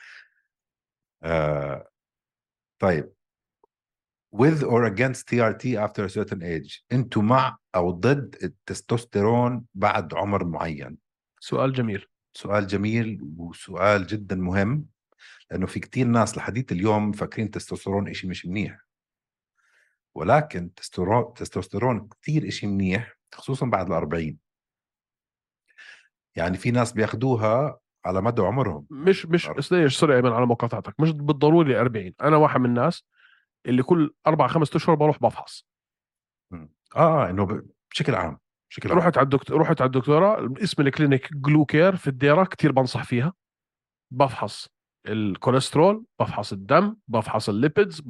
[SPEAKER 2] آه. طيب. with or against TRT after a certain age، انتوا مع او ضد التستوستيرون بعد عمر معين؟
[SPEAKER 1] سؤال جميل.
[SPEAKER 2] سؤال جميل وسؤال جدا مهم، لانه في كتير ناس لحديت اليوم فاكرين التستوستيرون اشي مش منيح، ولكن التستوستيرون كتير اشي منيح خصوصا بعد ال40. يعني في ناس بياخدوها على مدى عمرهم.
[SPEAKER 1] مش ليش سوري ايمن على مقاطعتك، مش بالضروري 40. انا واحد من الناس اللي كل 4 5 اشهر بروح بفحص.
[SPEAKER 2] انه بشكل عام، بشكل عام.
[SPEAKER 1] رحت على الدكتوره، اسم الكلينيك جلوكير في الديره، كثير بنصح فيها. بفحص الكوليسترول، بفحص الدم، بفحص الليبيدز،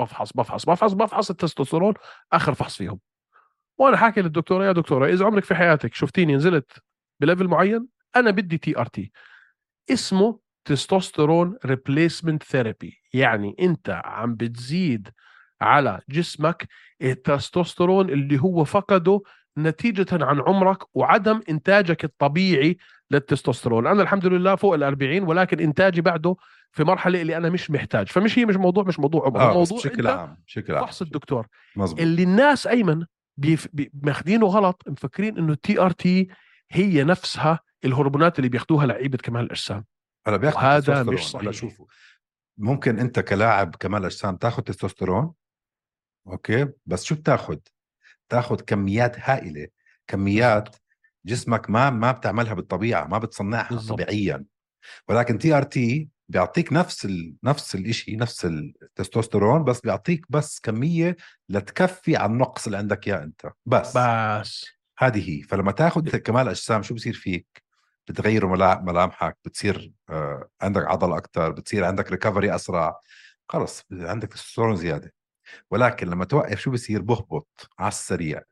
[SPEAKER 1] بفحص التستوستيرون، اخر فحص فيهم. وانا حاكي للدكتوره: يا دكتوره، اذا عمرك في حياتك شفتيني نزلت بليفل معين، انا بدي تي ار تي، اسمه تستوستيرون ريبليسمنت ثيرابي. يعني انت عم بتزيد على جسمك التستوستيرون اللي هو فقده نتيجة عن عمرك وعدم إنتاجك الطبيعي للتستوستيرون. أنا الحمد لله فوق ال40، ولكن إنتاجي بعده في مرحلة اللي أنا مش محتاج. فمش هي مش موضوع عمر، هو
[SPEAKER 2] اه بس
[SPEAKER 1] موضوع
[SPEAKER 2] بشكل
[SPEAKER 1] أنت
[SPEAKER 2] عام، بشكل عام.
[SPEAKER 1] فحص الدكتور.
[SPEAKER 2] مزبوط.
[SPEAKER 1] اللي الناس أيمن ماخذينه غلط، مفكرين إنه التي ار تي هي نفسها الهرمونات اللي بياخدوها لعيبة كمال الأجسام،
[SPEAKER 2] هلا بياخذوا
[SPEAKER 1] وهذا مش
[SPEAKER 2] تستوستيرون. هلا
[SPEAKER 1] صحيح.
[SPEAKER 2] شوفوا، ممكن انت كلاعب كمال اجسام تاخذ تستوستيرون، اوكي، بس شو بتاخذ؟ تاخذ كميات هائله، كميات
[SPEAKER 1] بالضبط.
[SPEAKER 2] جسمك ما بتعملها بالطبيعه، ما بتصنعها
[SPEAKER 1] بالضبط.
[SPEAKER 2] طبيعيا. ولكن تي ار تي بيعطيك نفس الشيء، نفس التستوستيرون، بس بيعطيك بس كميه لتكفي عن النقص اللي عندك يا انت بس.
[SPEAKER 1] بس
[SPEAKER 2] هذه هي. فلما تاخذ كمال اجسام شو بصير فيك؟ بتغيروا ملامحك، بتصير عندك عضل اكثر، بتصير عندك ريكفري اسرع، خلص عندك تستوستيرون زياده. ولكن لما توقف شو بصير؟ بهبط على السريع.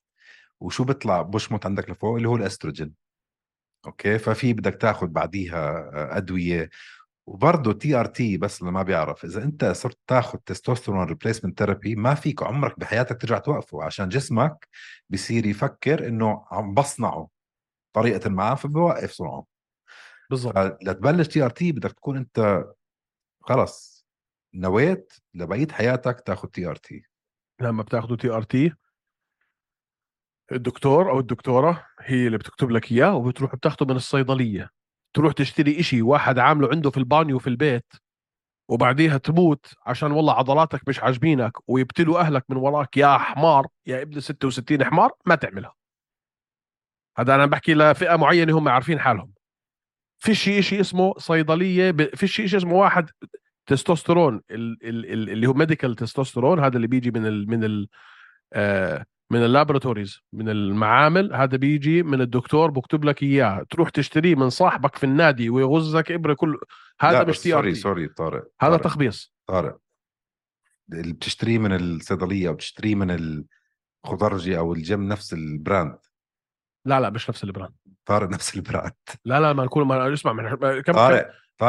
[SPEAKER 2] وشو بيطلع بشمط عندك لفوق؟ اللي هو الاستروجين. اوكي، ففي بدك تاخذ بعديها ادويه. وبرضه تي ار تي، بس اللي ما بيعرف، اذا انت صرت تاخذ تستوستيرون ريبليسمنت ثيرابي ما فيك عمرك بحياتك ترجع توقفه، عشان جسمك بصير يفكر انه عم بصنعه طريقه ما، فبوقف صنعه.
[SPEAKER 1] بالضبط.
[SPEAKER 2] فلتبلش تي ار تي بدك تكون انت خلص نويت لبقيه حياتك تاخذ تي ار تي.
[SPEAKER 1] لما بتاخذوا تي ار تي، الدكتور او الدكتوره هي اللي بتكتب لك اياه، وبتروح بتاخده من الصيدليه. تروح تشتري اشي واحد عامله عنده في البانيو في البيت، وبعديها تموت عشان والله عضلاتك مش عاجبينك، ويبتلوا اهلك من وراك يا حمار يا ابن 66 حمار. ما تعملها. هذا انا بحكي لفئه معينه هم عارفين حالهم. فيش شيء اسمه صيدليه فيش شيء اسمه واحد تستوستيرون اللي هو ميديكال تستوستيرون، هذا اللي بيجي من اللابراتوريز، من المعامل. هذا بيجي من الدكتور بكتب لك اياه، تروح تشتريه من صاحبك في النادي ويغزك ابره كل.
[SPEAKER 2] لا
[SPEAKER 1] هذا مش
[SPEAKER 2] بس
[SPEAKER 1] تي ار
[SPEAKER 2] سوري
[SPEAKER 1] تي،
[SPEAKER 2] سوري طارق،
[SPEAKER 1] هذا تخبيص.
[SPEAKER 2] طارق، اللي بتشتريه من الصيدليه او بتشتريه من الخضرجي او الجيم نفس البراند.
[SPEAKER 1] لا لا مش نفس البراند.
[SPEAKER 2] طارق نفس البراند.
[SPEAKER 1] لا لا، ما نكون ما اسمع من كم.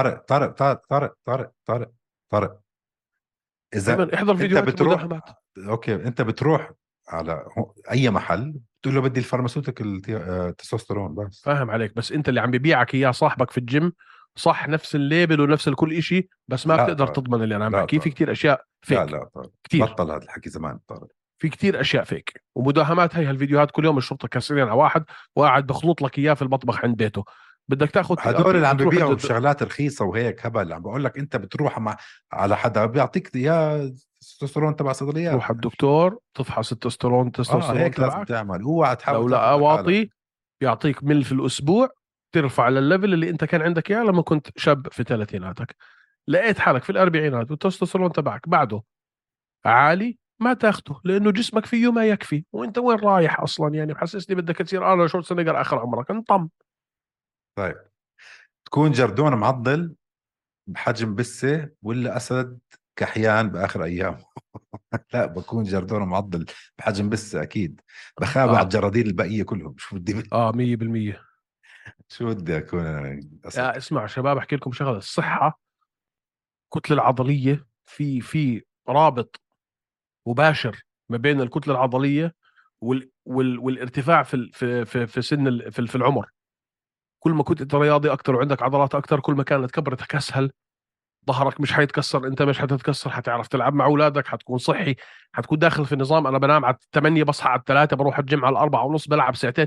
[SPEAKER 2] طارق. طارق، اذا
[SPEAKER 1] ايمن احضر
[SPEAKER 2] انت
[SPEAKER 1] فيديوهات
[SPEAKER 2] بتروح،
[SPEAKER 1] المداهمات.
[SPEAKER 2] اوكي، انت بتروح على اي محل بتقول له بدي الفارماسيوتيك التستوستيرون بس.
[SPEAKER 1] فاهم عليك، بس انت اللي عم ببيعك اياه صاحبك في الجيم، صح، نفس الليبل ونفس الكل إشي، بس ما
[SPEAKER 2] لا
[SPEAKER 1] بتقدر
[SPEAKER 2] طارق،
[SPEAKER 1] تضمن اللي انا عم
[SPEAKER 2] لا
[SPEAKER 1] بحكيه. في
[SPEAKER 2] طارق،
[SPEAKER 1] كتير اشياء
[SPEAKER 2] لا
[SPEAKER 1] فيك.
[SPEAKER 2] لا طارق،
[SPEAKER 1] كتير.
[SPEAKER 2] بطل هذا الحكي زمان طارق.
[SPEAKER 1] في كتير اشياء فيك ومداهمات. هي هالفيديوهات كل يوم الشرطه كاسرين على واحد وقاعد بخلط لك اياه في المطبخ عند بيته. بدك تاخذ تي ار
[SPEAKER 2] هدول
[SPEAKER 1] تي
[SPEAKER 2] اللي عم
[SPEAKER 1] بتروح
[SPEAKER 2] بيبيعوا شغلات رخيصه وهيك هبل، عم بقول لك انت بتروح على حدا بيعطيك يا التستوستيرون تبع
[SPEAKER 1] تروح
[SPEAKER 2] صيدليات.
[SPEAKER 1] على الدكتور تفحص التستوستيرون
[SPEAKER 2] اه، هيك لازم
[SPEAKER 1] تبعك،
[SPEAKER 2] تعمل. اوعى تحاول
[SPEAKER 1] لو
[SPEAKER 2] تاخذ
[SPEAKER 1] لقى
[SPEAKER 2] لحالك.
[SPEAKER 1] واطي يعطيك مل في الأسبوع، ترفع للليفل اللي أنت كان عندك إياه لما كنت شاب في ثلاثيناتك. لقيت حالك في الأربعينات والتستوستيرون تبعك بعده عالي، ما تاخده لأنه جسمك فيه ما يكفي. وأنت وين رايح أصلا؟ يعني محسسني بدك تصير أنا شورت سنيجر آخر عمرك، انطم.
[SPEAKER 2] طيب، تكون جردون معضل بحجم بسة ولا أسد كحيان بآخر أيام؟ لا، بكون جردون معضل بحجم بسة أكيد. بخاف على
[SPEAKER 1] آه
[SPEAKER 2] الجرادين البقية كلهم.
[SPEAKER 1] آه 100%.
[SPEAKER 2] شو بدي أكون أنا أسد؟
[SPEAKER 1] يا اسمع شباب، أحكي لكم شغلة. الصحة الكتلة العضلية، في رابط مباشر ما بين الكتلة العضلية والارتفاع في سن في العمر. كل ما كنت انت رياضي اكثر وعندك عضلات اكثر، كل ما كانت كبرتك اسهل. ظهرك مش حيتكسر، انت مش حتتكسر، حتعرف تلعب مع اولادك، حتكون صحي، حتكون داخل في النظام. انا بنام على 8 بصحى على 3، بروح الجيم على 4 ونص، بلعب ساعتين.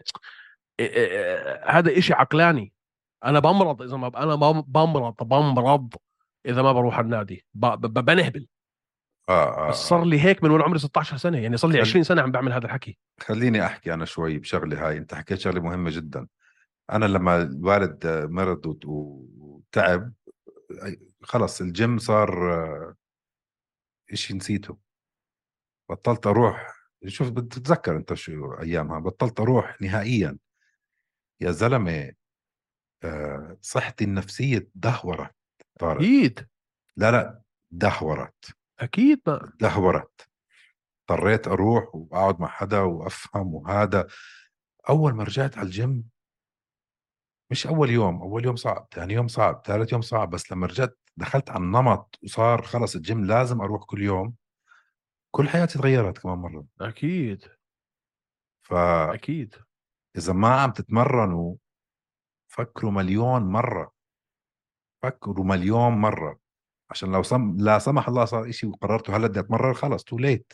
[SPEAKER 1] هذا إشي عقلاني. انا بمرض اذا ما انا بمرض اذا ما بروح النادي، بنهبل. بس صار
[SPEAKER 2] آه.
[SPEAKER 1] لي هيك من وانا عمري 16 سنه، يعني صار لي
[SPEAKER 2] خل...
[SPEAKER 1] 20 سنه عم بعمل هذا الحكي.
[SPEAKER 2] خليني أحكي أنا شوي بشغلة. هاي أنت حكيت شغلة مهمة جدا. أنا لما الوالد مرض وتعب، خلص الجيم صار إشي نسيته. بطلت أروح. شوف، بتتذكر أنت شو أيامها؟ بطلت أروح نهائيا يا زلمة. صحتي النفسية تدهورت. طارق،
[SPEAKER 1] اكيد.
[SPEAKER 2] لا لا، دهورت.
[SPEAKER 1] اكيد ما.
[SPEAKER 2] دهورت. اضطريت أروح وأقعد مع حدا وأفهم. وهذا أول ما رجعت على الجيم، مش أول يوم. أول يوم صعب، ثاني يوم صعب، ثالث يوم صعب، بس لما رجعت دخلت على النمط وصار خلص الجيم لازم أروح كل يوم. كل حياتي تغيرت كمان مرة.
[SPEAKER 1] اكيد.
[SPEAKER 2] فإذا
[SPEAKER 1] اكيد.
[SPEAKER 2] ما عم تتمرنوا، فكروا مليون مرة. فكروا مليون مرة. عشان لو لا سمح الله صار إشي وقررتوا هلا بدي أتمرن، خلص تو ليت.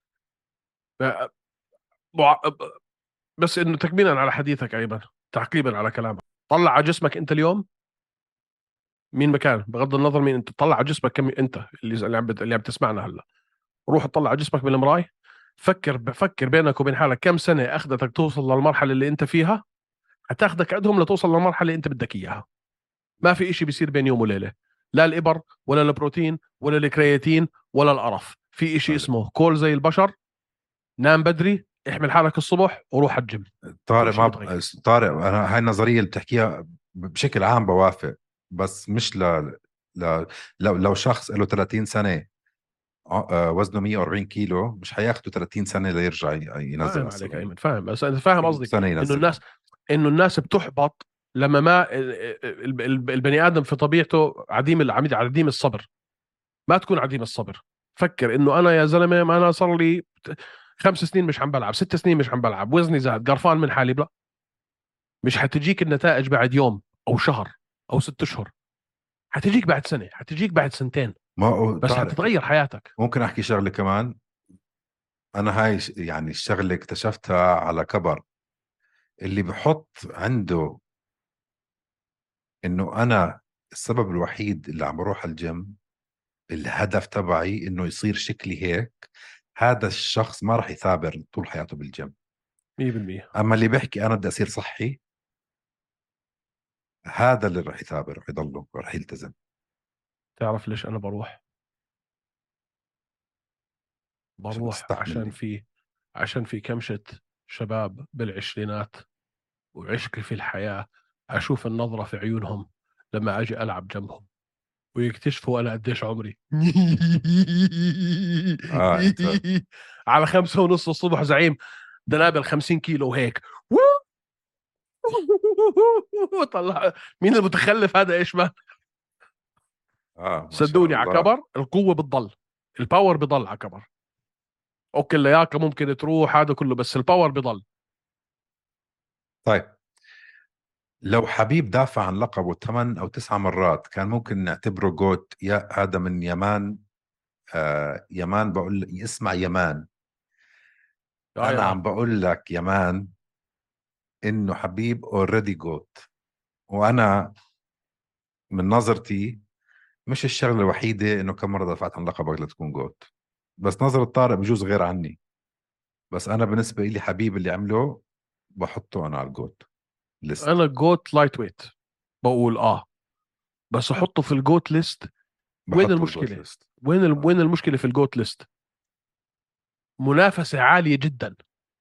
[SPEAKER 1] ب- بع- بس انه تكميلا على حديثك ايمن، تعقيبا على كلامك، طلع على جسمك انت اليوم مين مكان، بغض النظر مين انت، طلع على جسمك كم انت اللي عم تسمعنا هلا. روح اطلع على جسمك بالمراي. فكر بينك وبين حالك كم سنه اخذتك توصل للمرحله اللي انت فيها، حتاخذك قدهم لتوصل للمرحله اللي انت بدك اياها. ما في إشي بيصير بين يوم وليله، لا الابر ولا البروتين ولا الكرياتين ولا القرف. في إشي اسمه كول زي البشر، نام بدري، احمل حالك الصبح وروح على الجيم، كل
[SPEAKER 2] طارق،
[SPEAKER 1] شيء
[SPEAKER 2] ما
[SPEAKER 1] بيتغير.
[SPEAKER 2] طارق، أنا هاي النظرية اللي بتحكيها بشكل عام بوافق. بس مش لو شخص له 30 سنة، وزنه 140 كيلو، مش حياخده 30 سنة ليرجع ينزل على
[SPEAKER 1] فاهم عليك
[SPEAKER 2] السلم.
[SPEAKER 1] ايمن، فاهم، بس انا فاهم قصدي.
[SPEAKER 2] سنة
[SPEAKER 1] انه
[SPEAKER 2] ينزلهم.
[SPEAKER 1] الناس انه الناس بتحبط لما ما البني ادم في طبيعته عديم الصبر. ما تكون عديم الصبر. فكر انه انا يا زلمه، ما انا صار لي 5 سنين مش عم بلعب، 6 سنين مش عم بلعب، وزني زاد، قرفان من حالي. لا، مش حتجيك النتائج بعد يوم او شهر او 6 اشهر، حتجيك بعد سنه، حتجيك بعد سنتين،
[SPEAKER 2] ما هو
[SPEAKER 1] بس
[SPEAKER 2] طارق،
[SPEAKER 1] حتتغير حياتك.
[SPEAKER 2] ممكن أحكي شغلة كمان. أنا هاي يعني الشغلة اكتشفتها على كبر. اللي بحط عنده إنه أنا السبب الوحيد اللي عم بروح الجيم، الهدف تبعي إنه يصير شكلي هيك، هذا الشخص ما راح يثابر طول حياته بالجيم.
[SPEAKER 1] 100%.
[SPEAKER 2] أما اللي بيحكي أنا بدي أصير صحي، هذا اللي راح يثابر، راح يضله، راح يلتزم.
[SPEAKER 1] تعرف ليش انا بروح؟
[SPEAKER 2] عشان
[SPEAKER 1] بروح عشان
[SPEAKER 2] تستحملني.
[SPEAKER 1] في كمشة شباب بالعشرينات وعشقي في الحياة، أشوف النظرة في عيونهم لما أجي ألعب جنبهم، ويكتشفوا أنا قديش عمري.
[SPEAKER 2] أنت.
[SPEAKER 1] على 5:30 الصبح زعيم، دنابل 50 كيلو هيك. طلع مين المتخلف هذا؟ ايش ما
[SPEAKER 2] ما شاء
[SPEAKER 1] صدقوني، على
[SPEAKER 2] الله.
[SPEAKER 1] كبر القوة بتضل، الباور بضل على كبر. اوكي اللياقة ممكن تروح هذا كله، بس الباور بضل.
[SPEAKER 2] طيب، لو حبيب دافع عن لقبه 8 أو 9 مرات، كان ممكن نعتبره جوت؟ يا هذا من يمان. يمان، بقول اسمع يمان. أنا
[SPEAKER 1] يا
[SPEAKER 2] عم بقول لك يمان إنه حبيب اوريدي جوت. وأنا من نظرتي، مش الشغلة الوحيدة إنه كم مرة دفعت عن لقبك لتكون جوت. بس نظر الطارق بجوز غير عني. بس انا بالنسبه لي حبيب اللي عمله بحطه انا على الجوت ليست.
[SPEAKER 1] انا جوت لايت ويت بقول بس احطه في الجوت ليست. وين
[SPEAKER 2] بحطه الجوت
[SPEAKER 1] المشكله؟
[SPEAKER 2] ليست.
[SPEAKER 1] وين المشكله في الجوت ليست؟ منافسه عاليه جدا،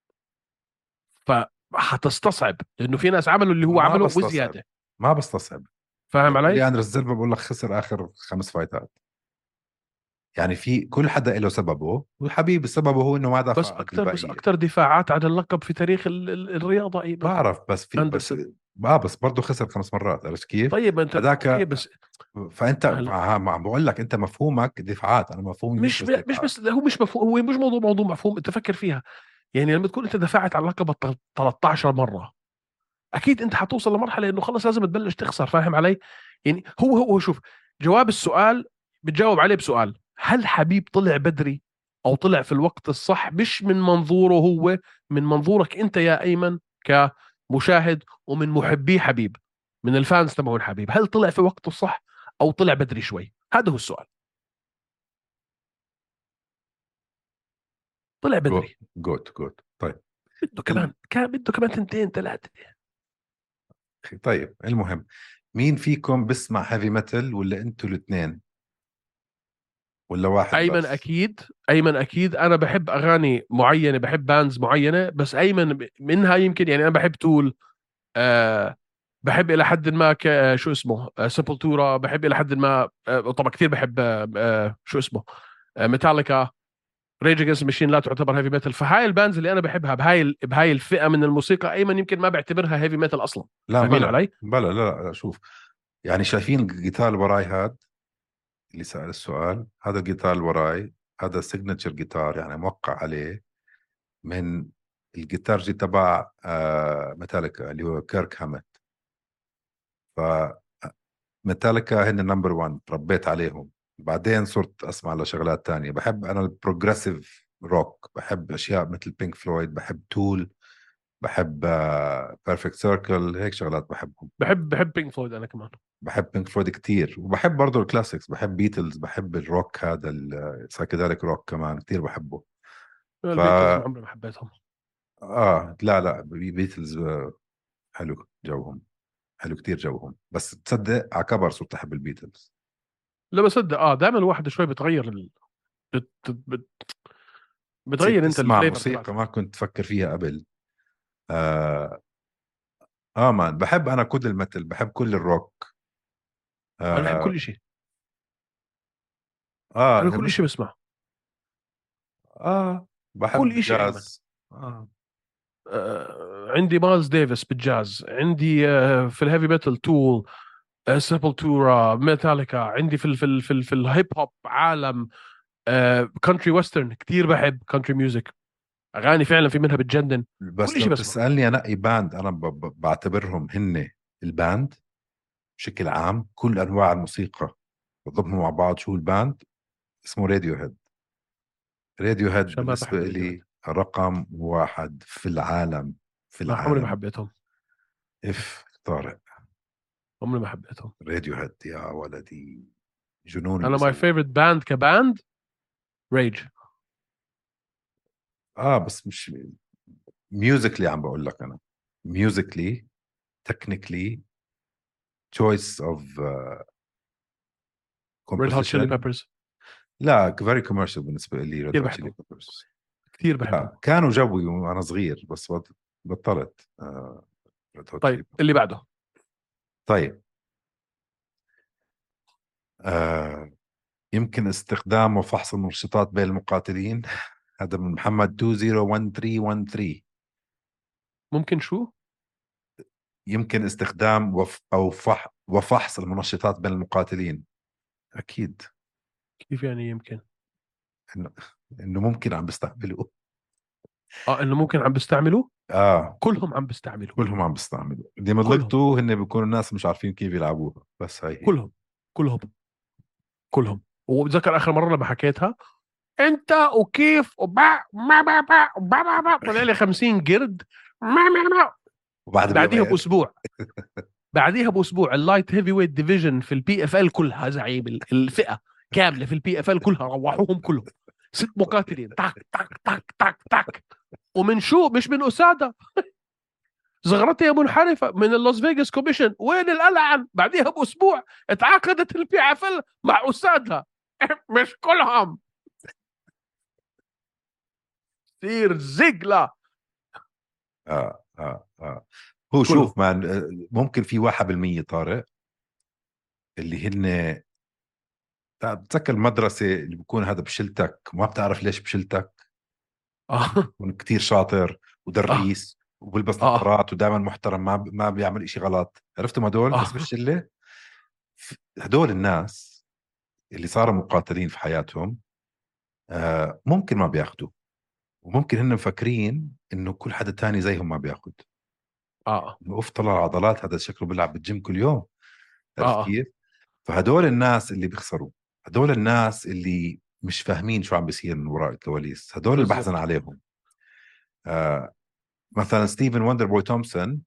[SPEAKER 1] فحتستصعب لانه في ناس عملوا اللي هو
[SPEAKER 2] ما
[SPEAKER 1] عمله
[SPEAKER 2] بستصعب،
[SPEAKER 1] وزياده.
[SPEAKER 2] ما بستصعب.
[SPEAKER 1] فاهم علي؟
[SPEAKER 2] لياندر سيلفا بقول لك خسر اخر 5 فايتات. يعني في كل حدا له سببه، والحبيب سببه هو انه ما
[SPEAKER 1] بس
[SPEAKER 2] دافع قد
[SPEAKER 1] اكثر بس
[SPEAKER 2] البقيه.
[SPEAKER 1] اكثر دفاعات عن اللقب في تاريخ الرياضه ايمن.
[SPEAKER 2] بعرف بس في بس.
[SPEAKER 1] اندرسون.
[SPEAKER 2] بس برضه خسر 5 مرات، عرفت كيف؟
[SPEAKER 1] طيب انت اوكي
[SPEAKER 2] هذاك.
[SPEAKER 1] بس
[SPEAKER 2] فانت
[SPEAKER 1] هلا
[SPEAKER 2] عم بقول لك انت مفهومك دفاعات، انا مفهومي مش بس
[SPEAKER 1] مش
[SPEAKER 2] دفاعات.
[SPEAKER 1] بس هو مش مفهوم، هو مش موضوع مفهوم. انت فكر فيها، يعني لما تكون انت دفعت عن اللقب 13 مره، اكيد انت حتوصل لمرحله انه خلص لازم تبلش تخسر. فاهم علي؟ يعني هو شوف، جواب السؤال بتجاوب عليه بسؤال: هل حبيب طلع بدري او طلع في الوقت الصح؟ مش من منظوره هو، من منظورك انت يا ايمن كمشاهد ومن محبي حبيب، من الفانز تبعون حبيب. هل طلع في وقته الصح او طلع بدري شوي؟ هذا هو السؤال. طلع
[SPEAKER 2] جوت
[SPEAKER 1] بدري.
[SPEAKER 2] جوت طيب.
[SPEAKER 1] بده كمان
[SPEAKER 2] الم...
[SPEAKER 1] كان بده كمان تنتين ثلاثه.
[SPEAKER 2] طيب المهم، مين فيكم بسمع هيفي ميتال، ولا انتوا الاثنين، ولا واحد
[SPEAKER 1] ايمن
[SPEAKER 2] بس؟
[SPEAKER 1] اكيد. ايمن اكيد. انا بحب اغاني معينه، بحب باندز معينه، بس ايمن منها يمكن يعني انا بحب تول. آه بحب الى حد ما شو اسمه سيبولتورا. بحب الى حد ما طبعا كثير بحب شو اسمه ميتاليكا. ريج اجينست ماشين لا تعتبر هيفي ميتال. فهاي الباندز اللي انا بحبها بهاي الفئه من الموسيقى، ايمن يمكن ما بعتبرها هيفي ميتال اصلا.
[SPEAKER 2] لا
[SPEAKER 1] فاهمين
[SPEAKER 2] بلا
[SPEAKER 1] علي؟
[SPEAKER 2] بلا لا, لا شوف. يعني شايفين الجيتار اللي وراي هاد، اللي سأل السؤال، هذا الجيتار اللي وراي، هذا سيجنتشر جيتار يعني موقع عليه من الجيتارجي تبع ميتاليكا اللي هو كيرك هامت. فميتاليكا هن نمبر 1، تربيت عليهم. بعدين صرت اسمع لشغلات تانية. بحب انا البروجريسيف روك، بحب اشياء مثل بينك فلويد، بحب تول، بحب بيرفكت سيركل، هيك شغلات بحبهم.
[SPEAKER 1] بحب بينك فلويد انا كمان.
[SPEAKER 2] بحب بينك فلويد كتير، وبحب برضه الكلاسيكس، بحب بيتلز، بحب الروك هذا السايكيديليك روك كمان كتير بحبه. ف
[SPEAKER 1] البيتلز ما عمري ما حبيتهم.
[SPEAKER 2] لا بيتلز حلو جوهم، حلو كتير جوهم. بس تصدق على كبر صرت احب البيتلز.
[SPEAKER 1] لا بصدق، دائما الواحد شوي بتغير بت... بت...
[SPEAKER 2] تصير
[SPEAKER 1] بتغير انت
[SPEAKER 2] تسمع
[SPEAKER 1] الفليفر
[SPEAKER 2] موسيقى
[SPEAKER 1] تبعتك.
[SPEAKER 2] ما كنت تفكر فيها قبل. آه, مان بحب انا كل المتل، بحب كل الروك.
[SPEAKER 1] انا بحب
[SPEAKER 2] آه,
[SPEAKER 1] كل شيء. انا كل
[SPEAKER 2] مش
[SPEAKER 1] شيء بسمع.
[SPEAKER 2] بحب
[SPEAKER 1] كل شيء ايمن.
[SPEAKER 2] جاز. آه
[SPEAKER 1] عندي مايلز ديفيس بالجاز، عندي في الهيفي ميتال تول، سيبلتورا، ميتاليكا. عندي في الهيب هوب عالم كونتري ويسترن. كثير بحب كونتري ميوزك، اغاني فعلا في منها بتجنن.
[SPEAKER 2] بس
[SPEAKER 1] كل
[SPEAKER 2] لو
[SPEAKER 1] شيء بسمع.
[SPEAKER 2] تسألني انقي باند، انا بعتبرهم هن الباند بشكل عام، كل انواع الموسيقى بضمهم مع بعض. شو الباند؟ اسمه راديو هيد. راديو هيد
[SPEAKER 1] عشان ما
[SPEAKER 2] بالنسبة
[SPEAKER 1] بحب راديو هيد.
[SPEAKER 2] لي رقم واحد في العالم، في
[SPEAKER 1] ما عمري ما
[SPEAKER 2] العالم.
[SPEAKER 1] حبيتهم.
[SPEAKER 2] طارق.
[SPEAKER 1] عمري ما حبيتهم.
[SPEAKER 2] راديو هيد يا ولدي، جنون اللي
[SPEAKER 1] انا ماي
[SPEAKER 2] بيسووه.
[SPEAKER 1] فيفورت باند كباند ريج.
[SPEAKER 2] بس مش ميوزيكلي، عم بقول لك انا ميوزيكلي، تكنيكلي، تشويس اوف
[SPEAKER 1] ريد هوت تشيلي
[SPEAKER 2] كومبوزيشن.
[SPEAKER 1] بيبرز.
[SPEAKER 2] لا فيري كوميرشال بالنسبة لي ريد
[SPEAKER 1] كثير
[SPEAKER 2] هوت تشيلي
[SPEAKER 1] بحبهم.
[SPEAKER 2] بيبرز.
[SPEAKER 1] كثير بحبهم.
[SPEAKER 2] كانوا جوي وانا صغير، بس بطلت ريد هوت تشيلي
[SPEAKER 1] طيب
[SPEAKER 2] بيبرز.
[SPEAKER 1] اللي بعده.
[SPEAKER 2] طيب آه يمكن استخدام وفحص المنشطات بين المقاتلين. هذا من محمد 201313.
[SPEAKER 1] ممكن شو؟
[SPEAKER 2] يمكن استخدام وفحص المنشطات بين المقاتلين. أكيد
[SPEAKER 1] كيف يعني يمكن؟
[SPEAKER 2] إنه إنه ممكن عم بيستعملوه.
[SPEAKER 1] انه ممكن عم بيستعملوا.
[SPEAKER 2] آه
[SPEAKER 1] كلهم عم بيستعملوا.
[SPEAKER 2] كلهم عم بيستعملوا. اللي
[SPEAKER 1] كلهم
[SPEAKER 2] مضلقته هن بيكونوا الناس مش عارفين كيف يلعبوها، بس هي.
[SPEAKER 1] كلهم كلهم كلهم. وبتذكر اخر مره لما حكيتها انت وكيف وبا ما با با با با با طلع لي 50 قرد. ما
[SPEAKER 2] وبعد
[SPEAKER 1] بعديها
[SPEAKER 2] بيومين.
[SPEAKER 1] باسبوع، اللايت هيفي ويت ديفيجن في البي اف ال كلها زعيم الفئه كامله في البي اف ال كلها روحوهم كلهم. 6 مقاتلين تاك تاك تاك تاك تاك. ومن شو؟ مش من أسادة. زغرتها منحرفة من اللوس فيغاس كوميشن. وين الألعن؟ بعديها بأسبوع اتعاقدت البي عفل مع أسادها. مش كلهم. سير زيغلا.
[SPEAKER 2] هو
[SPEAKER 1] كلهم.
[SPEAKER 2] شوف مان، ممكن في 1% طارق اللي هن بتذكر المدرسة اللي بيكون هذا بشلتك وما بتعرف ليش بشلتك،
[SPEAKER 1] آه.
[SPEAKER 2] بيكون كتير شاطر
[SPEAKER 1] آه.
[SPEAKER 2] ودريس وبلبس
[SPEAKER 1] آه.
[SPEAKER 2] نظارات ودائما محترم، ما بيعمل إشي غلط. عرفتم هدول بس
[SPEAKER 1] آه.
[SPEAKER 2] بالشلة. هدول الناس اللي صاروا مقاتلين في حياتهم ممكن ما بياخدوا، وممكن هن مفكرين انه كل حدا تاني زيهم ما بياخد.
[SPEAKER 1] آه.
[SPEAKER 2] اوف طلع عضلات، هذا شكله بيلعب بالجيم كل يوم. عرفت
[SPEAKER 1] آه.
[SPEAKER 2] كيف؟ فهدول الناس اللي بيخسروا، هدول الناس اللي مش فاهمين شو عم بيصير من وراء الكواليس، هدول اللي بحزن
[SPEAKER 1] بالضبط.
[SPEAKER 2] عليهم. آه مثلا ستيفن وندر بوي تومسون،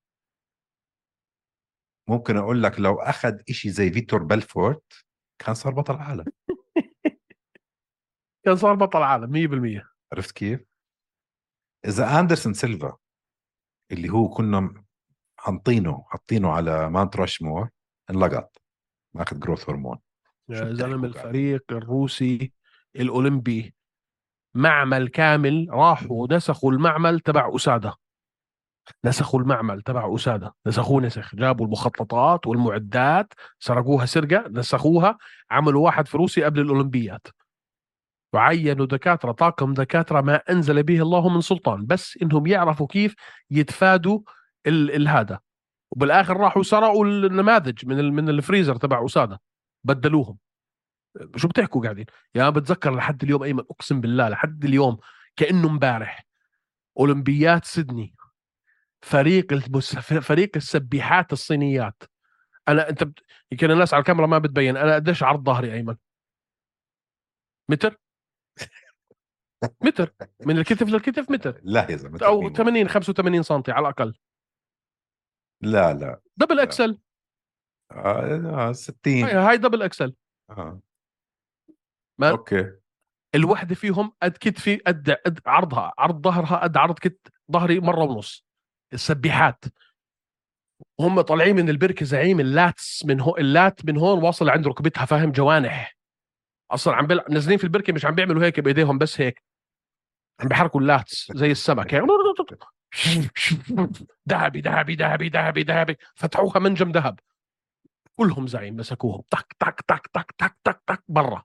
[SPEAKER 2] ممكن اقول لك لو اخذ اشي زي فيتور بلفورت كان صار بطل عالم.
[SPEAKER 1] كان صار بطل عالم 100%.
[SPEAKER 2] عرفت كيف؟ اذا اندرسون سيلفا اللي هو كنا حاطينه على مانت راشمور، انلقط ماخذ جروث هرمون. شو
[SPEAKER 1] يا زلمة،
[SPEAKER 2] بتحكوا قاعدين؟
[SPEAKER 1] الفريق الروسي الأولمبي معمل كامل راحوا نسخوا المعمل تبع أسادة. نسخوا المعمل تبع أسادة، نسخوه نسخ. جابوا المخططات والمعدات، سرقوها سرقة، نسخوها. عملوا واحد في روسيا قبل الأولمبيات. وعينوا دكاترة، طاقم دكاترة ما أنزل به الله من سلطان، بس إنهم يعرفوا كيف يتفادوا هذا. وبالآخر راحوا سرقوا النماذج من الفريزر تبع أسادة، بدلوهم. شو بتحكوا قاعدين؟ يا بتذكر لحد اليوم ايمن، اقسم بالله لحد اليوم كانه امبارح. اولمبيات سيدني، فريق السباحات الصينيات. يمكن الناس على الكاميرا ما بتبين انا قديش عرض ظهري ايمن. متر. متر. من الكتف للكتف متر.
[SPEAKER 2] لا يا زلمه متر
[SPEAKER 1] او
[SPEAKER 2] مين والله.
[SPEAKER 1] 80 85 سنتي على الاقل.
[SPEAKER 2] لا لا
[SPEAKER 1] دبل
[SPEAKER 2] لا.
[SPEAKER 1] اكسل.
[SPEAKER 2] 60.
[SPEAKER 1] هاي دبل اكسل.
[SPEAKER 2] آه.
[SPEAKER 1] ما
[SPEAKER 2] اوكي.
[SPEAKER 1] الوحده فيهم قد كتفي، قد عرضها، عرض ظهرها قد عرض ظهري مره ونص. السباحات هم طالعين من البركه زعيم، اللاتس من هون، اللات من هون واصل عند ركبتها، فاهم؟ جوانح. اصلا نازلين في البركه مش عم بيعملوا هيك بايديهم بس هيك، عم بيحركوا اللاتس زي السمك هيك. ذهبي ذهبي ذهبي ذهبي ذهبي، فتحوها منجم ذهب. كلهم زعيم مسكوهم تك تك تك تك تك تك تك برا.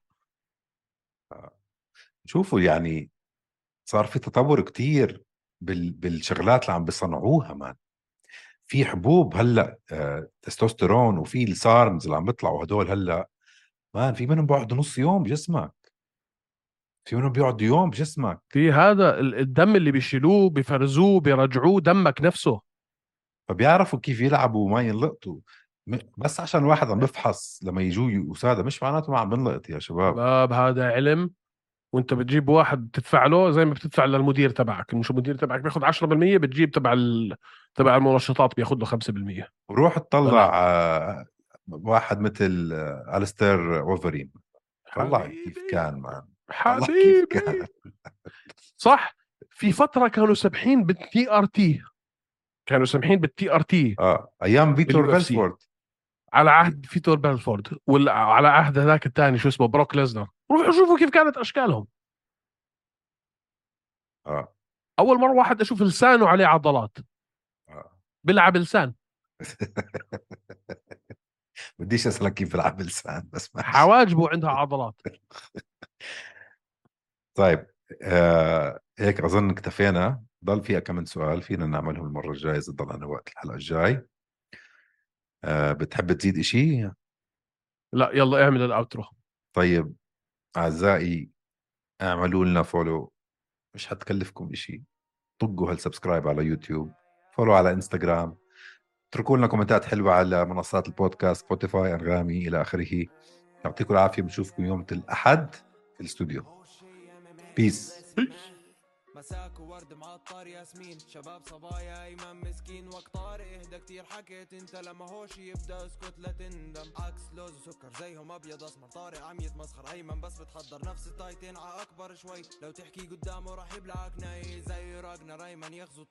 [SPEAKER 2] شوفوا يعني صار في تطور كتير بالشغلات اللي عم بيصنعوها مان. في حبوب هلا تستوستيرون، وفي السارمز اللي عم بيطلعوا هدول هلا مان، في منهم بيقعدوا نص يوم بجسمك، في منهم بيقعدوا يوم بجسمك.
[SPEAKER 1] في هذا الدم اللي بيشيلوه بيفرزوه بيرجعوه دمك نفسه.
[SPEAKER 2] فبيعرفوا كيف يلعبوا وما ينلقطوا. بس عشان الواحد عم بفحص لما يجوا يساعد مش معناته ما عم بنلقط يا شباب.
[SPEAKER 1] شباب هذا علم. وانت بتجيب واحد تدفع له زي ما بتدفع للمدير تبعك، مش المدير تبعك بياخذ 10%، بتجيب تبع المنشطات بياخذ له 5%.
[SPEAKER 2] وروح
[SPEAKER 1] فلا.
[SPEAKER 2] تطلع واحد مثل أليستير وولفرين، طلع كيف
[SPEAKER 1] حبيبي.
[SPEAKER 2] كان مان. طلع كيف كان.
[SPEAKER 1] حبيبي. صح. في فترة كانوا سامحين بالتي ار تي. كانوا سامحين بالتي ار تي
[SPEAKER 2] ايام فيتور
[SPEAKER 1] باليو اف سي،
[SPEAKER 2] بيلفورد.
[SPEAKER 1] على عهد فيتور بيلفورد، ولا على عهد هذاك الثاني شو اسمه بروك ليزنر. روحوا شوفوا كيف كانت اشكالهم.
[SPEAKER 2] اه
[SPEAKER 1] اول مرة واحد اشوف لسانه عليه عضلات،
[SPEAKER 2] اه
[SPEAKER 1] بيلعب لسان.
[SPEAKER 2] بديش اسالك كيف بلعب بلسان بس ماشي.
[SPEAKER 1] حواجبه عندها عضلات.
[SPEAKER 2] طيب هيك اظن اكتفينا. ضل فيها كم سؤال فينا نعملهم المره الجايه اذا ضل عنا وقت الحلقه الجاي. بتحب تزيد إشي؟
[SPEAKER 1] لا يلا اعمل الاوترو.
[SPEAKER 2] طيب اعزائي، اعملوا لنا فولو، مش حتكلفكم إشي. طقوا هالسبسكرايب على يوتيوب، فولو على انستغرام، اتركوا لنا كومنتات حلوة على منصات البودكاست، سبوتيفاي، أنغامي إلى آخره. يعطيكم العافية، بنشوفكم يوم الأحد في الاستوديو. بيس.
[SPEAKER 3] مساك وورد معطر ياسمين، شباب صبايا ايمن مسكين، وقت طارق اهدى كتير حكيت انت، لما هوش يبدا اسكت لا تندم. عكس لوز وسكر زيهم ابيض اسمر، طارق عم يتمسخر، ايمن بس بتحضر نفس التايتين ع اكبر شوي، لو تحكي قدامه راح يبلعك ناي زي راجنا، ايمن يغزو